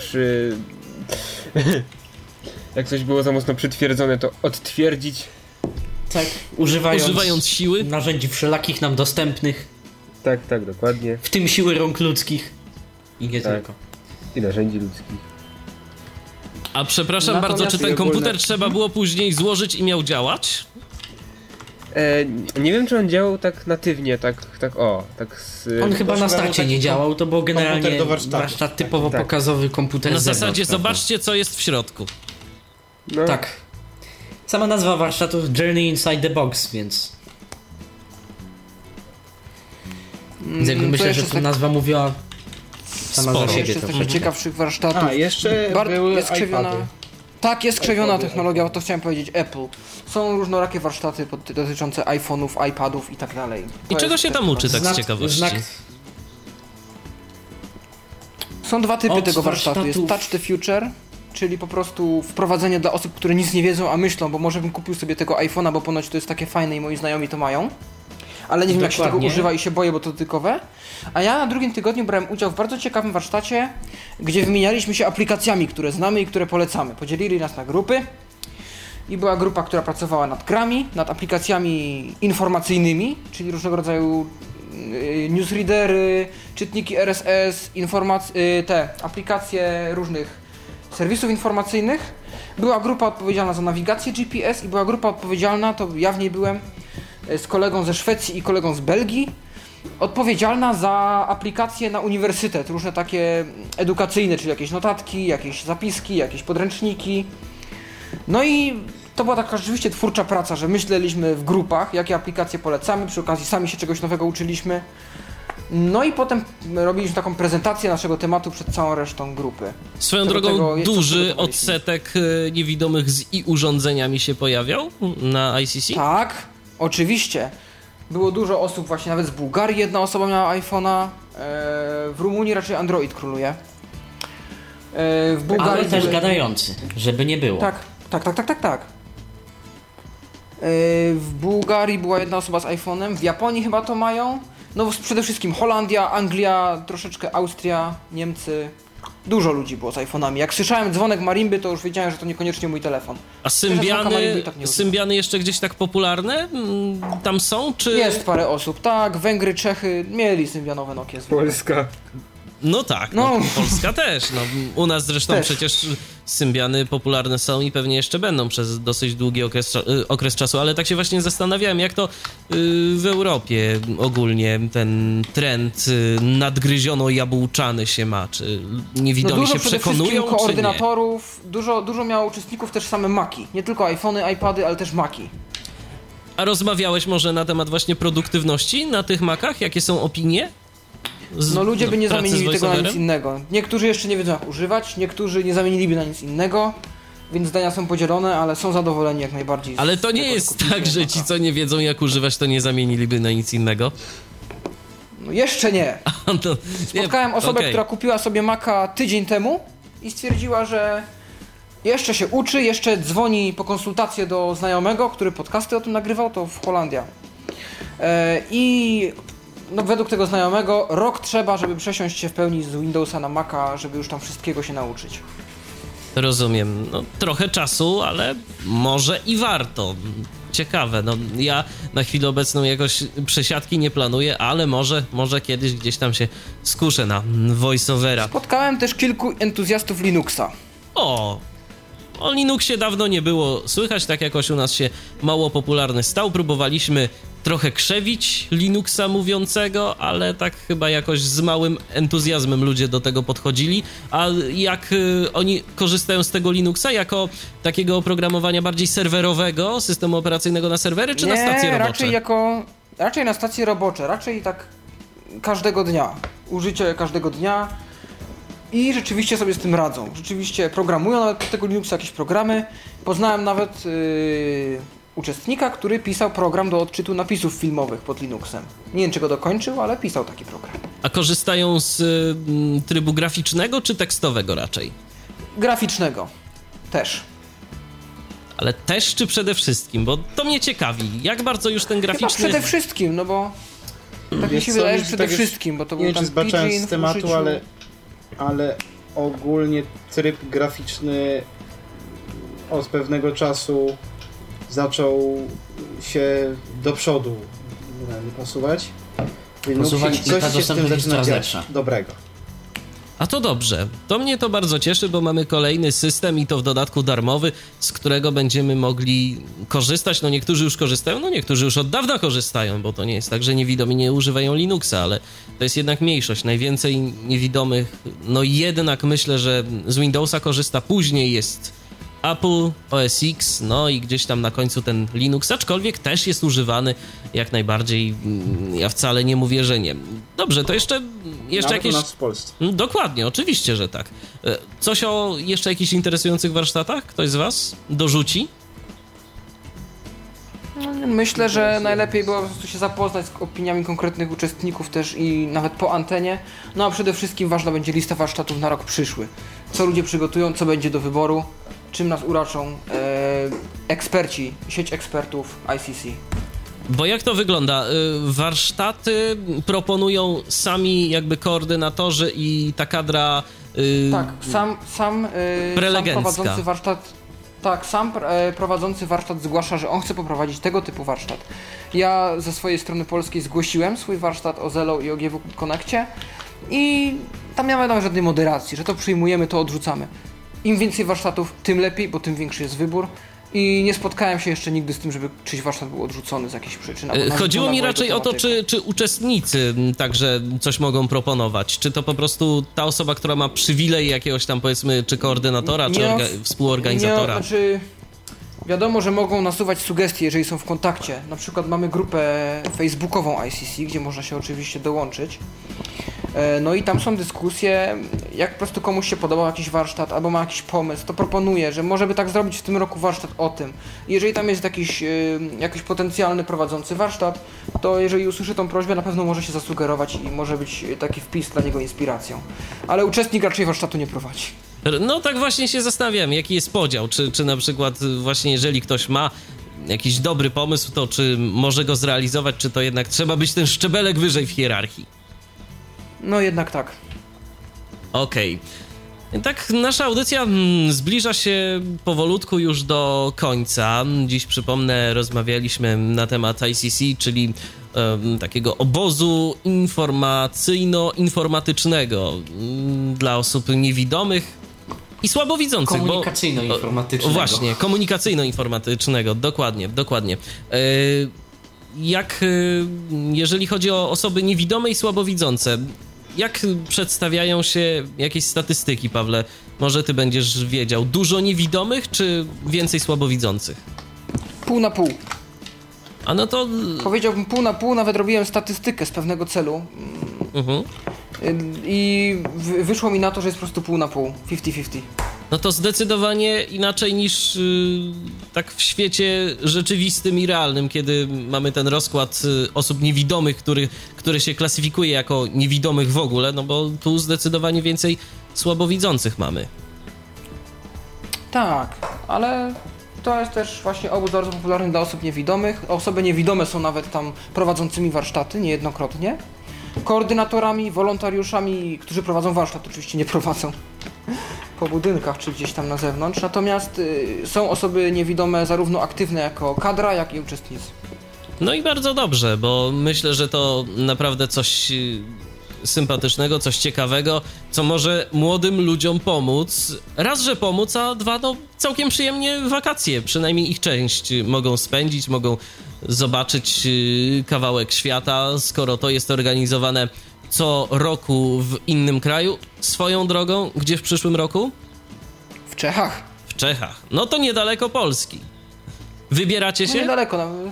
jak coś było za mocno przytwierdzone, to odtwierdzić. Tak, używając siły. narzędzi wszelakich nam dostępnych, Tak, dokładnie. w tym siły rąk ludzkich i nie Tak. tylko. I narzędzi ludzkich. A przepraszam Natomiast bardzo, czy ten i ogólne- komputer trzeba było później złożyć i miał działać? Nie wiem, czy on działał tak natywnie, tak On chyba na chyba starcie taki nie działał, to był generalnie komputer do warsztatu. warsztat typowo Tak. pokazowy komputer Na z zewnątrz, zasadzie prawda? zobaczcie, co jest w środku. No, Tak. Sama nazwa warsztatu Journey Inside the Box, więc jakby To myślę, że jeszcze ta z tak- nazwa mówiła sama Sporo. za siebie Jeszcze z trochę. takich ciekawszych warsztatów. A, jeszcze były jest skrzywiona. iPady. Tak, jest skrzywiona iPody, technologia, to chciałem powiedzieć Apple. Są różnorakie warsztaty dotyczące iPhone'ów, iPadów i tak dalej. I To czego jest się też tam uczy, tak z Znak- ciekawości? znak- Są dwa typy Od tego warsztatu. Jest warsztatów- Touch the Future, czyli po prostu wprowadzenie dla osób, które nic nie wiedzą, a myślą, bo może bym kupił sobie tego iPhone'a, bo ponoć to jest takie fajne i moi znajomi to mają. Ale nie wiem, jak się tego Dokładnie. używa i się boję, bo to dotykowe. A ja na drugim tygodniu brałem udział w bardzo ciekawym warsztacie, gdzie wymienialiśmy się aplikacjami, które znamy i które polecamy. Podzielili nas na grupy i była grupa, która pracowała nad grami, nad aplikacjami informacyjnymi, czyli różnego rodzaju newsreadery, czytniki RSS, te aplikacje różnych serwisów informacyjnych. Była grupa odpowiedzialna za nawigację GPS i była grupa odpowiedzialna, to ja w niej byłem, z kolegą ze Szwecji i kolegą z Belgii, odpowiedzialna za aplikacje na uniwersytet, różne takie edukacyjne, czyli jakieś notatki, jakieś zapiski, jakieś podręczniki. No i to była taka rzeczywiście twórcza praca, że myśleliśmy w grupach, jakie aplikacje polecamy, przy okazji sami się czegoś nowego uczyliśmy. No i potem robiliśmy taką prezentację naszego tematu przed całą resztą grupy. Swoją do drogą tego jeszcze duży przygotowaliśmy. odsetek niewidomych z urządzeniami się pojawiał na ICC? Tak, oczywiście. Było dużo osób, właśnie nawet z Bułgarii jedna osoba miała iPhone'a, w Rumunii raczej Android króluje. W Bułgarii Ale też były- gadający, żeby nie było. Tak. W Bułgarii była jedna osoba z iPhone'em, w Japonii chyba to mają. No przede wszystkim Holandia, Anglia, troszeczkę Austria, Niemcy. Dużo ludzi było z iPhone'ami. Jak słyszałem dzwonek marimby, to już wiedziałem, że to niekoniecznie mój telefon. A Marimby Symbiany, i tak nie używam. Symbiany jeszcze gdzieś tak popularne tam są, czy... Jest parę osób, tak, Węgry, Czechy mieli symbianowe Nokie. Polska. No tak, no, No. Polska też. No, u nas zresztą Też. przecież Symbiany popularne są i pewnie jeszcze będą przez dosyć długi okres czasu, ale tak się właśnie zastanawiałem, jak to w Europie ogólnie ten trend nadgryziono-jabłczany się ma, czy niewidomi dużo się przede przekonują, wszystkim czy nie? koordynatorów, dużo miało uczestników też same Maki. Nie tylko iPhony, iPady, ale też Maki. A rozmawiałeś może na temat właśnie produktywności na tych Macach? Jakie są opinie? No ludzie by nie pracy z zamienili tego na nic voiceoverem? innego. Niektórzy jeszcze nie wiedzą jak używać, niektórzy nie zamieniliby na nic innego, więc zdania są podzielone, ale są zadowoleni jak najbardziej. Ale z to nie tego, jest kupili tak, że Maca. ci, co nie wiedzą jak używać, to nie zamieniliby na nic innego. No jeszcze nie. To, Spotkałem osobę, okej. która kupiła sobie Maca tydzień temu i stwierdziła, że jeszcze się uczy, jeszcze dzwoni po konsultację do znajomego, który podcasty o tym nagrywał, to w Holandia. I no, według tego znajomego rok trzeba, żeby przesiąść się w pełni z Windowsa na Maca, żeby już tam wszystkiego się nauczyć. Rozumiem. No, trochę czasu, ale może i warto. Ciekawe. No, ja na chwilę obecną jakoś przesiadki nie planuję, ale może kiedyś gdzieś tam się skuszę na voiceovera. Spotkałem też kilku entuzjastów Linuxa. O Linuxie dawno nie było słychać, tak jakoś u nas się mało popularny stał. Próbowaliśmy trochę krzewić Linuxa mówiącego, ale tak chyba jakoś z małym entuzjazmem ludzie do tego podchodzili. A jak oni korzystają z tego Linuxa? Jako takiego oprogramowania bardziej serwerowego, systemu operacyjnego na serwery, czy na stacje robocze? Raczej na stacje robocze, raczej tak każdego dnia. Użycie każdego dnia. i rzeczywiście sobie z tym radzą. Rzeczywiście programują nawet do tego Linuxa jakieś programy. Poznałem nawet uczestnika, który pisał program do odczytu napisów filmowych pod Linuxem. Nie wiem, czy go dokończył, ale pisał taki program. A korzystają z trybu graficznego czy tekstowego raczej? Graficznego też. Ale też czy przede wszystkim? Bo to mnie ciekawi. Jak bardzo już ten graficzny... Chyba przede wszystkim, no bo tak mi się wydaje, że przede wszystkim, bo to był nie wiem, tam czy zbaczałem Pidgin z tematu, w użyciu. ale ogólnie tryb graficzny od pewnego czasu zaczął się do przodu posuwać. Posuwać i ta coś się z tym dostępność jest zaczyna coraz dziać lepsza. dobrego. A to dobrze. To mnie to bardzo cieszy, bo mamy kolejny system i to w dodatku darmowy, z którego będziemy mogli korzystać. No niektórzy już korzystają, no niektórzy już od dawna korzystają, bo to nie jest tak, że niewidomi nie używają Linuxa, ale to jest jednak mniejszość. Najwięcej niewidomych, no jednak myślę, że z Windowsa korzysta, później jest Apple, OS X, no i gdzieś tam na końcu ten Linux, aczkolwiek też jest używany jak najbardziej. Ja wcale nie mówię, że nie. Dobrze, to jeszcze Nawet jakieś... u nas w Polsce. Dokładnie, oczywiście, że tak. Coś o jeszcze jakichś interesujących warsztatach? Ktoś z was dorzuci? Myślę, że najlepiej było po prostu się zapoznać z opiniami konkretnych uczestników też i nawet po antenie. No a przede wszystkim ważna będzie lista warsztatów na rok przyszły. Co ludzie przygotują, co będzie do wyboru, czym nas uraczą eksperci, sieć ekspertów ICC. Bo jak to wygląda? Warsztaty proponują sami jakby koordynatorzy i ta kadra Tak, sam prowadzący warsztat. Tak, prowadzący warsztat zgłasza, że on chce poprowadzić tego typu warsztat. Ja ze swojej strony polskiej zgłosiłem swój warsztat o Zello i o GW Connectie i tam nie ma żadnej moderacji, że to przyjmujemy, to odrzucamy. Im więcej warsztatów, tym lepiej, bo tym większy jest wybór. I nie spotkałem się jeszcze nigdy z tym, żeby czyjś warsztat był odrzucony z jakichś przyczyn. Chodziło mi raczej o to, czy uczestnicy także coś mogą proponować. Czy to po prostu ta osoba, która ma przywilej jakiegoś tam, powiedzmy, czy koordynatora, czy współorganizatora? Wiadomo, że mogą nasuwać sugestie, jeżeli są w kontakcie. Na przykład mamy grupę facebookową ICC, gdzie można się oczywiście dołączyć. No i tam są dyskusje, jak po prostu komuś się podobał jakiś warsztat albo ma jakiś pomysł, to proponuje, że może by tak zrobić w tym roku warsztat o tym. I jeżeli tam jest jakiś potencjalny prowadzący warsztat, to jeżeli usłyszy tą prośbę, na pewno może się zasugerować i może być taki wpis dla niego inspiracją. Ale uczestnik raczej warsztatu nie prowadzi. No tak właśnie się zastanawiam, jaki jest podział, czy na przykład właśnie jeżeli ktoś ma jakiś dobry pomysł, to czy może go zrealizować, czy to jednak trzeba być ten szczebelek wyżej w hierarchii. No jednak tak. Okej. Tak, nasza audycja zbliża się powolutku już do końca. Dziś, przypomnę, rozmawialiśmy na temat ICC, czyli takiego obozu informacyjno-informatycznego dla osób niewidomych i słabowidzących. Komunikacyjno-informatycznego. Właśnie, komunikacyjno-informatycznego, dokładnie. Jeżeli chodzi o osoby niewidome i słabowidzące, jak przedstawiają się jakieś statystyki, Pawle? Może ty będziesz wiedział. Dużo niewidomych, czy więcej słabowidzących? Pół na pół. A no to... Powiedziałbym pół na pół, nawet robiłem statystykę z pewnego celu. I wyszło mi na to, że jest po prostu pół na pół. 50-50. No to zdecydowanie inaczej niż tak w świecie rzeczywistym i realnym, kiedy mamy ten rozkład osób niewidomych, który się klasyfikuje jako niewidomych w ogóle, no bo tu zdecydowanie więcej słabowidzących mamy. Tak, ale to jest też właśnie obóz bardzo popularny dla osób niewidomych. Osoby niewidome są nawet tam prowadzącymi warsztaty niejednokrotnie. Koordynatorami, wolontariuszami, którzy prowadzą warsztat, oczywiście nie prowadzą po budynkach czy gdzieś tam na zewnątrz. Natomiast są osoby niewidome zarówno aktywne jako kadra, jak i uczestnicy. No i bardzo dobrze, bo myślę, że to naprawdę coś sympatycznego, coś ciekawego, co może młodym ludziom pomóc. Raz, że pomóc, a dwa, no całkiem przyjemnie wakacje, przynajmniej ich część mogą spędzić, mogą zobaczyć kawałek świata, skoro to jest organizowane co roku w innym kraju. Swoją drogą, gdzie w przyszłym roku? W Czechach. W Czechach. No to niedaleko Polski. Wybieracie się? No niedaleko nawet.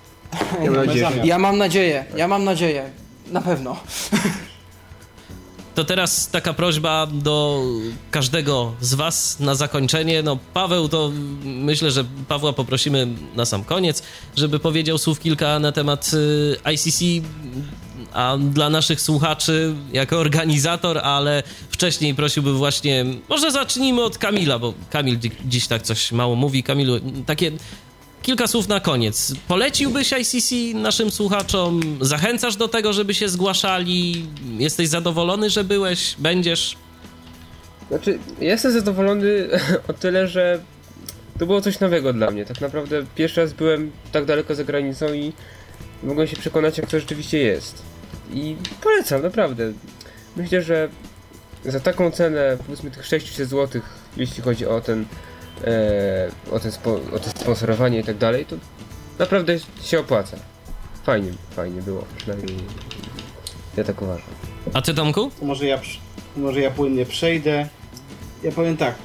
Ja mam nadzieję. Ja mam nadzieję. Na pewno. To teraz taka prośba do każdego z was na zakończenie. No Paweł, to myślę, że Pawła poprosimy na sam koniec, żeby powiedział słów kilka na temat ICC, a dla naszych słuchaczy jako organizator, ale wcześniej prosiłbym właśnie, może zacznijmy od Kamila, bo Kamil dziś tak coś mało mówi. Kamilu, takie kilka słów na koniec. Poleciłbyś ICC naszym słuchaczom? Zachęcasz do tego, żeby się zgłaszali? Jesteś zadowolony, że byłeś? Będziesz? Znaczy, ja jestem zadowolony o tyle, że to było coś nowego dla mnie. Tak naprawdę pierwszy raz byłem tak daleko za granicą i mogłem się przekonać, jak to rzeczywiście jest. I polecam, naprawdę. Myślę, że za taką cenę, powiedzmy tych 600 zł, jeśli chodzi o o to sponsorowanie i tak dalej, to naprawdę się opłaca. Fajnie było, przynajmniej ja tak uważam. A ty, Tomku? Może ja płynnie przejdę. Ja powiem tak.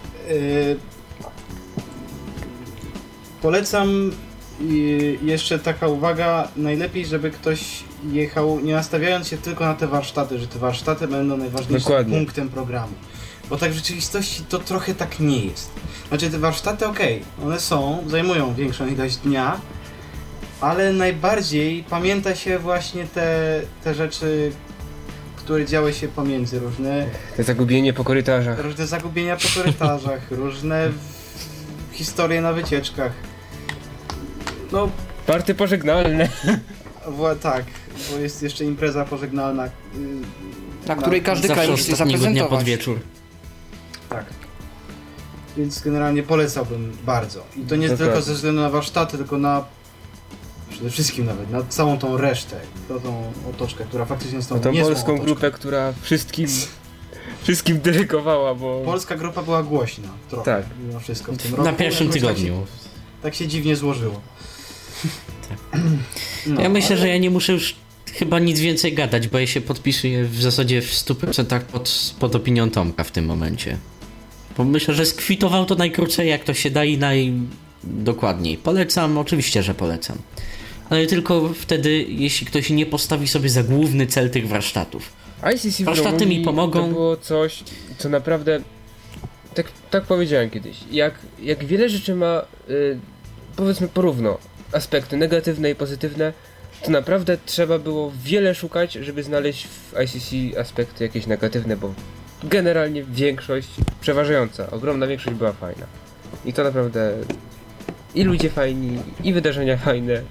Polecam jeszcze taka uwaga, najlepiej, żeby ktoś jechał, nie nastawiając się tylko na te warsztaty, że te warsztaty będą najważniejszym punktem programu. Bo tak w rzeczywistości to trochę tak nie jest. Znaczy te warsztaty one zajmują większą ilość dnia, ale najbardziej pamięta się właśnie te rzeczy, które działy się pomiędzy, różne... Te zagubienie po korytarzach. Różne zagubienia po korytarzach, różne historie na wycieczkach. No... Party pożegnalne. Tak, bo jest jeszcze impreza pożegnalna. Na której każdy kraj musi się zaprezentować. Dnia pod wieczór. Tak. Więc generalnie polecałbym bardzo. I to nie tylko ze względu na warsztaty, tylko przede wszystkim nawet na całą tą resztę, tą otoczkę, która faktycznie jest tą niezłą polską otoczką. Grupę, która wszystkim dyrygowała, bo... Polska grupa była głośna trochę, tak. Mimo wszystko w tym roku. Na pierwszym tygodniu. Tak się dziwnie złożyło. Tak. Ja myślę, że ja nie muszę już chyba nic więcej gadać, bo ja się podpisuję w zasadzie w 100% pod opinią Tomka w tym momencie. Bo myślę, że skwitował to najkrócej jak to się da i najdokładniej. Polecam, oczywiście, że polecam. Ale tylko wtedy, jeśli ktoś nie postawi sobie za główny cel tych warsztatów. ICC warsztaty mi pomogą. To było coś, co naprawdę, tak powiedziałem kiedyś, jak wiele rzeczy ma, powiedzmy porówno, aspekty negatywne i pozytywne, to naprawdę trzeba było wiele szukać, żeby znaleźć w ICC aspekty jakieś negatywne, bo generalnie większość, przeważająca, ogromna większość była fajna. I to naprawdę i ludzie fajni, i wydarzenia fajne.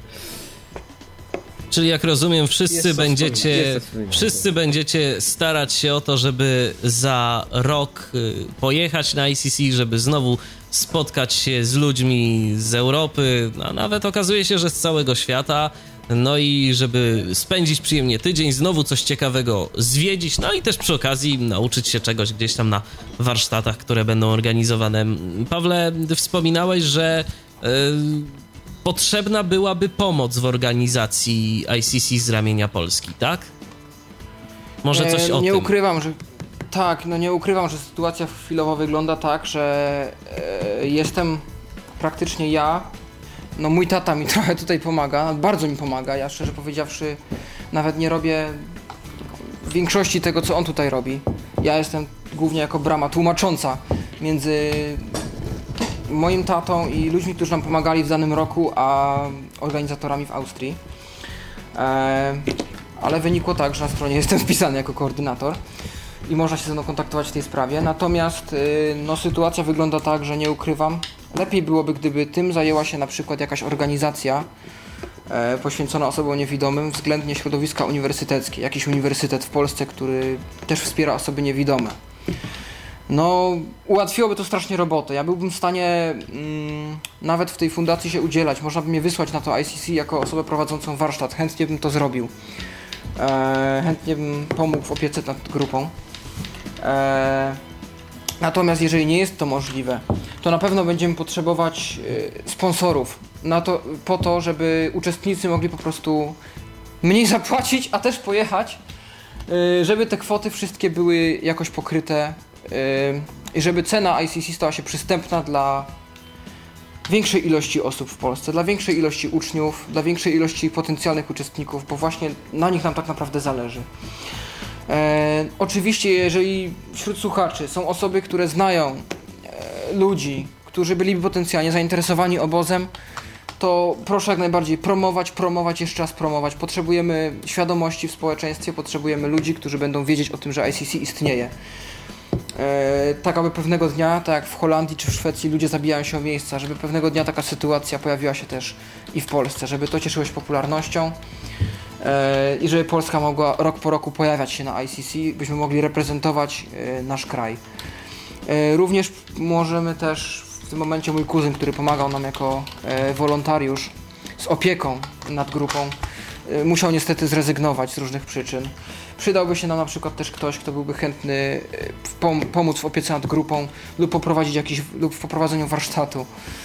Czyli jak rozumiem, wszyscy będziecie starać się o to, żeby za rok pojechać na ICC, żeby znowu spotkać się z ludźmi z Europy, a nawet okazuje się, że z całego świata, no i żeby spędzić przyjemnie tydzień, znowu coś ciekawego zwiedzić, no i też przy okazji nauczyć się czegoś gdzieś tam na warsztatach, które będą organizowane. Pawle, wspominałeś, że potrzebna byłaby pomoc w organizacji ICC z ramienia Polski, tak? Może coś o tym? Nie ukrywam, że sytuacja chwilowo wygląda tak, że jestem praktycznie ja. No mój tata mi trochę tutaj pomaga, bardzo mi pomaga. Ja szczerze powiedziawszy nawet nie robię większości tego, co on tutaj robi. Ja jestem głównie jako brama tłumacząca między moim tatą i ludźmi, którzy nam pomagali w danym roku, a organizatorami w Austrii. Ale wynikło tak, że na stronie jestem wpisany jako koordynator i można się ze mną kontaktować w tej sprawie. Natomiast sytuacja wygląda tak, że nie ukrywam, lepiej byłoby, gdyby tym zajęła się na przykład jakaś organizacja poświęcona osobom niewidomym względnie środowiska uniwersyteckie. Jakiś uniwersytet w Polsce, który też wspiera osoby niewidome. No, ułatwiłoby to strasznie robotę. Ja byłbym w stanie nawet w tej fundacji się udzielać. Można by mnie wysłać na to ICC jako osobę prowadzącą warsztat. Chętnie bym to zrobił. Chętnie bym pomógł w opiece nad grupą. Natomiast jeżeli nie jest to możliwe, to na pewno będziemy potrzebować sponsorów po to, żeby uczestnicy mogli po prostu mniej zapłacić, a też pojechać, żeby te kwoty wszystkie były jakoś pokryte i żeby cena ICC stała się przystępna dla większej ilości osób w Polsce, dla większej ilości uczniów, dla większej ilości potencjalnych uczestników, bo właśnie na nich nam tak naprawdę zależy. Oczywiście, jeżeli wśród słuchaczy są osoby, które znają ludzi, którzy byliby potencjalnie zainteresowani obozem, to proszę jak najbardziej promować, jeszcze raz promować. Potrzebujemy świadomości w społeczeństwie, potrzebujemy ludzi, którzy będą wiedzieć o tym, że ICC istnieje. Tak aby pewnego dnia, tak jak w Holandii czy w Szwecji ludzie zabijają się o miejsca, żeby pewnego dnia taka sytuacja pojawiła się też i w Polsce, żeby to cieszyło się popularnością i żeby Polska mogła rok po roku pojawiać się na ICC, byśmy mogli reprezentować nasz kraj. Również możemy też w tym momencie mój kuzyn, który pomagał nam jako wolontariusz z opieką nad grupą, musiał niestety zrezygnować z różnych przyczyn. Przydałby się nam na przykład też ktoś, kto byłby chętny pomóc w opiece nad grupą lub lub w poprowadzeniu warsztatu.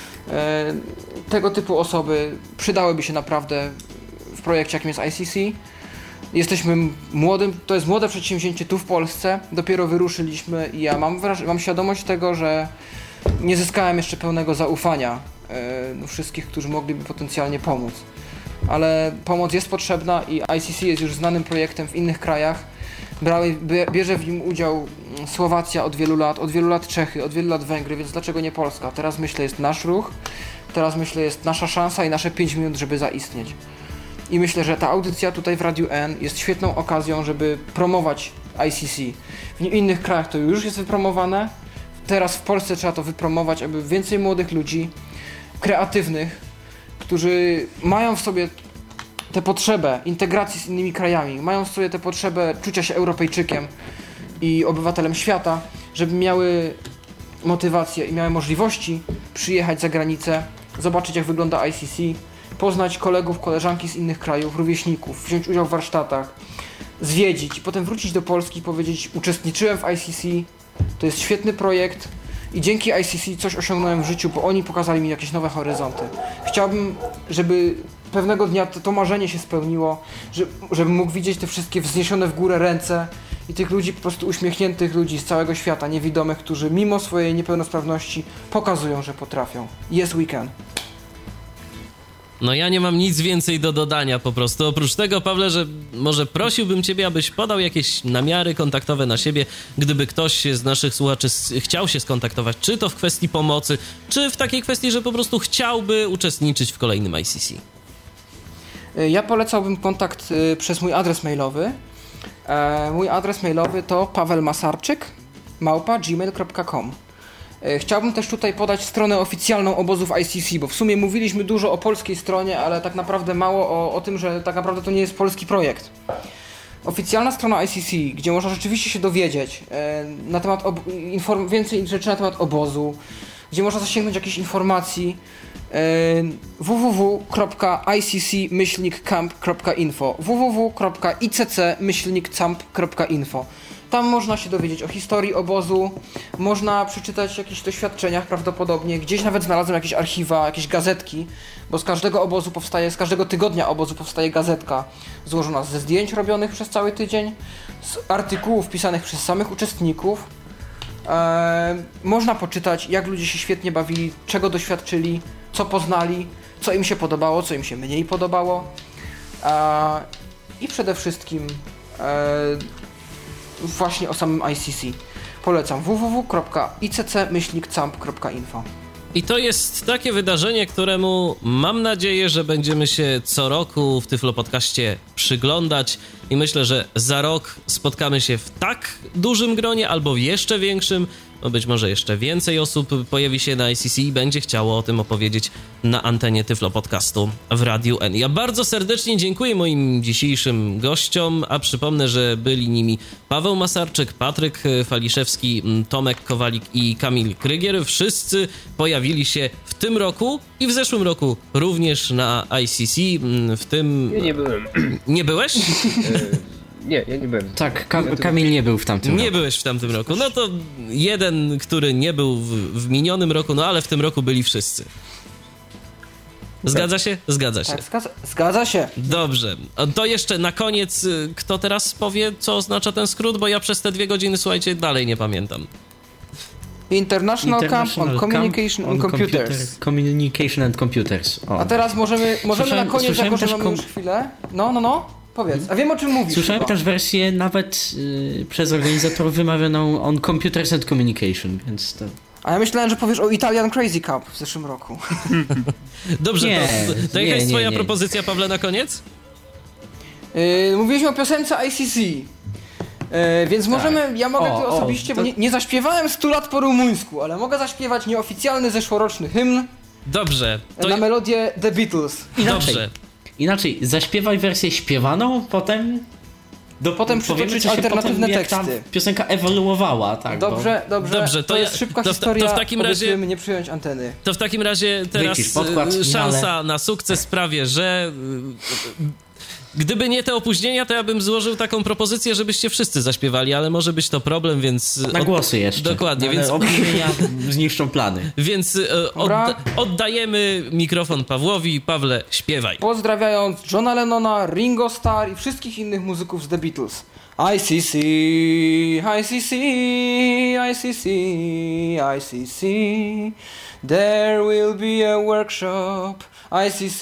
Tego typu osoby przydałyby się naprawdę w projekcie, jakim jest ICC. Jesteśmy to jest młode przedsięwzięcie tu w Polsce, dopiero wyruszyliśmy i ja mam świadomość tego, że nie zyskałem jeszcze pełnego zaufania wszystkich, którzy mogliby potencjalnie pomóc. Ale pomoc jest potrzebna i ICC jest już znanym projektem w innych krajach. Bierze w nim udział Słowacja od wielu lat Czechy, od wielu lat Węgry, więc dlaczego nie Polska? Teraz myślę jest nasz ruch, teraz myślę jest nasza szansa i nasze 5 minut, żeby zaistnieć. I myślę, że ta audycja tutaj w Radiu N jest świetną okazją, żeby promować ICC. W innych krajach to już jest wypromowane, teraz w Polsce trzeba to wypromować, aby więcej młodych ludzi, kreatywnych, którzy mają w sobie tę potrzebę integracji z innymi krajami, mają w sobie tę potrzebę czucia się Europejczykiem i obywatelem świata, żeby miały motywację i miały możliwości przyjechać za granicę, zobaczyć jak wygląda ICC, poznać kolegów, koleżanki z innych krajów, rówieśników, wziąć udział w warsztatach, zwiedzić i potem wrócić do Polski i powiedzieć: uczestniczyłem w ICC, to jest świetny projekt i dzięki ICC coś osiągnąłem w życiu, bo oni pokazali mi jakieś nowe horyzonty. Chciałbym, żeby pewnego dnia to marzenie się spełniło, żebym mógł widzieć te wszystkie wzniesione w górę ręce i tych ludzi, po prostu uśmiechniętych ludzi z całego świata, niewidomych, którzy mimo swojej niepełnosprawności pokazują, że potrafią. Yes, we can. No ja nie mam nic więcej do dodania po prostu. Oprócz tego, Pawle, że może prosiłbym ciebie, abyś podał jakieś namiary kontaktowe na siebie, gdyby ktoś z naszych słuchaczy chciał się skontaktować, czy to w kwestii pomocy, czy w takiej kwestii, że po prostu chciałby uczestniczyć w kolejnym ICC. Ja polecałbym kontakt przez mój adres mailowy. Mój adres mailowy to pawelmasarczyk@gmail.com. Chciałbym też tutaj podać stronę oficjalną obozów ICC, bo w sumie mówiliśmy dużo o polskiej stronie, ale tak naprawdę mało o tym, że tak naprawdę to nie jest polski projekt. Oficjalna strona ICC, gdzie można rzeczywiście się dowiedzieć na temat więcej rzeczy na temat obozu, gdzie można zasięgnąć jakichś informacji, www.icc-camp.info www.icc-camp.info. Tam można się dowiedzieć o historii obozu, można przeczytać o jakichś doświadczeniach prawdopodobnie, gdzieś nawet znalazłem jakieś archiwa, jakieś gazetki, bo z każdego tygodnia obozu powstaje gazetka złożona ze zdjęć robionych przez cały tydzień, z artykułów pisanych przez samych uczestników. Można poczytać, jak ludzie się świetnie bawili, czego doświadczyli, co poznali, co im się podobało, co im się mniej podobało. I przede wszystkim właśnie o samym ICC. Polecam www.icc-camp.info. I to jest takie wydarzenie, któremu mam nadzieję, że będziemy się co roku w Tyflo Podcaście przyglądać i myślę, że za rok spotkamy się w tak dużym gronie albo w jeszcze większym, no być może jeszcze więcej osób pojawi się na ICC i będzie chciało o tym opowiedzieć na antenie Tyflo Podcastu w Radiu N. Ja bardzo serdecznie dziękuję moim dzisiejszym gościom, a przypomnę, że byli nimi Paweł Masarczyk, Patryk Faliszewski, Tomek Kowalik i Kamil Krygier. Wszyscy pojawili się w tym roku i w zeszłym roku również na ICC. W tym... Ja nie byłem. Nie byłeś? Nie, ja nie byłem. Tak, Kamil nie był w tamtym roku. Nie byłeś w tamtym roku. No to jeden, który nie był w minionym roku, no ale w tym roku byli wszyscy. Zgadza się? Zgadza się. Tak, zgadza się. Dobrze. To jeszcze na koniec, kto teraz powie, co oznacza ten skrót, bo ja przez te 2 godziny, słuchajcie, dalej nie pamiętam. International Camp on Communication and Computers. Communication and Computers. O. A teraz możemy na koniec, jako że mamy już chwilę. No. Powiedz, a wiem o czym mówisz. Słyszałem chyba. też wersję nawet przez organizatorów wymawianą on Computers and Communication, więc to... A ja myślałem, że powiesz o Italian Crazy Cup w zeszłym roku. Dobrze, Nie, to jaka jest nie, twoja nie. propozycja, Pawle, na koniec? Mówiliśmy o piosence ICC. Więc możemy, ja mogę tu osobiście, bo nie zaśpiewałem 100 lat po rumuńsku, ale mogę zaśpiewać nieoficjalny zeszłoroczny hymn Dobrze. na melodię The Beatles. Dobrze. Inaczej, zaśpiewaj wersję śpiewaną, potem Potem powiemy, przytoczyć co się alternatywne potem, jak ta teksty. piosenka ewoluowała, tak. Dobrze, to jest szybka historia, to w takim razie obiecujemy nie przyjąć anteny. To w takim razie teraz Wycisz podkład, szansa na sukces sprawie, że gdyby nie te opóźnienia, to ja bym złożył taką propozycję, żebyście wszyscy zaśpiewali, ale może być to problem, więc... Na głosy jeszcze. Dokładnie, ale więc... opóźnienia zniszczą plany. Więc oddajemy mikrofon Pawłowi. Pawle, śpiewaj. Pozdrawiając Johna Lennona, Ringo Starr i wszystkich innych muzyków z The Beatles. ICC, ICC, ICC, ICC. There will be a workshop, ICC.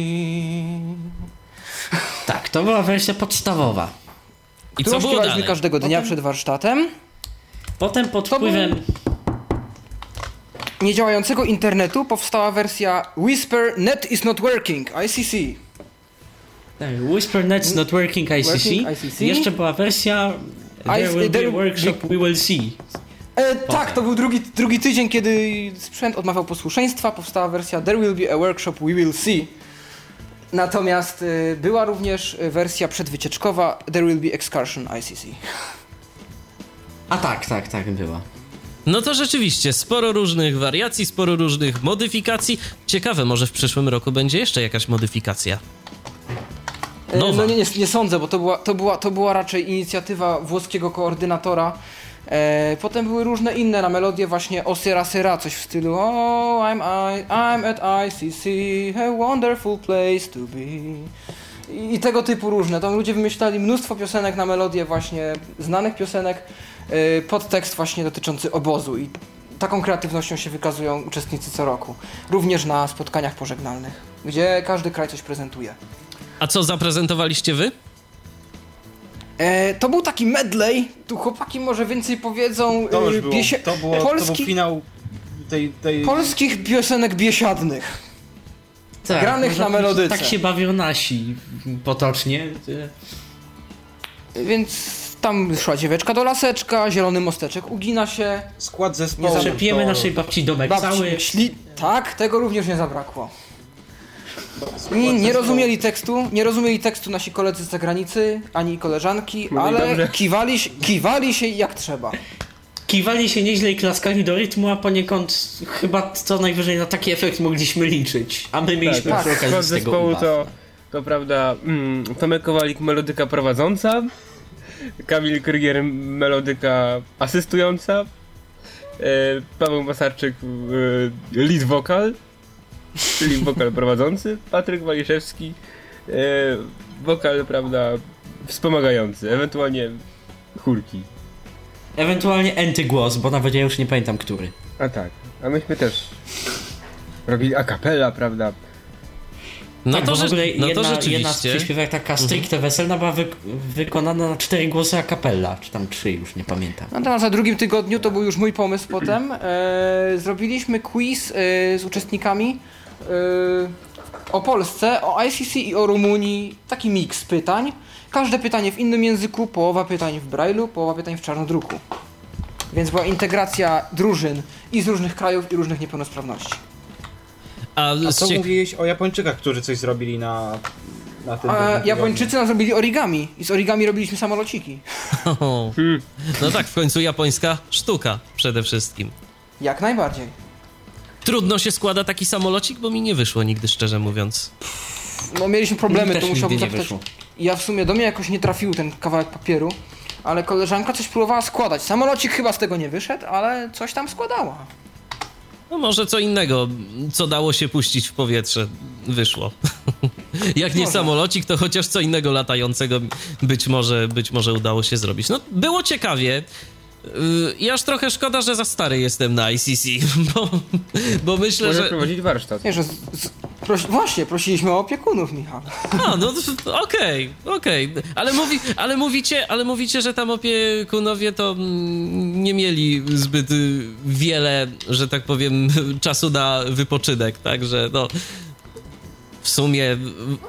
Tak, to była wersja podstawowa. I Którą co było śpiewaliśmy dalej? każdego dnia przed warsztatem. Potem pod wpływem... Niedziałającego internetu powstała wersja Whisper Net is not working, ICC. Tak, Whisper Net's Not Working ICC. Jeszcze była wersja There will be a workshop, we will see. Tak, to był drugi tydzień, kiedy sprzęt odmawiał posłuszeństwa, powstała wersja There will be a workshop, we will see. Natomiast była również wersja przedwycieczkowa There will be excursion ICC. A tak, była. No to rzeczywiście, sporo różnych wariacji, sporo różnych modyfikacji. Ciekawe, może w przyszłym roku będzie jeszcze jakaś modyfikacja. Nowa. No nie sądzę, bo to była raczej inicjatywa włoskiego koordynatora. Potem były różne inne na melodię właśnie O Sera Sera, coś w stylu Oh, I'm at ICC, a wonderful place to be. I tego typu różne. Tam ludzie wymyślali mnóstwo piosenek na melodię właśnie znanych piosenek pod tekst właśnie dotyczący obozu i taką kreatywnością się wykazują uczestnicy co roku. Również na spotkaniach pożegnalnych, gdzie każdy kraj coś prezentuje. A co zaprezentowaliście wy? To był taki medley, tu chłopaki może więcej powiedzą. To już było, to był finał tej... Polskich piosenek biesiadnych. Tak, granych na melodyce. Tak się bawią nasi potocznie. Więc tam szła dzieweczka do laseczka, zielony mosteczek ugina się. Skład zespołu. Nie Przepiemy naszej babci domek cały. Tak, tego również nie zabrakło. Nie rozumieli tekstu nasi koledzy z zagranicy, ani koleżanki, ale kiwali się jak trzeba. Kiwali się nieźle i klaskali do rytmu, a poniekąd chyba co najwyżej na taki efekt mogliśmy liczyć. A my mieliśmy przy okazji Skład z tego zespołu ubaw. to prawda, Tomek Kowalik melodyka prowadząca, Kamil Krygier melodyka asystująca, Paweł Masarczyk lead vocal, czyli wokal prowadzący, Patryk Waliszewski wokal, prawda, wspomagający, ewentualnie chórki. Ewentualnie entygłos, bo nawet ja już nie pamiętam który. A tak, a myśmy też robili a cappella, prawda? No tak, to, bo w ogóle jedna z rzeczywiście. przyśpiewek taka stricte weselna była wykonana na 4 głosy a cappella, czy tam 3, już nie pamiętam. Natomiast na drugim tygodniu, to był już mój pomysł potem, zrobiliśmy quiz z uczestnikami o Polsce, o ICC i o Rumunii, taki miks pytań. Każde pytanie w innym języku, połowa pytań w Braille'u, połowa pytań w czarnodruku. Więc była integracja drużyn i z różnych krajów i różnych niepełnosprawności. A co mówiłeś o Japończykach, którzy coś zrobili na tym? Japończycy nam zrobili origami i z origami robiliśmy samolociki. No tak, w końcu japońska sztuka przede wszystkim. Jak najbardziej. Trudno się składa taki samolocik, bo mi nie wyszło nigdy, szczerze mówiąc. No mieliśmy problemy, Też to musiałbym nigdy nie zapytać. wyszło. Ja w sumie do mnie jakoś nie trafił ten kawałek papieru, ale koleżanka coś próbowała składać. Samolocik chyba z tego nie wyszedł, ale coś tam składała. No może co innego, co dało się puścić w powietrze, wyszło. Jak nie samolocik, to chociaż co innego latającego być może udało się zrobić. No, było ciekawie. I aż trochę szkoda, że za stary jestem na ICC, bo myślę, Może że... prowadzić warsztat. Nie, że Właśnie, prosiliśmy o opiekunów, Michał. A, no okej. Ale mówicie, że tam opiekunowie to nie mieli zbyt wiele, że tak powiem, czasu na wypoczynek, także no w sumie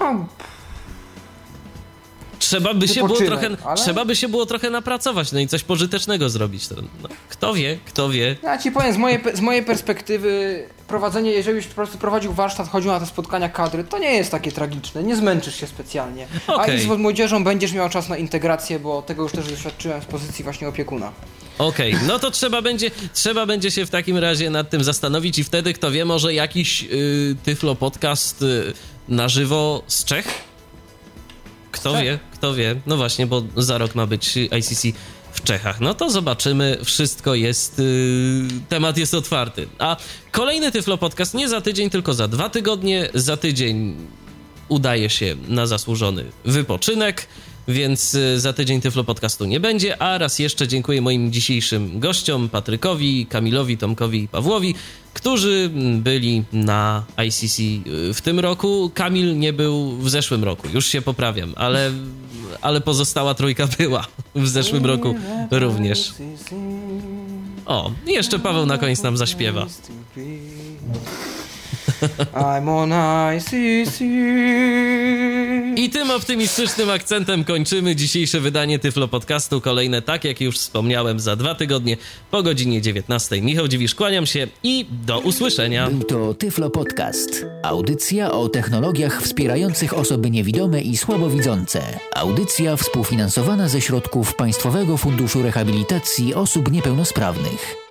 trzeba by się było trochę napracować, no i coś pożytecznego zrobić. No, kto wie. Ja ci powiem, z mojej perspektywy prowadzenie, jeżeli już po prostu prowadził warsztat, chodził na te spotkania kadry, to nie jest takie tragiczne, nie zmęczysz się specjalnie. A i z młodzieżą będziesz miał czas na integrację, bo tego już też doświadczyłem z pozycji właśnie opiekuna. Okej, no to trzeba będzie się w takim razie nad tym zastanowić i wtedy, kto wie, może jakiś Tyflo Podcast na żywo z Czech? Kto wie. No właśnie, bo za rok ma być ICC w Czechach. No to zobaczymy, wszystko jest, temat jest otwarty. A kolejny Tyflo Podcast nie za tydzień, tylko za 2 tygodnie. Za tydzień udaje się na zasłużony wypoczynek, więc za tydzień Tyflo Podcastu nie będzie, a raz jeszcze dziękuję moim dzisiejszym gościom, Patrykowi, Kamilowi, Tomkowi i Pawłowi, którzy byli na ICC w tym roku. Kamil nie był w zeszłym roku, już się poprawiam, ale pozostała trójka była w zeszłym roku również. O, i jeszcze Paweł na koniec nam zaśpiewa. I'm on ICC. I tym optymistycznym akcentem kończymy dzisiejsze wydanie Tyflo Podcastu. Kolejne, tak jak już wspomniałem, za 2 tygodnie po godzinie 19. Michał Dziwisz, kłaniam się i do usłyszenia. Był to Tyflo Podcast. Audycja o technologiach wspierających osoby niewidome i słabowidzące. Audycja współfinansowana ze środków Państwowego Funduszu Rehabilitacji Osób Niepełnosprawnych.